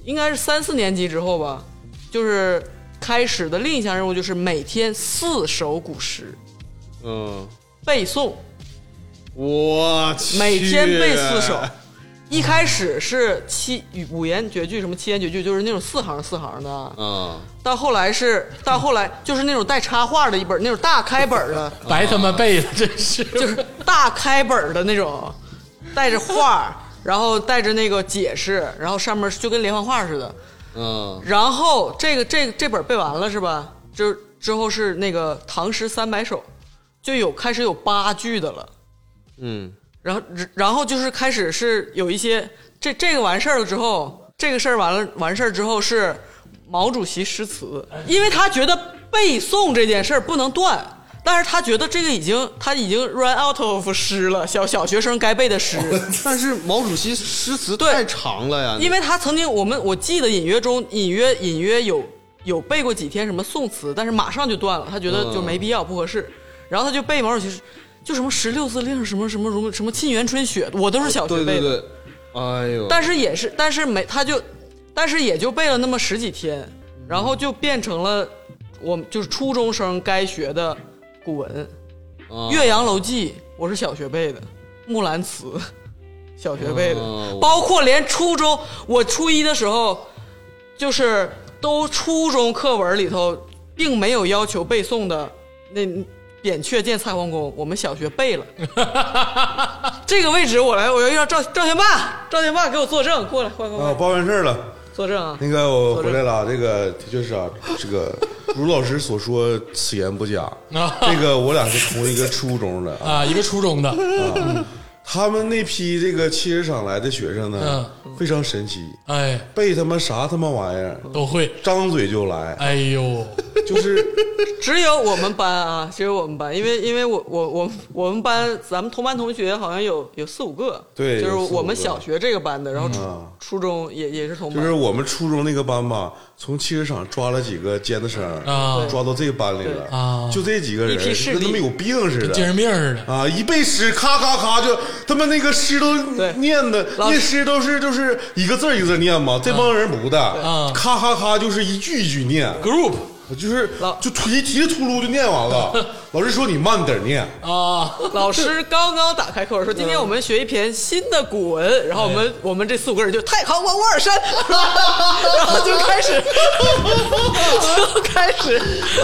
3、4年级之后吧，就是开始的另一项任务就是每天4首古诗。背诵， 我去， 每天背4首。一开始是5言绝句，什么7言绝句，就是那种4行的。到后来就是那种带插画的一本，那种大开本的， 白他妈背了，真是， 就是大开本的那种。 带着画，然后带着那个解释，然后上面就跟连环画似的。然后这本背完了是吧？就之后是那个唐诗300首，就开始有8句的了。然后就是开始是有一些这个完事儿了之后，这个事儿完事儿之后是毛主席诗词，因为他觉得背诵这件事儿不能断，但是他觉得这个他已经 run out of 诗了，小学生该背的诗。 但是毛主席诗词太长了呀， 因为他曾经我记得隐约有背过几天什么宋词，但是马上就断了，他觉得就没必要不合适，然后他就背毛主席就什么16字令什么沁园春雪，我都是小学背的。 对，哎呦， 但是也就背了那么10几天，然后就变成了我就是初中生该学的古文。岳阳楼记我是小学背的，木兰辞小学背的，包括连初中我初一的时候，就是都初中课文里头并没有要求背诵的那扁鹊见蔡桓公，我们小学背了。这个位置我要让赵天霸给我作证，过来。 报完事了， 作证啊。 那个我回来了，这个的确是啊，这个如老师所说，此言不假。这个我俩是同一个初中的啊，一个初中的啊。他们那批这个7十场来的学生呢，非常神奇，背他妈啥他妈玩意儿都会， 张嘴就来。 哎呦， 就是只有我们班啊，只有我们班，因为我们班咱们同班同学好像有4、5个， 对， 就是我们小学这个班的，然后初中也是同班， 就是我们初中那个班吧，从7十场抓了几个尖子生抓到这个班里了啊，就这几个人跟他们有病似的， 精神病似的啊，一背诗咔咔咔就他们那个诗都念的，念诗都是就是一个字一个字念嘛，这帮人不的，咔咔咔就是一句一句念 group。 就是就提着秃噜就念完了，老师说你慢点念啊。老师刚刚打开课文说，今天我们学一篇新的古文，然后我们这4、5个人就太行王五耳山，然后就开始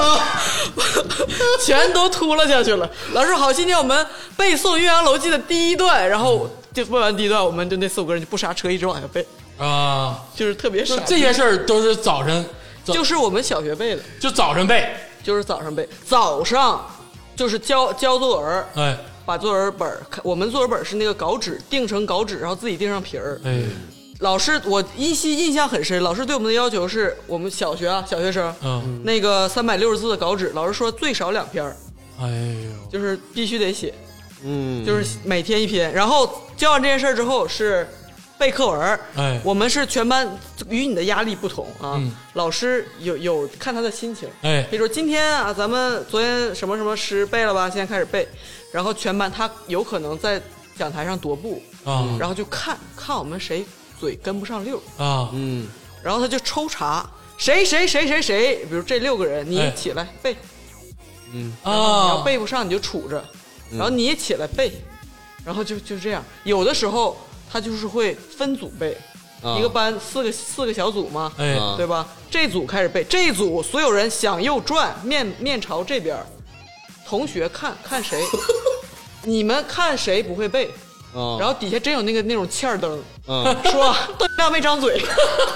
全都秃了下去了。老师好，今天我们背诵《岳阳楼记》的第1段，然后就背完第1段，我们就那4、5个人就不刹车一直往下背啊， 就是特别傻。 这些事儿都是早晨。 就是我们小学背的， 就早上背， 就是早上背，早上就是交作文，把作文本，我们作文本是那个稿纸订成稿纸，然后自己订上皮儿，老师我依稀印象很深，老师对我们的要求是我们小学生，那个360字的稿纸，老师说最少2篇， 哎呦， 就是必须得写，就是每天1篇，然后教完这件事之后是。背课文，我们是全班，与你的压力不同啊。老师有看他的心情，比如说今天啊，咱们昨天什么什么诗背了吧，现在开始背，然后全班他有可能在讲台上踱步然后就看我们谁嘴跟不上溜然后他就抽查谁，比如这6个人，你起来背，你要背不上你就杵着，然后你也起来背，然后就这样，有的时候。他就是会分组背，一个班四个小组嘛，对吧？这组开始背，这一组所有人向右转，面朝这边，同学看谁，你们看谁不会背，然后底下真有那种欠儿灯，说邓亮没张嘴，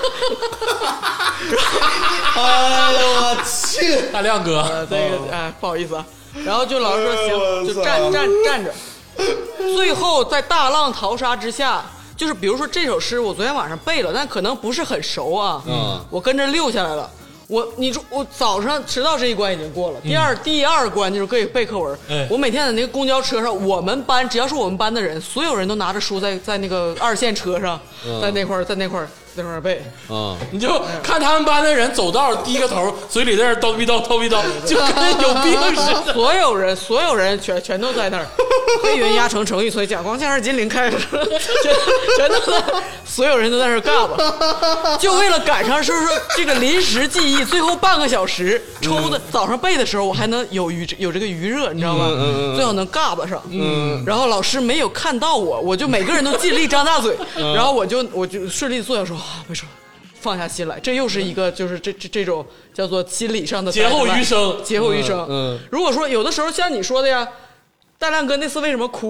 哎呦我去， 大亮哥， 这个不好意思啊，然后就老师说行，就站着。最后在大浪淘沙之下，就是比如说这首诗我昨天晚上背了，但可能不是很熟啊，我跟着溜下来了。你说我早上迟到这一关已经过了，第二关就是可以背课文。我每天在那个公交车上，我们班只要是我们班的人，所有人都拿着书在那个2线车上，在那块儿背。 你就看他们班的人走道低个头，嘴里在那叨逼叨，就跟有病似的。 所有人全都在那儿，黑云压城城欲摧，甲光将至金陵开，全都在，所有人都在那儿尬吧，就为了赶上说这个临时记忆，最后半个小时抽的早上背的时候，我还能有这个余热，你知道吗？最好能尬巴上。然后老师没有看到我就每个人都尽力张大嘴，然后我就顺利坐下说为什么放下心来，这又是一个就是这种叫做心理上的劫后余生。 如果说有的时候像你说的呀，大亮哥那次为什么哭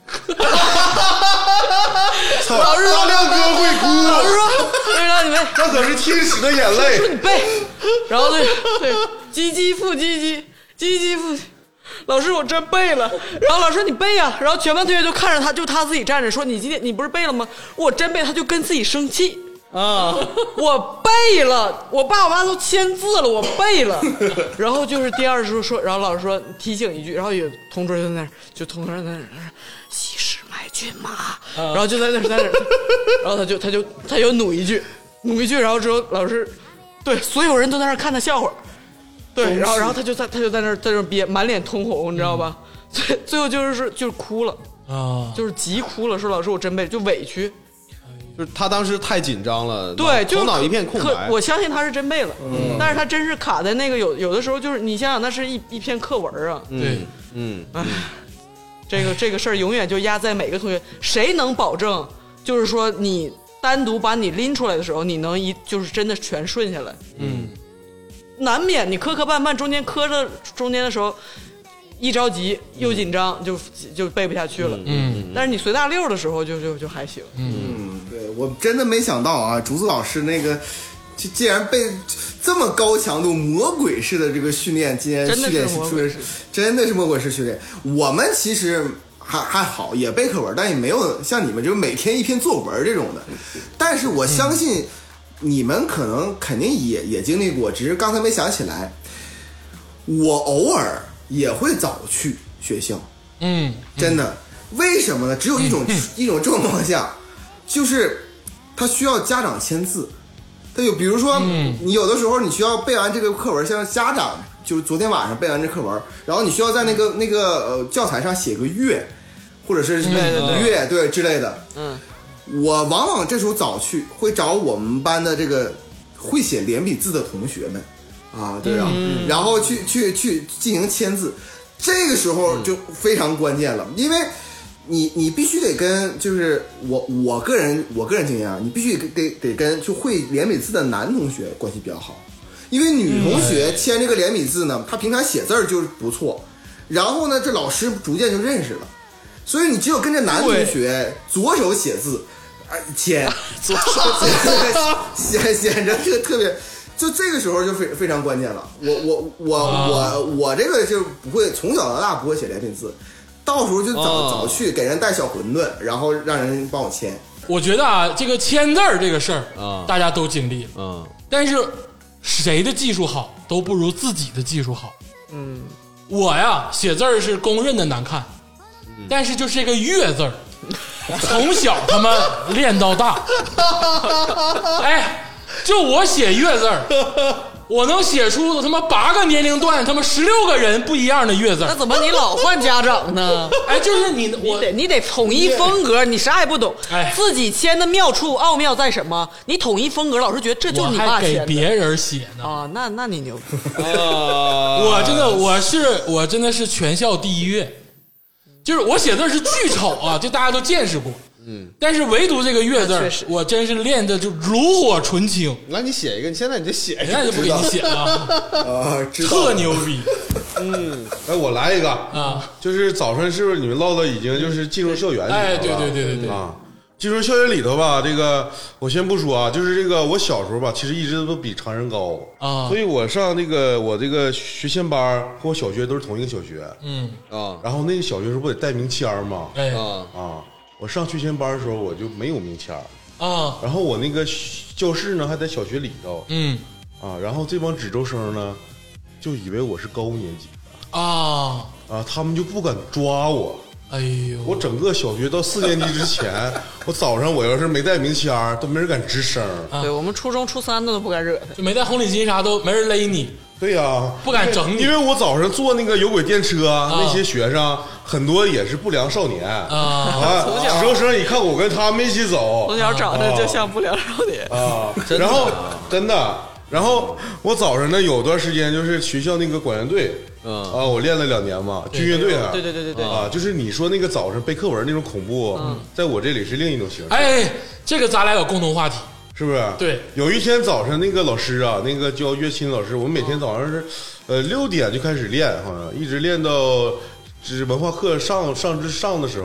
老师大亮哥会哭， 老师说为了你背， 那可是天使的眼泪。 说你背，然后对，唧唧复唧唧，唧唧复。老师，我真背了。然后老师说你背呀，然后全班同学就看着他，就他自己站着说你今天你不是背了吗？我真背，他就跟自己生气啊。我背了，我爸我妈都签字了，我背了。然后就是第二次说，然后老师说提醒一句，然后有同桌就在那儿，就同桌在那儿西施买骏马，然后就在那儿，然后他就努一句，然后之后老师对所有人都在那儿看他笑话。对，然后他就在那儿憋，满脸通红，你知道吧？最后就是哭了啊，就是急哭了，说老师我真背，就委屈， 就是他当时太紧张了， 对， 头脑一片空白。 我相信他是真背了，但是他真是卡在那个有的时候就是你想想，那是一篇课文啊， 对， 哎，这个事儿永远就压在每个同学，谁能保证就是说你单独把你拎出来的时候，你能就是真的全顺下来？难免你磕绊绊中间磕着中间的时候，一着急又紧张就背不下去了。但是你随大溜的时候就还行。 对，我真的没想到啊，竹子老师那个竟然被这么高强度魔鬼式的这个训练，今天训练真的是魔鬼式训练。我们其实还好，也背课文，但也没有像你们就每天一篇作文这种的。但是我相信。你们肯定也经历过，只是刚才没想起来。我偶尔也会早去学校，真的，为什么呢？只有一种状况下，就是他需要家长签字。他有，比如说，你有的时候你需要背完这个课文，像家长就是昨天晚上背完这课文，然后你需要在那个教材上写个月，或者是月对之类的，我往往这时候早去，会找我们班的这个会写连笔字的同学们啊，对啊，然后去进行签字。这个时候就非常关键了，因为你必须得跟，就是我个人经验啊，你必须得跟就会连笔字的男同学关系比较好，因为女同学签这个连笔字呢，她平常写字就不错，然后呢，这老师逐渐就认识了。所以你只有跟着男同学左手写字，签，左手显着这个特别，就这个时候就非常关键了。我这个就不会，从小到大不会写连笔字，到时候就早去给人带小馄饨，然后让人帮我签。 我觉得啊，这个签字这个事儿大家都经历，但是谁的技术好都不如自己的技术好。我呀写字是公认的难看。但是就是这个月字儿，从小他妈练到大，哎，就我写月字儿，我能写出他妈8个年龄段他妈16个人不一样的月字。 那怎么你老换家长呢？ 哎，就是你得统一风格，你啥也不懂，哎，自己签的妙处奥妙在什么？你统一风格，老师觉得这就是你爸签的， 我还给别人写呢啊，那你牛逼！ 我真的是全校第1月。就是我写字是巨丑啊，就大家都见识过，但是唯独这个月字，我真是练的就炉火纯青。 来，你写一个，你现在你就写一个， 现在就不给你写了，特牛逼。 哎，我来一个啊，就是早上是不是你们唠的已经就是进入校园里了？ 哎，对啊。进入校园里头吧，这个我先不说啊，就是这个我小时候吧，其实一直都比常人高啊，所以我上我这个学前班和我小学都是同一个小学，然后那个小学时候不得带名签吗？我上学前班的时候我就没有名签啊，然后我那个教室呢还在小学里头，然后这帮值周生呢就以为我是高年级的他们就不敢抓我。 哎呦！ 我整个小学到4年级之前，我早上我要是没带名签都没人敢吱声。 对，我们初中初3都不敢惹他， 就没带红领巾啥都没人勒你。 对呀， 不敢整你， 因为我早上坐那个有轨电车，那些学生很多也是不良少年值周生一看我跟他们一起走， 从小长得就像不良少年然后真的，然后我早上呢有段时间就是学校那个管乐队。我练了2年嘛，军乐队对就是你说那个早上背课文那种恐怖，在我这里是另一种形式。 哎，这个咱俩有共同话题， 是不是？ 对， 有一天早上那个老师啊，那个教乐器的老师，我们每天早上是6点就开始练，好像一直练到就是文化课上的时候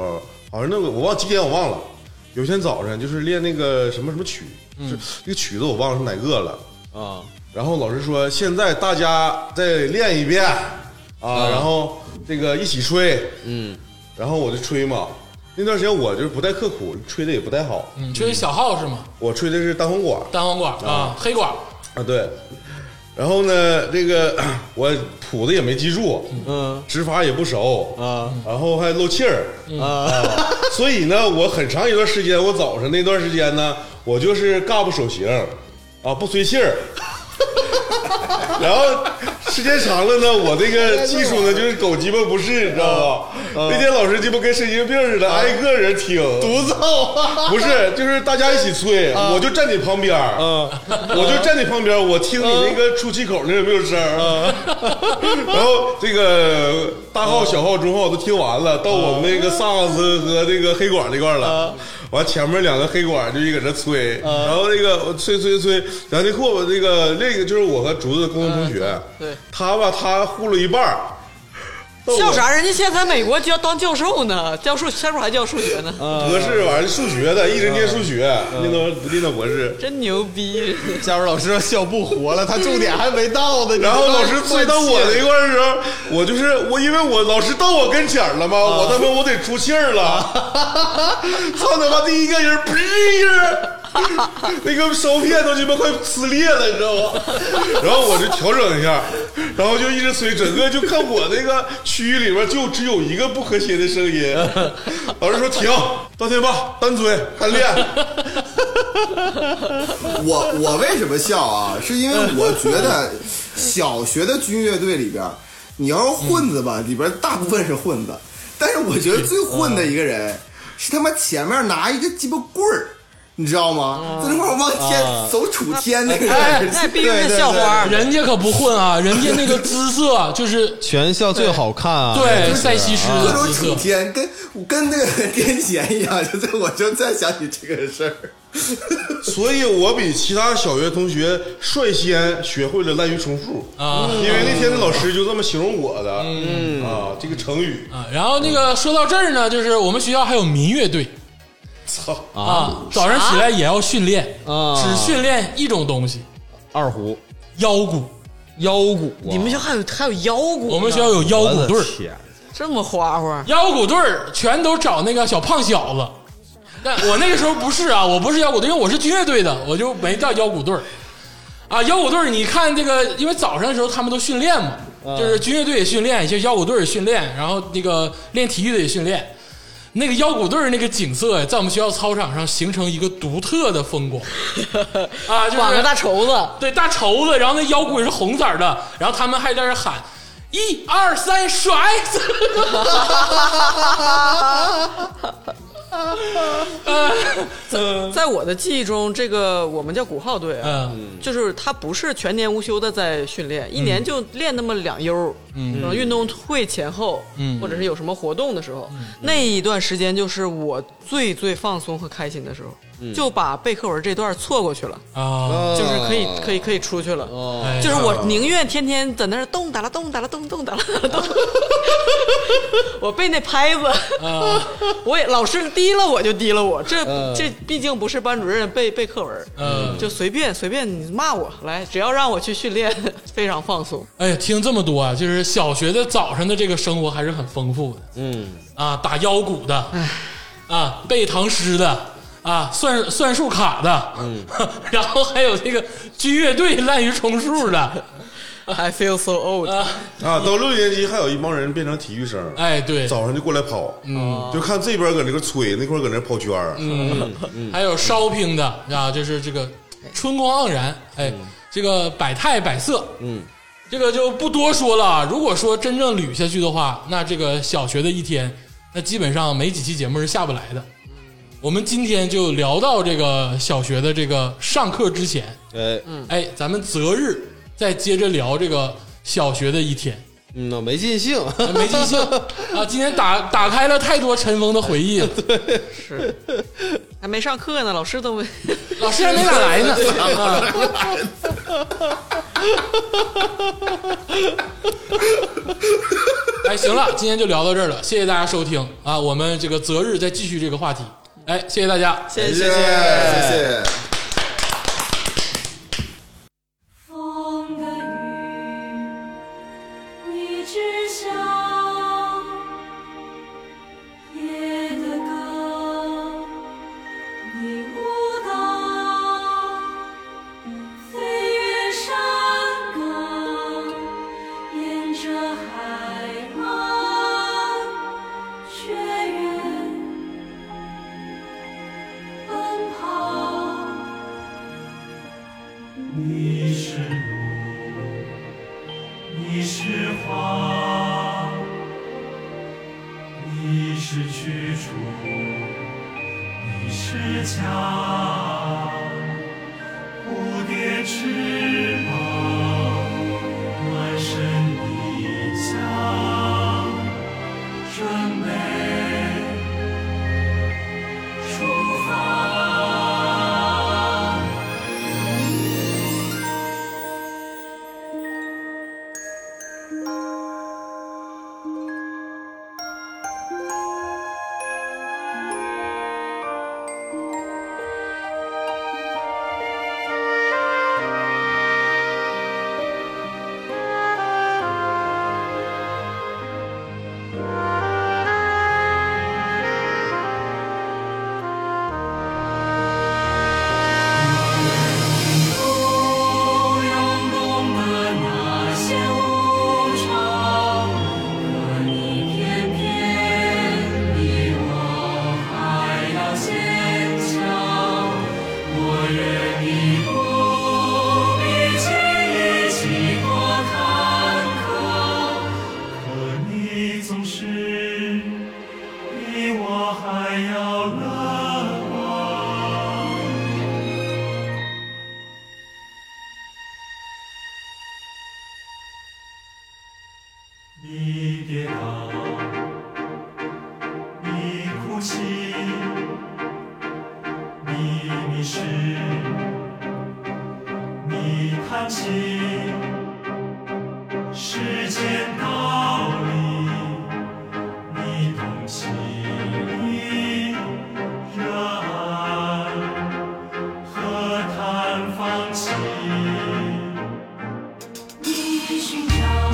好像那个我忘几点我忘了。有一天早上就是练那个什么什么曲，这个曲子我忘了是哪个了啊。然后老师说现在大家再练一遍啊，然后这个一起吹，然后我就吹嘛。那段时间我就是不太刻苦，吹的也不太好。 吹小号是吗？ 我吹的是单簧管。 单簧管啊，黑管啊，对。然后呢，这个我谱子也没记住，指法也不熟啊，然后还漏气儿啊，所以呢，我很长一段时间，我早上那段时间呢，我就是嘎不手型啊，不吹气儿。然后时间长了呢，我这个技术呢就是狗鸡巴不是，你知道吧？那天老师鸡巴跟神经病似的，挨个人听独奏， 不是，就是大家一起吹，我就站你旁边，我就站你旁边，我听你那个出气口那有没有声？然后这个大号、小号、中号都听完了，到我们那个萨克斯和那个黑管那块了。完前面两个黑管就一搁这吹，然后那个我吹，然后那货那个就是我和竹子的共同同学， 对， 他吧他呼了一半。 笑啥？人家现在在美国就要当教授呢，教数下边还教数学呢。 博士完了数学的，一直念数学，念到博士， 真牛逼！ 加入老师笑不活了，他重点还没到呢。 然后老师吹到我那块的时候，我因为我老师到我跟前了嘛，我他妈我得出气儿了，操他妈第一个人噗一声。那个烧片都鸡巴快撕裂了，你知道吗？然后我就调整一下，然后就一直吹，整个就看我那个区域里边就只有一个不和谐的声音。老师说停，到天霸单吹单练。 我为什么笑啊？是因为我觉得小学的军乐队里边，你要是混子吧，里边大部分是混子，但是我觉得最混的一个人是他妈前面拿一个鸡巴棍儿。你知道吗？在那块往天走楚天那个人， 那必须是校花， 人家可不混啊，人家那个姿色就是全校最好看啊， 对，赛西施的姿色， 楚天跟那个癫痫一样，我就再想起这个事儿。 所以我比其他小学同学率先学会了滥竽充数啊，因为那天的老师就这么形容我的，这个成语啊。然后那个说到这儿呢，就是我们学校还有民乐队。 操啊！早上起来也要训练啊，只训练一种东西， 二胡、 腰鼓。 你们学校还有腰鼓？ 我们学校有腰鼓队， 这么花花。 腰鼓队全都找那个小胖小子，但我那个时候不是啊，我不是腰鼓队，因为我是军乐队的，我就没到腰鼓队啊。腰鼓队你看这个，因为早上的时候他们都训练嘛，就是军乐队也训练，一些腰鼓队也训练，然后那个练体育的也训练。那个腰鼓队那个景色在我们学校操场上形成一个独特的风光啊，就是绑个大绸子， 对，大绸子，然后那腰鼓也是红色的，然后他们还在那喊1、2、3甩。 在我的记忆中，这个我们叫鼓号队啊，就是他不是全年无休的在训练，一年就练那么2优，运动会前后，或者是有什么活动的时候，那一段时间就是我最放松和开心的时候，就把背课文这段错过去了啊，就是可以出去了，就是我宁愿天天在那儿咚打了咚打了咚咚打了咚，我背那拍子，我也老师低了我就低了我，这毕竟不是班主任背课文，就随便你骂我来，只要让我去训练，非常放松。 哎呀，听这么多啊，就是小学的早上的这个生活还是很丰富的，打腰鼓的，背唐诗的。算术卡的，然后还有这个军乐队滥竽充数的 ，I feel so old 到6年级还有一帮人变成体育生， 哎，对， 早上就过来跑，就看这边搁那个吹，那块搁那跑圈还有烧瓶的啊，就是这个春光盎然，哎，这个百态百色，这个就不多说了。如果说真正捋下去的话，那这个小学的一天，那基本上没几期节目是下不来的。我们今天就聊到这个小学的这个上课之前，咱们择日再接着聊这个小学的一天。 那没尽兴， 没尽兴啊！今天打开了太多尘封的回忆了。 对， 是还没上课呢，老师都没， 老师还没哪来呢。 哎，行了，今天就聊到这儿了，谢谢大家收听啊！我们这个择日再继续这个话题。哎，谢谢大家， 谢谢谢。 风的雨，你知晓；夜的歌，你舞蹈。飞越山岗，沿着海岸，却愿奔跑。你是路，你是花，你是去处，你是家。蝴蝶翅膀，满身泥浆，准备出发。你跌倒，你哭泣，你迷失，你叹气，世间道理你懂起，你热爱，何谈放弃？你寻找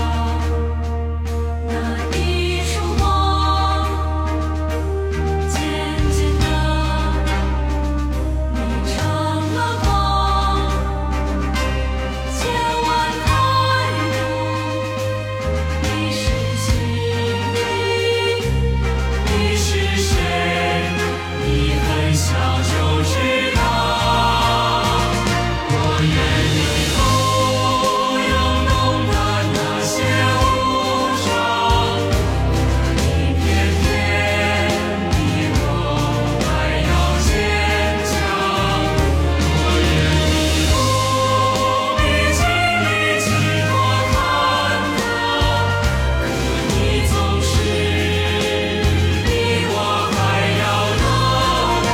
那一束光，渐渐地你成了光，千万态度，你是情敌，你是谁？你很小就知道，我愿你不用懂得那些无常，可你偏偏比我还要坚强。我愿你不必经历几多坎坷，可你总是比我还要乐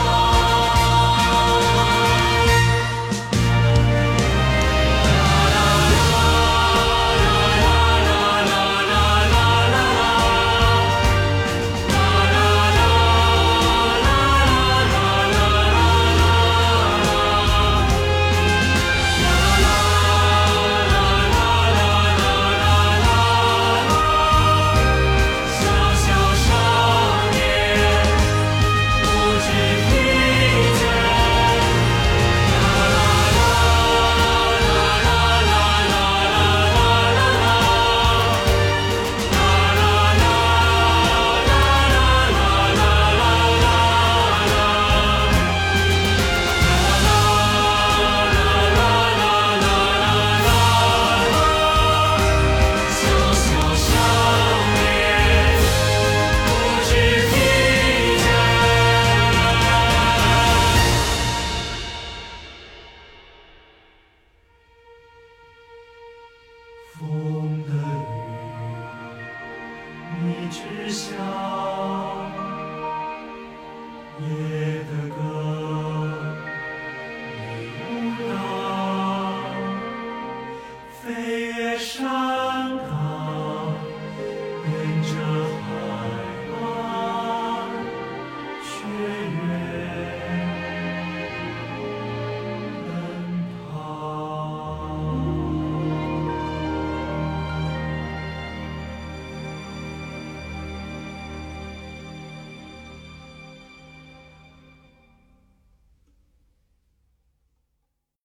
小小少年，不知疲倦。小小少年，不知疲倦。风的雨，你知晓；夜的歌，你舞蹈。飞越山